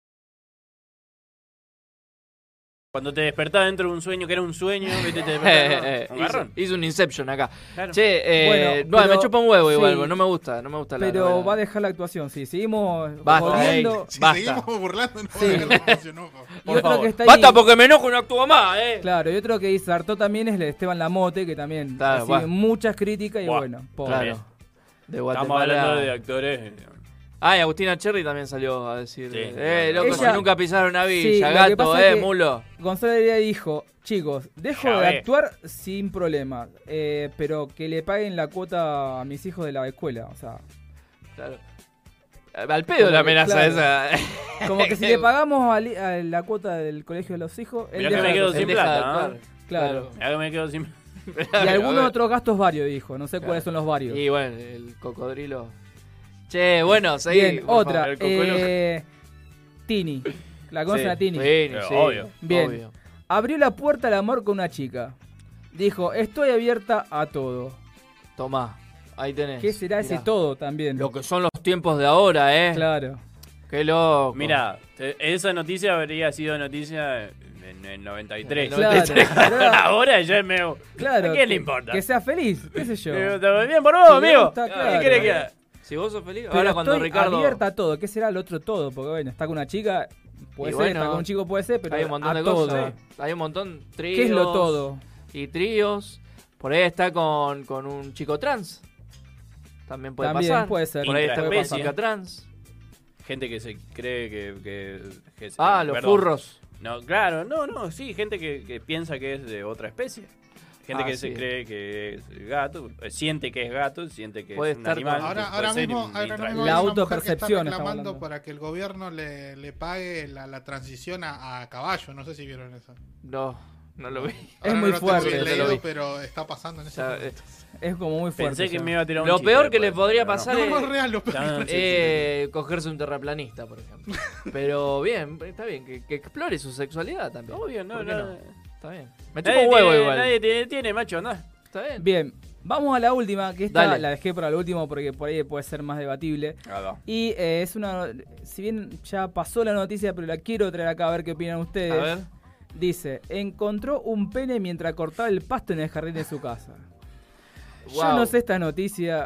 cuando te despertás dentro de un sueño que era un sueño, ¿viste? Te despertás, Eh, un hizo, garrón. hizo un Inception acá. Claro. Che, eh, Bueno, no, pero- me chupa un huevo sí. igual, no me gusta, no me gusta la Pero novela. va a dejar la actuación, sí. Seguimos Basta, volviendo. ey, Si basta. seguimos burlando, no Sí. va a dejar la canción, no, por Y Por otro favor. que está ahí- Basta porque me enojo y no actúa más, eh. Claro, y otro que disartó también es el de Esteban Lamote, que también Claro, recibe buah. muchas críticas y Buah, bueno, pobre. Claro. De Estamos Guatemala. hablando de actores. Ah, y Agustina Cherry también salió a decir. Sí. eh, loco, Ella- si nunca pisaron una Sí, villa, lo que gato, pasa eh, es que mulo. Gonzalo Heredia dijo, chicos, dejo Ya de ve. actuar sin problema, eh, pero que le paguen la cuota a mis hijos de la escuela. O sea, Claro. Al pedo Como la que, amenaza claro. esa. como que si le pagamos a, li- a la cuota del colegio de los hijos, él Mirá que deja me de quedo actuar. sin deja de plata, actuar. ¿no? Claro. Mirá que me quedo sin. Y A algunos ver. otros gastos varios, dijo. No sé Claro. cuáles son los varios. Y bueno, el cocodrilo. Che, bueno, seguí. Bien, por otra. favor. El cocodrilo. Eh, Tini. ¿La conocen Sí, a Tini? Tini, sí. Obvio. Bien. Obvio. Abrió la puerta al amor con una chica. Dijo, estoy abierta a todo. Tomá, ahí tenés. ¿Qué será ese Mirá. todo también? Lo que son los tiempos de ahora, eh. Claro. Qué loco. Mira, te- esa noticia habría sido noticia en el noventa y tres. En el noventa y tres. Claro. Ahora ya es medio. Claro. ¿A quién le que- importa? Que sea feliz, qué sé yo. Eh, está bien por vos, Si amigo. gusta, ¿Qué claro. querés que haga? Si vos sos feliz, Pero ahora cuando estoy Ricardo. abierta a todo. ¿Qué será el otro todo? Porque bueno, está con una chica, puede Y ser, bueno, está con un chico, puede ser, pero hay un montón a de todo. cosas. Hay un montón. Tríos. ¿Qué es lo todo? Y tríos. Por ahí está con, con un chico trans. También puede También pasar. puede ser. Por ahí está con una Intraespecie. chica trans. Gente que se cree que. que, que se- Ah, los perdón. furros. No, claro, no, no, sí, gente que, que piensa que es de otra especie. Gente Ah, que sí. se cree que es gato, eh, siente que es gato, siente que Puede es un estar animal. con- Ahora, puede ahora ser mismo, un ahora intra- mismo La hay una mujer que autopercepción está estamos reclamando hablando. para que el gobierno le, le pague la, la transición a, a caballo. No sé si vieron eso. No, no lo vi. Es Ahora muy no lo tengo fuerte, bien no lo leído, vi. pero está pasando en ese O sea, momento. Es como muy fuerte. Pensé que ya. me iba a tirar un Lo chiste peor que le después, podría pero no. pasar No, no es es real, lo peor. Ya, no, eh, cogerse un terraplanista, por ejemplo. Pero bien, está bien, que, que explore su sexualidad también. Obvio, no, ¿Por qué no. Está bien. Me chupa Nadie un huevo tiene- igual. Nadie tiene, tiene, macho, anda. Está bien. Bien, vamos a la última, que esta Dale. la dejé para el último porque por ahí puede ser más debatible. Ah, va. Y eh, es una. Si bien ya pasó la noticia, pero la quiero traer acá a ver qué opinan ustedes. A ver. Dice: encontró un pene mientras cortaba el pasto en el jardín de su casa. Yo Wow. no sé esta noticia.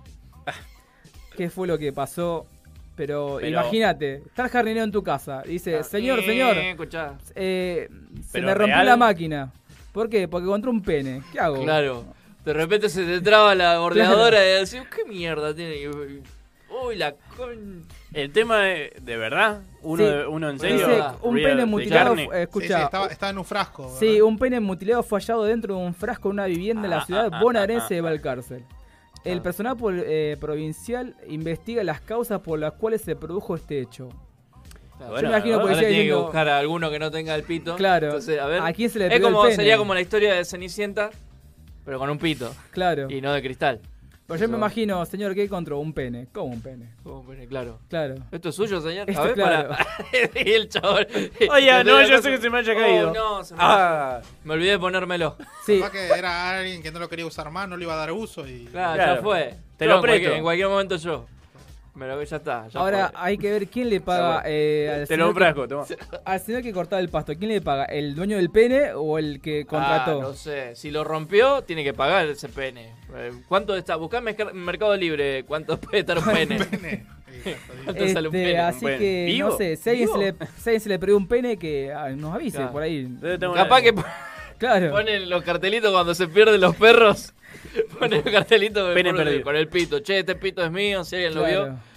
¿Qué fue lo que pasó? Pero, Pero- imagínate, está el jardinero en tu casa. Dice: señor, Eh, señor, escuchá. eh, se ¿Pero me rompió real? la máquina. ¿Por qué? Porque encontré un pene. ¿Qué hago? Claro. De repente se te traba la bordeadora y decís, ¿qué mierda tiene? Y- Uy, la con... El tema es, de verdad, uno, Sí. de- uno en serio. Dice: un real, pene de mutilado. carne. eh, Sí, sí, escucha, estaba, estaba en un frasco. ¿verdad? sí, un pene mutilado fue hallado dentro de un frasco en una vivienda en la Ah, ciudad ah, bonaerense ah, de ah. Valcárcel. El personal pol- eh, provincial investiga las causas por las cuales se produjo este hecho. Claro, Yo me imagino ahora policía tiene que diciendo- buscar a alguno que no tenga el pito. Claro. Entonces, a ver. ¿A quién se le es pegó el como, pene? Sería como la historia de Cenicienta, pero con un pito. Claro. Y no de cristal. Pero yo me Eso. imagino, señor, ¿qué encontró? Un pene. ¿Cómo un pene? Como un pene, claro. Claro. ¿Esto es suyo, señor? Esto, a ver, claro. para. y el chabón. Oye, no, yo cosa- sé que se me haya Oh, caído. no, se me, Ah. me olvidé de ponérmelo. Sí. Capaz que era alguien que no lo quería usar más, no le iba a dar uso y... Claro, Claro. ya fue. Te Yo lo en cualquier- presto. En cualquier momento yo. Me lo ya está. Ya Ahora fue. hay que ver quién le paga eh, al, Te lo señor que, frasco, toma. al señor que cortaba el pasto. ¿Quién le paga? ¿El dueño del pene o el que contrató? Ah, no sé. Si lo rompió, tiene que pagar ese pene. Eh, ¿Cuánto está? Buscá en Merc- Mercado Libre cuánto puede estar un pene. Pene. ¿Cuánto sale un Este, pene? así Un pene. que, ¿Vivo? no sé, si a alguien se ¿Vivo? le, si a alguien se le perdió un pene, que ah, nos avise Claro. por ahí. Yo tengo una- Capaz que Claro. ponen los cartelitos cuando se pierden los perros. Ponen el cartelito Pene con, perdido. con el pito. Che, este pito es mío, si alguien lo Claro. vio.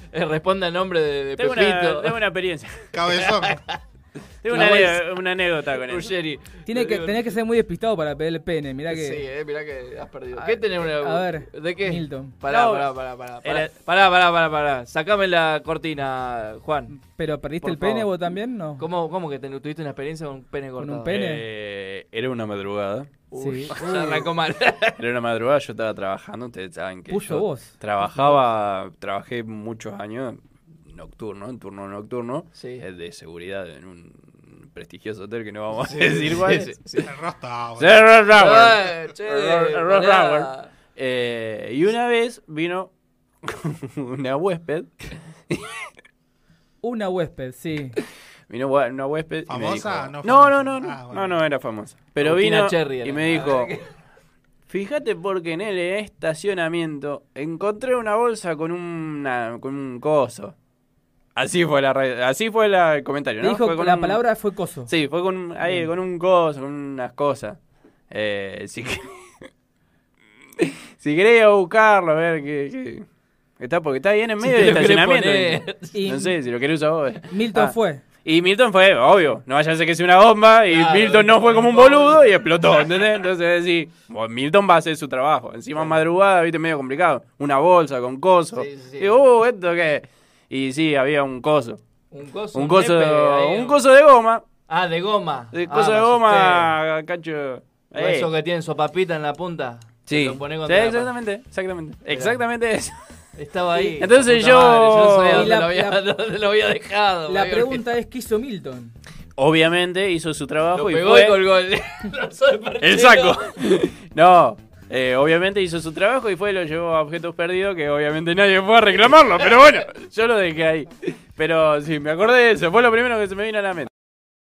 Eh, responde al nombre de, de Tengo Pepito. una, tengo una experiencia. Cabezón. Tengo una, anécdota, una anécdota con eso. Ruggeri. Tiene que, tenés que ser muy despistado para pedir el pene, mirá que... Sí, eh, mirá que has perdido. ¿Qué tenés una... A ver, ¿De qué? Milton. Pará, No, pará, pará, pará. Pará, era- pará, pará, pará, pará. Sacame la cortina, Juan. ¿Pero perdiste Por el pene favor. vos también? No. ¿Cómo, cómo que ten- tuviste una experiencia con un pene ¿Con cortado? un pene? Eh, era una madrugada. Uy, Sí. ya arrancó mal. Era una madrugada, yo estaba trabajando, ustedes saben que Puso yo vos. trabajaba, trabajé muchos años nocturno, en turno nocturno, Sí. eh, de seguridad en un prestigioso hotel que no vamos Sí, a decir cuál es. sí, sí. El Ross Tower. Sí, Ross Tower. Ay, che, Ross- Ross pará. Tower. Eh, y una vez vino una huésped, Una huésped, sí. vino hue- una huésped y me ¿Famosa? dijo, No no, famosa. no, no, no, Ah, bueno. no, no era famosa, pero Agustina vino Cherry era. y me dijo, fíjate porque en el estacionamiento encontré una bolsa con una con un coso. Así fue la re- así fue la- el comentario, ¿no? Dijo Fue con la un- palabra fue coso. Sí, fue con un- ahí, con un coso, con unas cosas. Eh, si que- si querés ir a buscarlo, a ver qué, qué- está porque está bien en Si medio te del lo querés estacionamiento. poner. Y- No sé si lo querés usar vos. Milton Ah. fue. Y Milton fue, obvio, no vaya a ser que sea una bomba y Claro, Milton no fue como un boludo y explotó, ¿entendés? Entonces sí, bueno, Milton va a hacer su trabajo. Encima madrugada, viste, medio complicado. Una bolsa con coso. Sí, sí, sí. Y, uh, ¿esto qué? Y sí, había un coso. Un coso. Un coso, nepe ahí, un coso de goma. Ah, de goma. De Ah, coso me de asusté. goma, cacho. ¿O Eh, eso que tienen sopapita en la punta? Sí, Lo ponés sí, contra la exactamente, exactamente. Exactamente eso. pa- Estaba ahí. Entonces La puta madre, yo no sabía yo... Y dónde la- lo había, la- dónde lo había dejado. La me pregunta es, ¿qué hizo Milton? Obviamente hizo su trabajo Lo y pegó fue... y colgó el, lanzó el perchero. El saco. No, eh, obviamente hizo su trabajo y fue y lo llevó a objetos perdidos que obviamente nadie fue a reclamarlo, pero bueno, yo lo dejé ahí. Pero sí, me acordé de eso, fue lo primero que se me vino a la mente.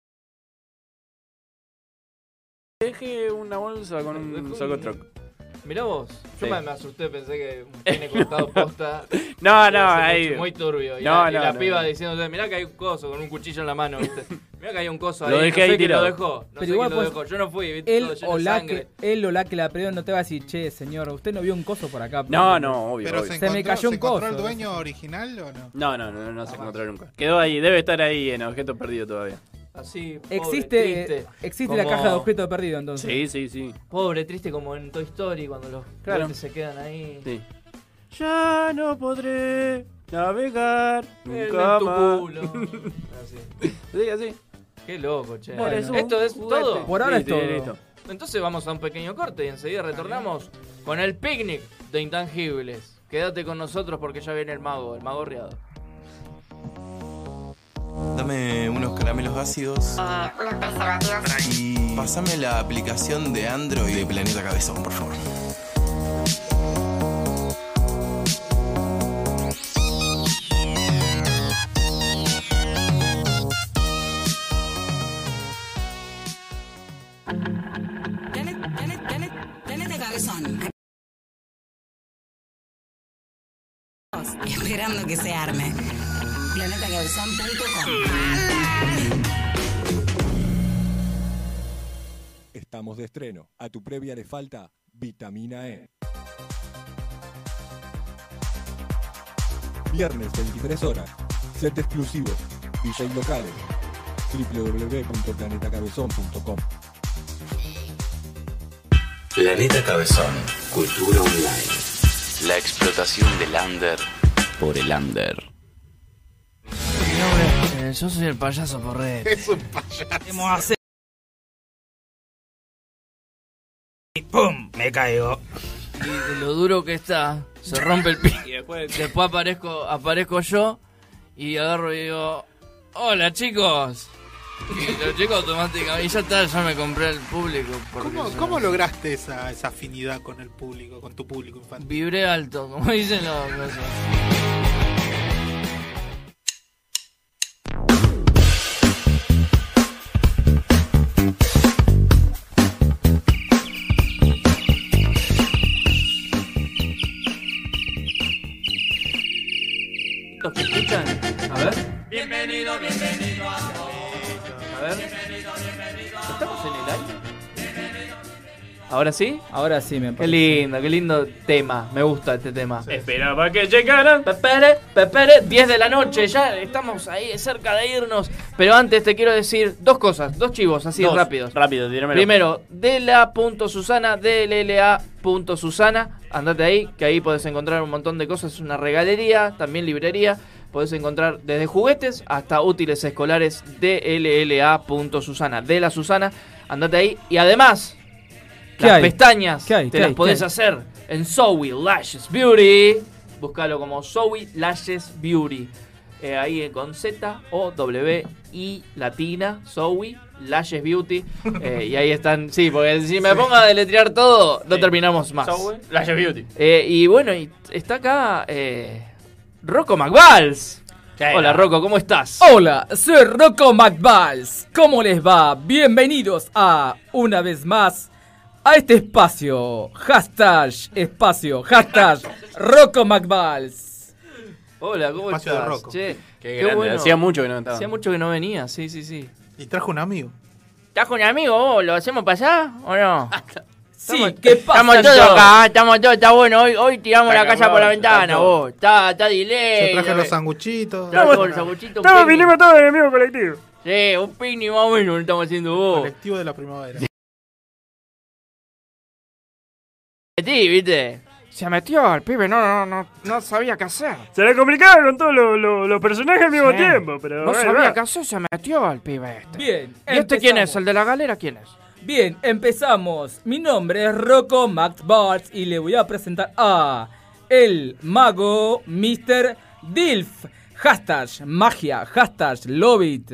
Dejé una bolsa con un saco truck. Mirá vos, yo Sí. me, me asusté, pensé que un pene cortado posta. No, iba no, a ser ahí... mucho- muy turbio. Y No, la, y no, la no, piba no. diciéndote, mirá que hay un coso con un cuchillo en la mano, ¿viste? Mirá que hay un coso ahí. Lo dejé no sé ahí quién tirado. lo dejó. No Pero sé igual, quién lo pues, dejó. Yo no fui, ¿viste? Él Todo lleno o, de la sangre. que, él o la que la perdió no te va a decir, che, señor, usted no vio un coso por acá. No, no, obvio, Pero obvio. se, Se me encontró, cayó un ¿se encontró coso. el dueño original o no? No, no, no, no se encontró nunca. Quedó ahí, debe estar ahí en objetos perdidos todavía. Así, pobre, Existe, triste. existe la Como- caja de objetos perdidos entonces. Sí, sí, sí. Pobre, triste como en Toy Story cuando los Claro. juguetes se quedan ahí. Sí. Ya no podré navegar En nunca tu más. culo. Así. Sí, así. Qué loco, che. Bueno, Bueno, esto es juguete. todo. Por ahora Sí, es todo. sí, listo. Entonces vamos a un pequeño corte y enseguida retornamos con el picnic de intangibles. Quédate con nosotros porque ya viene el mago, el mago riado. Dame unos caramelos ácidos Eh, unos preservativos. y pásame la aplicación de Android de Planeta Cabezón, por favor. Planeta Cabezón. Esperando que se arme. planeta cabezón punto com. Estamos de estreno. A tu previa le falta vitamina E. Viernes veintitrés horas. Set exclusivo. D J locales. w w w punto planeta cabezón punto com. Planeta Cabezón, cultura online. La explotación del under por el under. Mi nombre, eh, yo soy el payaso Porrete. Es un payaso. Hemos hacer... Y ¡pum! Me caigo. Y de lo duro que está, se rompe el pie. Y después... Después aparezco, aparezco yo y agarro y digo, hola chicos. Y los chicos automáticamente, y ya está, ya me compré al público. porque ¿Cómo, yo- cómo lograste esa, esa afinidad con el público, con tu público infantil? Vibré alto, como dicen los... los- ¿Los que escuchan? A ver. Bienvenido, bienvenido a A ver. ¿Estamos en el aire? ¿Ahora sí? Ahora sí me Qué parece. lindo, qué lindo tema. Me gusta este tema. Esperaba que llegaran. Pepere, pepere, diez de la noche, ya estamos ahí cerca de irnos. Pero antes te quiero decir dos cosas, dos chivos, así Dos. rápidos. Rápido, tíramelo. Primero, dela.susana, D L L A.susana. Andate ahí, que ahí podés encontrar un montón de cosas. Es una regalería, también librería. Podés encontrar desde juguetes hasta útiles escolares. D L L A.susana. De la Susana, andate ahí. Y además, ¿Qué las hay? pestañas ¿Qué hay? te ¿Qué las hay? podés ¿Qué hay? hacer en Zoe Lashes Beauty. Búscalo como Zoe Lashes Beauty. Eh, ahí con Z o W I latina, Zoe Lashes Beauty. Eh, y ahí están. Sí, porque si me pongo a deletrear todo, no Sí. terminamos más. Zoe Lashes Beauty. Eh, y bueno, y está acá eh, Rocco McBalls. Hola Rocco, ¿cómo estás? Hola, soy Rocco McBalls. ¿Cómo les va? Bienvenidos a, una vez más, a este espacio. Hashtag espacio. Hashtag Rocco McBalls. Hola, ¿cómo Espacio de estás? Rocco. Che, Qué grande, hacía mucho que no estaba. Hacía mucho que no venía, sí, sí, sí. Y trajo un amigo. ¿Estás con un amigo vos? ¿Lo hacemos pasar o no? Sí, ¿qué pasa? Estamos todos entonces? acá, estamos todos, está bueno. Hoy, hoy tiramos Está la casa acabado, por la está ventana, todo. vos. Está, está Yo delay. traje la los ve- sanguchitos. Trajo el sanguchito, un Estamos, picnic. vinimos todos del mismo colectivo. Sí, un picnic más o menos lo estamos haciendo vos. Colectivo de la primavera. Sí, ¿viste? Se metió el pibe, no, no, no, no sabía qué hacer. Se le complicaba con todos los, los- los personajes al mismo Sí. tiempo, pero... No ahí sabía va. qué hacer, se metió el pibe este. Bien. ¿Y este quién empezamos. es? ¿El de la galera quién es? Bien, empezamos. Mi nombre es Rocco McBalls y le voy a presentar a el mago mister Dilf. Hashtag magia. Hashtag love it.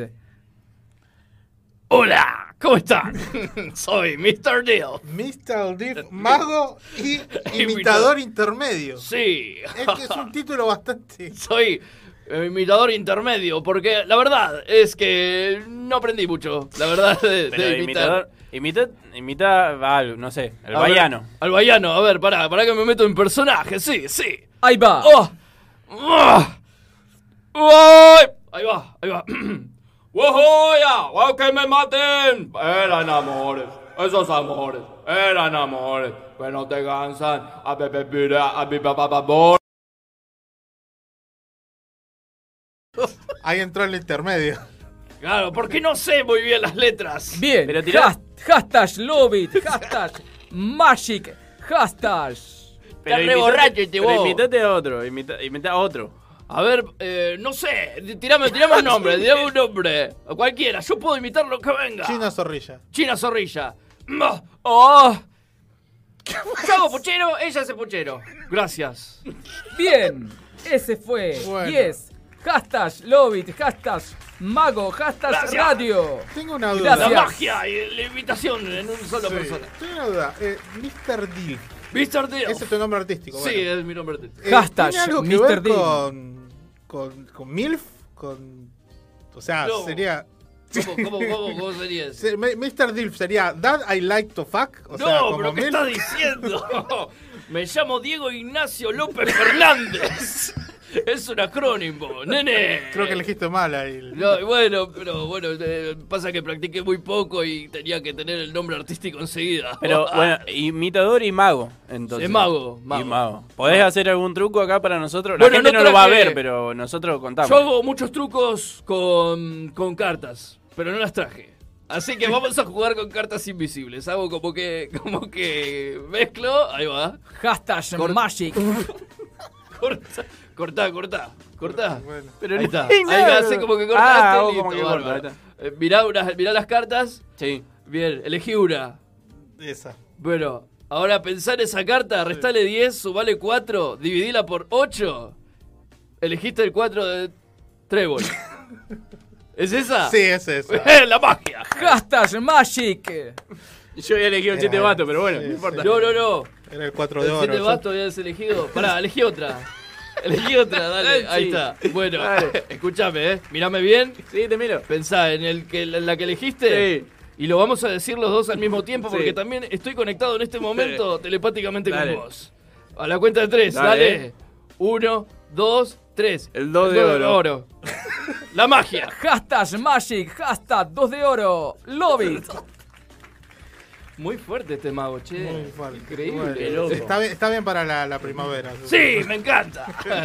Hola, ¿cómo están? Soy mister Deal. mister Diff, mago y imitador intermedio. Sí. Es que es un título bastante... Soy eh, imitador intermedio, porque la verdad es que no aprendí mucho, la verdad, de, Pero de de imitar. imitador, imita, imita al, no sé, el A ver, baiano. Al baiano, a ver, pará, pará que me meto en personaje, sí, sí. Ahí va. ¡Oh! ¡Ah! ¡Ay! Ahí va, ahí va. ¡Wohoya! ¡Wow, que me maten! Eran amores, esos amores, eran amores, que no te cansan. A bebé, mira, a mi papá, papá. Ahí entró el intermedio. Claro, porque no sé muy bien las letras. Bien. Pero tirá- Has- hashtag love it. Hashtag magic. Hashtag. Está re imita- borracho este pero vos. imitate a otro, imita, imita a otro. A ver, eh, no sé, tirame, tirame un nombre, tirame un nombre. A cualquiera, yo puedo imitar lo que venga. China Zorrilla. China Zorrilla. Ah, oh. Yo hago puchero, ella hace puchero. Gracias. Bien. Ese fue. Bueno. diez. Hashtag love it. Hashtag mago. Hashtag Gracias. radio. Tengo una duda. La Gracias. magia y la imitación en una sola Sí. persona. Tengo una duda. Eh, mister Dill. mister Deal. Ese es tu nombre artístico. Sí, bueno. es mi nombre artístico. Eh, Hashtag ¿Tiene algo que mister ver Dill. con, con, con MILF? Con, o sea, No. sería... ¿Cómo, cómo, cómo, cómo sería eso? Se- me- mister Dilf sería Dad I like to fuck. O No, sea, como pero ¿qué MILF. estás diciendo? Me llamo Diego Ignacio López Fernández. Es un acrónimo, nene. Creo que elegiste mal ahí. No, bueno, pero bueno, eh, pasa que practiqué muy poco y tenía que tener el nombre artístico enseguida. Pero bueno, imitador y mago, entonces. Es mago, mago. Y mago. ¿Podés Mago. hacer algún truco acá para nosotros? La Bueno, gente no no, lo va a traje- ver, pero nosotros contamos. Yo hago muchos trucos con, con cartas, pero no las traje. Así que vamos a jugar con cartas invisibles. Hago como que como que mezclo, ahí va. Hashtag Cor- magic. Corta, cortá, cortá, cortá. Bueno. Pero ahí está. ni Ahí nada. hace como que cortaste. Ah, vos listo, como que corta, bárbaro. ahí Eh, mirá, unas- mirá las cartas. Sí. Bien, elegí una. Esa. Bueno, ahora pensá en esa carta, restale diez, sumale cuatro, dividila por ocho. Elegiste el cuatro de trébol. ¿Es esa? Sí, es esa. La magia. Hashtag magic. Yo había elegido el siete Era- vatos, pero bueno, sí, no importa. No, no, no. Era el cuatro de El oro. siete yo- bastos habías elegido. Pará, elegí otra. Elegí otra, dale. Ahí Sí. está. Bueno, Dale. escúchame, ¿eh? Mirame bien. Sí, te miro. Pensá en el que, en la que elegiste. Sí. Y lo vamos a decir los dos al mismo tiempo Sí. porque también estoy conectado en este momento telepáticamente Dale. con vos. A la cuenta de tres, Dale. dale. Uno, dos, tres. El dos de oro. La magia. Hashtag magic. Hashtag dos de oro. Love it. Muy fuerte este mago, che. Muy fuerte. Increíble. Bueno, Qué loco. está, bien, está bien para la, la primavera. Sí, me encanta.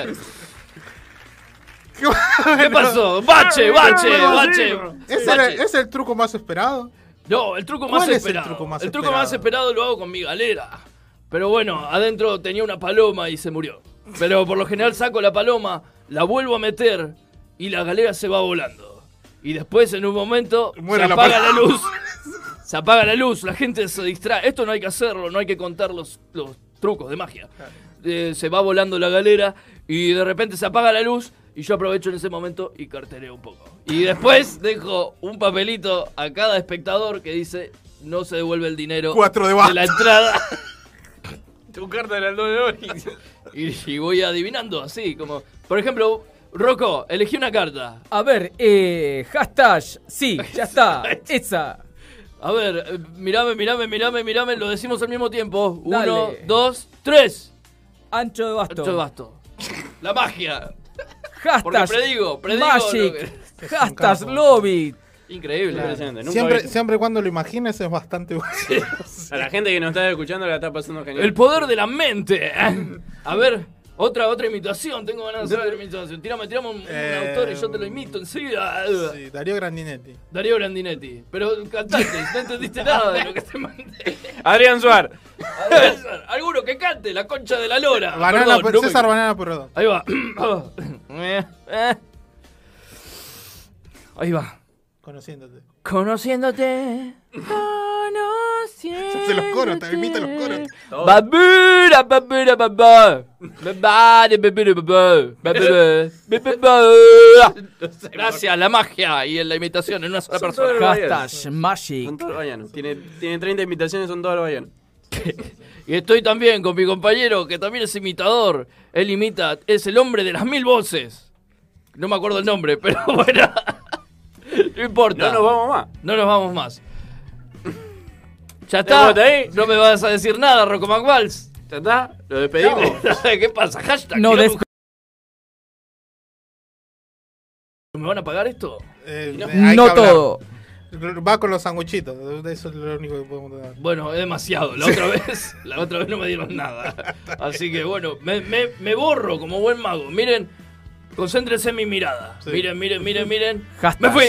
¿Qué pasó? Bache, bache, bache. ¿Es el, ¿Es el truco más esperado? No, el truco más ¿Cuál es esperado. el truco más el truco esperado? más esperado lo hago con mi galera. Pero bueno, adentro tenía una paloma y se murió. Pero por lo general saco la paloma, la vuelvo a meter y la galera se va volando. Y después en un momento Muere se la apaga la, paloma. luz. Se apaga la luz, la gente se distrae. Esto no hay que hacerlo, no hay que contar los, los trucos de magia. Eh, se va volando la galera y de repente se apaga la luz y yo aprovecho en ese momento y cartereo un poco. Y después dejo un papelito a cada espectador que dice no se devuelve el dinero Cuatro de de basta. la entrada. Tu carta era el dos de oro. Y, y voy adivinando así, como... Por ejemplo, Rocco, elegí una carta. A ver, eh, hashtag, sí, ya está, esa. A ver, eh, mirame, mirame, mirame, mirame, lo decimos al mismo tiempo. Dale. Uno, dos, tres. Ancho de basto. Ancho de basto. La magia. Hashtag, Porque predigo, predigo. Magic, lo que- hashtag, lobby. Increíble. Impresionante. Nunca Siempre, vi- siempre cuando lo imagines es bastante bueno. A la gente que nos está escuchando la está pasando genial. El poder de la mente. A ver, otra otra imitación. Tengo ganas de hacer otra imitación. Tirame, tirame un, un Eh, autor y yo te lo imito enseguida. Sí, Darío Grandinetti. Darío Grandinetti. Pero cantaste, no entendiste nada de lo que te mandé. Adrián Suar. Adrián Suar, alguno que cante, la concha de la lora. Banana, Perdón, por- no me- César Banana Purredón. Ahí va. Eh, eh. Ahí va. Conociéndote. Conociéndote. Conociéndote. Se los coros, te imita los coros. Babura, babura, babá. Babá, de babura, babá. Babura, babá. Gracias, la magia y en la imitación en una sola Son persona. todos los Hashtag, bahianos. magic. Son todos los bahianos. Tiene, tiene treinta imitaciones, son todos los bahianos. Y estoy también con mi compañero que también es imitador. Él imita, es el hombre de las mil voces. No me acuerdo el nombre, pero bueno. No importa. No nos vamos más. No nos vamos más. ¿Ya ¿Estamos está? ahí? No me vas a decir nada, Rocco McWalls. ¿Ya está? Lo despedimos. ¿Qué pasa? Hashtag. No, tiramos- des- ¿Me van a pagar esto? Eh, No, hay que no hablar. todo. Va con los sanguchitos. Eso es lo único que podemos dar. Bueno, es demasiado. La otra vez, la otra vez no me dieron nada. Así que bueno, me, me, me borro como buen mago. Miren, concéntrense en mi mirada. Sí. Miren, miren, miren, miren. Hashtag. Me fui.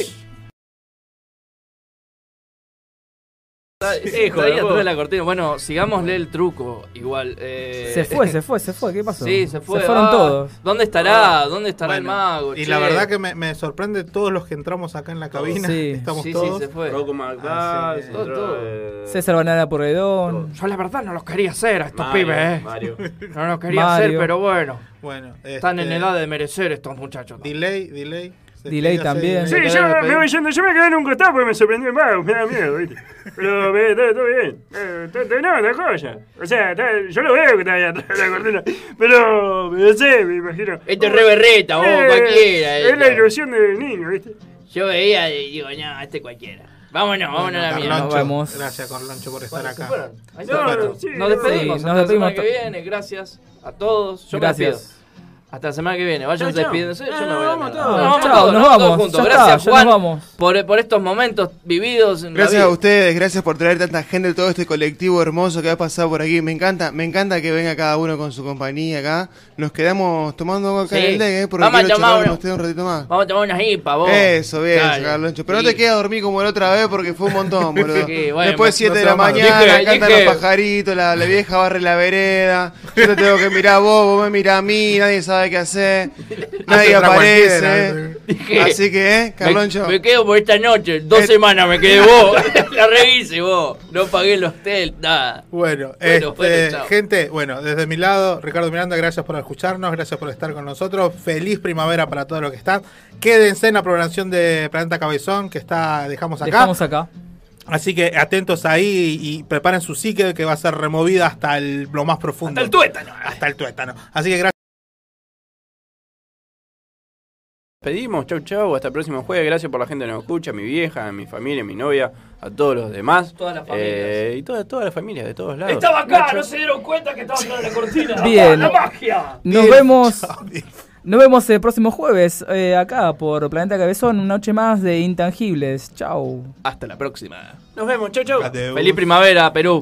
Hijo Está de ahí atrás vos. de la cortina. Bueno, sigámosle el truco. Igual. eh. Se fue, se fue, se fue. ¿Qué pasó? Sí, se fue. Se fueron Ah, todos. ¿Dónde estará? ¿Dónde estará el Bueno, mago? Y che? la verdad que me, me sorprende todos los que entramos acá en la cabina. Sí. Estamos Sí, todos. sí, se fue. Rocco McDowell, Ah, sí. entró, Todo, todo. eh, César Banana Porredón. Yo la verdad no los quería hacer a estos Mario, pibes, eh. Mario. No los quería Mario. hacer, pero bueno. Bueno, Están en este, edad de merecer estos muchachos. Delay, delay. Se Delay queda así, también. se Sí, queda yo despedido. me voy yendo, yo me quedé en un costado porque me sorprendió el mago, me da miedo, ¿viste? Pero me, está todo bien. Eh, está- está- no, está joya. O sea, está- yo lo veo que está ahí atrás de la cortina. Pero, no sé, me imagino. Esto es re berreta, vos, Eh, cualquiera. Es la esto. ilusión del niño, ¿viste? Yo veía y digo, no, este cualquiera. Vámonos, vámonos a la Carloncho, mierda. Nos vemos. Gracias, Carloncho, por estar Bueno, se acá. fueron. Ahí Se está. fueron. sí, Nos despedimos. Sí, hasta nos la despedimos semana que viene. Gracias a todos. Yo Gracias. me despido. Hasta la semana que viene. Vayan Chau, chau. despidiéndose. Yo No, me no, voy a vamos andar. todos. No, Chau, todos, nos todos vamos. juntos. Ya Gracias, está, ya Juan, nos vamos. Por, por estos momentos vividos. En Gracias la a vida. ustedes, gracias por traer tanta gente, todo este colectivo hermoso que ha pasado por aquí. Me encanta, me encanta que venga cada uno con su compañía acá. Nos quedamos tomando algo acá Sí. en el deck, ¿eh? Porque Vamos a quiero tomar charlar con uno. ustedes un ratito más. Vamos a tomar unas hipas, vos. Eso, bien, Dale. Carloncho. Pero Sí. no te quedas a dormir como la otra vez porque fue un montón, boludo. Sí, bueno, Después me- siete no de la sea malo. mañana, Dije- cantan dije- los pajaritos, la, la vieja barre la vereda. Yo te tengo que mirar a vos, vos me mirás a mí, nadie sabe qué hacer. Nadie otra aparece. cualquiera. Dije, Así que, ¿eh, Carloncho? Me, me quedo por esta noche. Dos Eh. semanas me quedé vos. La revise vos. No pagué el hostel, nada. Bueno, Bueno, este, bueno, chao. gente, bueno, desde mi lado, Ricardo Miranda, gracias por escucharnos, gracias por estar con nosotros. Feliz primavera para todos los que están. Quédense en la programación de Planeta Cabezón, que está, dejamos acá. Dejamos acá. Así que atentos ahí y preparen su psique, que va a ser removida hasta el, lo más profundo. Hasta el tuétano. Hasta el tuétano. Así que gracias. Pedimos, chau chau, hasta el próximo jueves. Gracias por la gente que nos escucha, mi vieja, mi familia, mi novia, a todos los demás. Todas las familias. Eh, y todas todas las familias de todos lados. Estaba acá, Nacho. no se dieron cuenta que estaba atrás de la cortina. Bien. ¡La magia! Nos Bien. vemos. Chao, bien. Nos vemos el próximo jueves eh, acá por Planeta Cabezón, una noche más de Intangibles. Chau. Hasta la próxima. Nos vemos. Chau, chau. Adeus. Feliz primavera, Perú.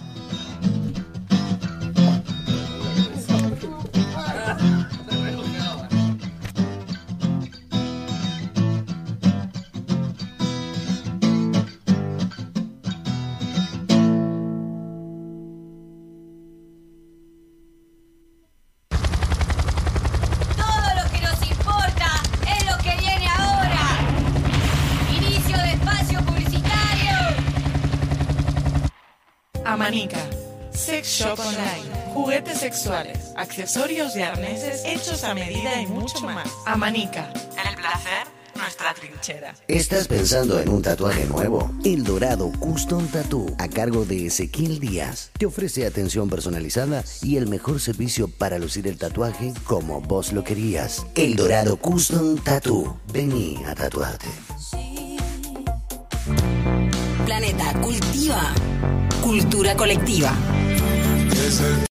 Amanica, Sex Shop Online, juguetes sexuales, accesorios y arneses hechos a medida y mucho más. Amanica, el placer, nuestra trinchera. ¿Estás pensando en un tatuaje nuevo? El Dorado Custom Tattoo, a cargo de Ezequiel Díaz, te ofrece atención personalizada y el mejor servicio para lucir el tatuaje como vos lo querías. El Dorado Custom Tattoo, vení a tatuarte. Planeta cultiva cultura colectiva.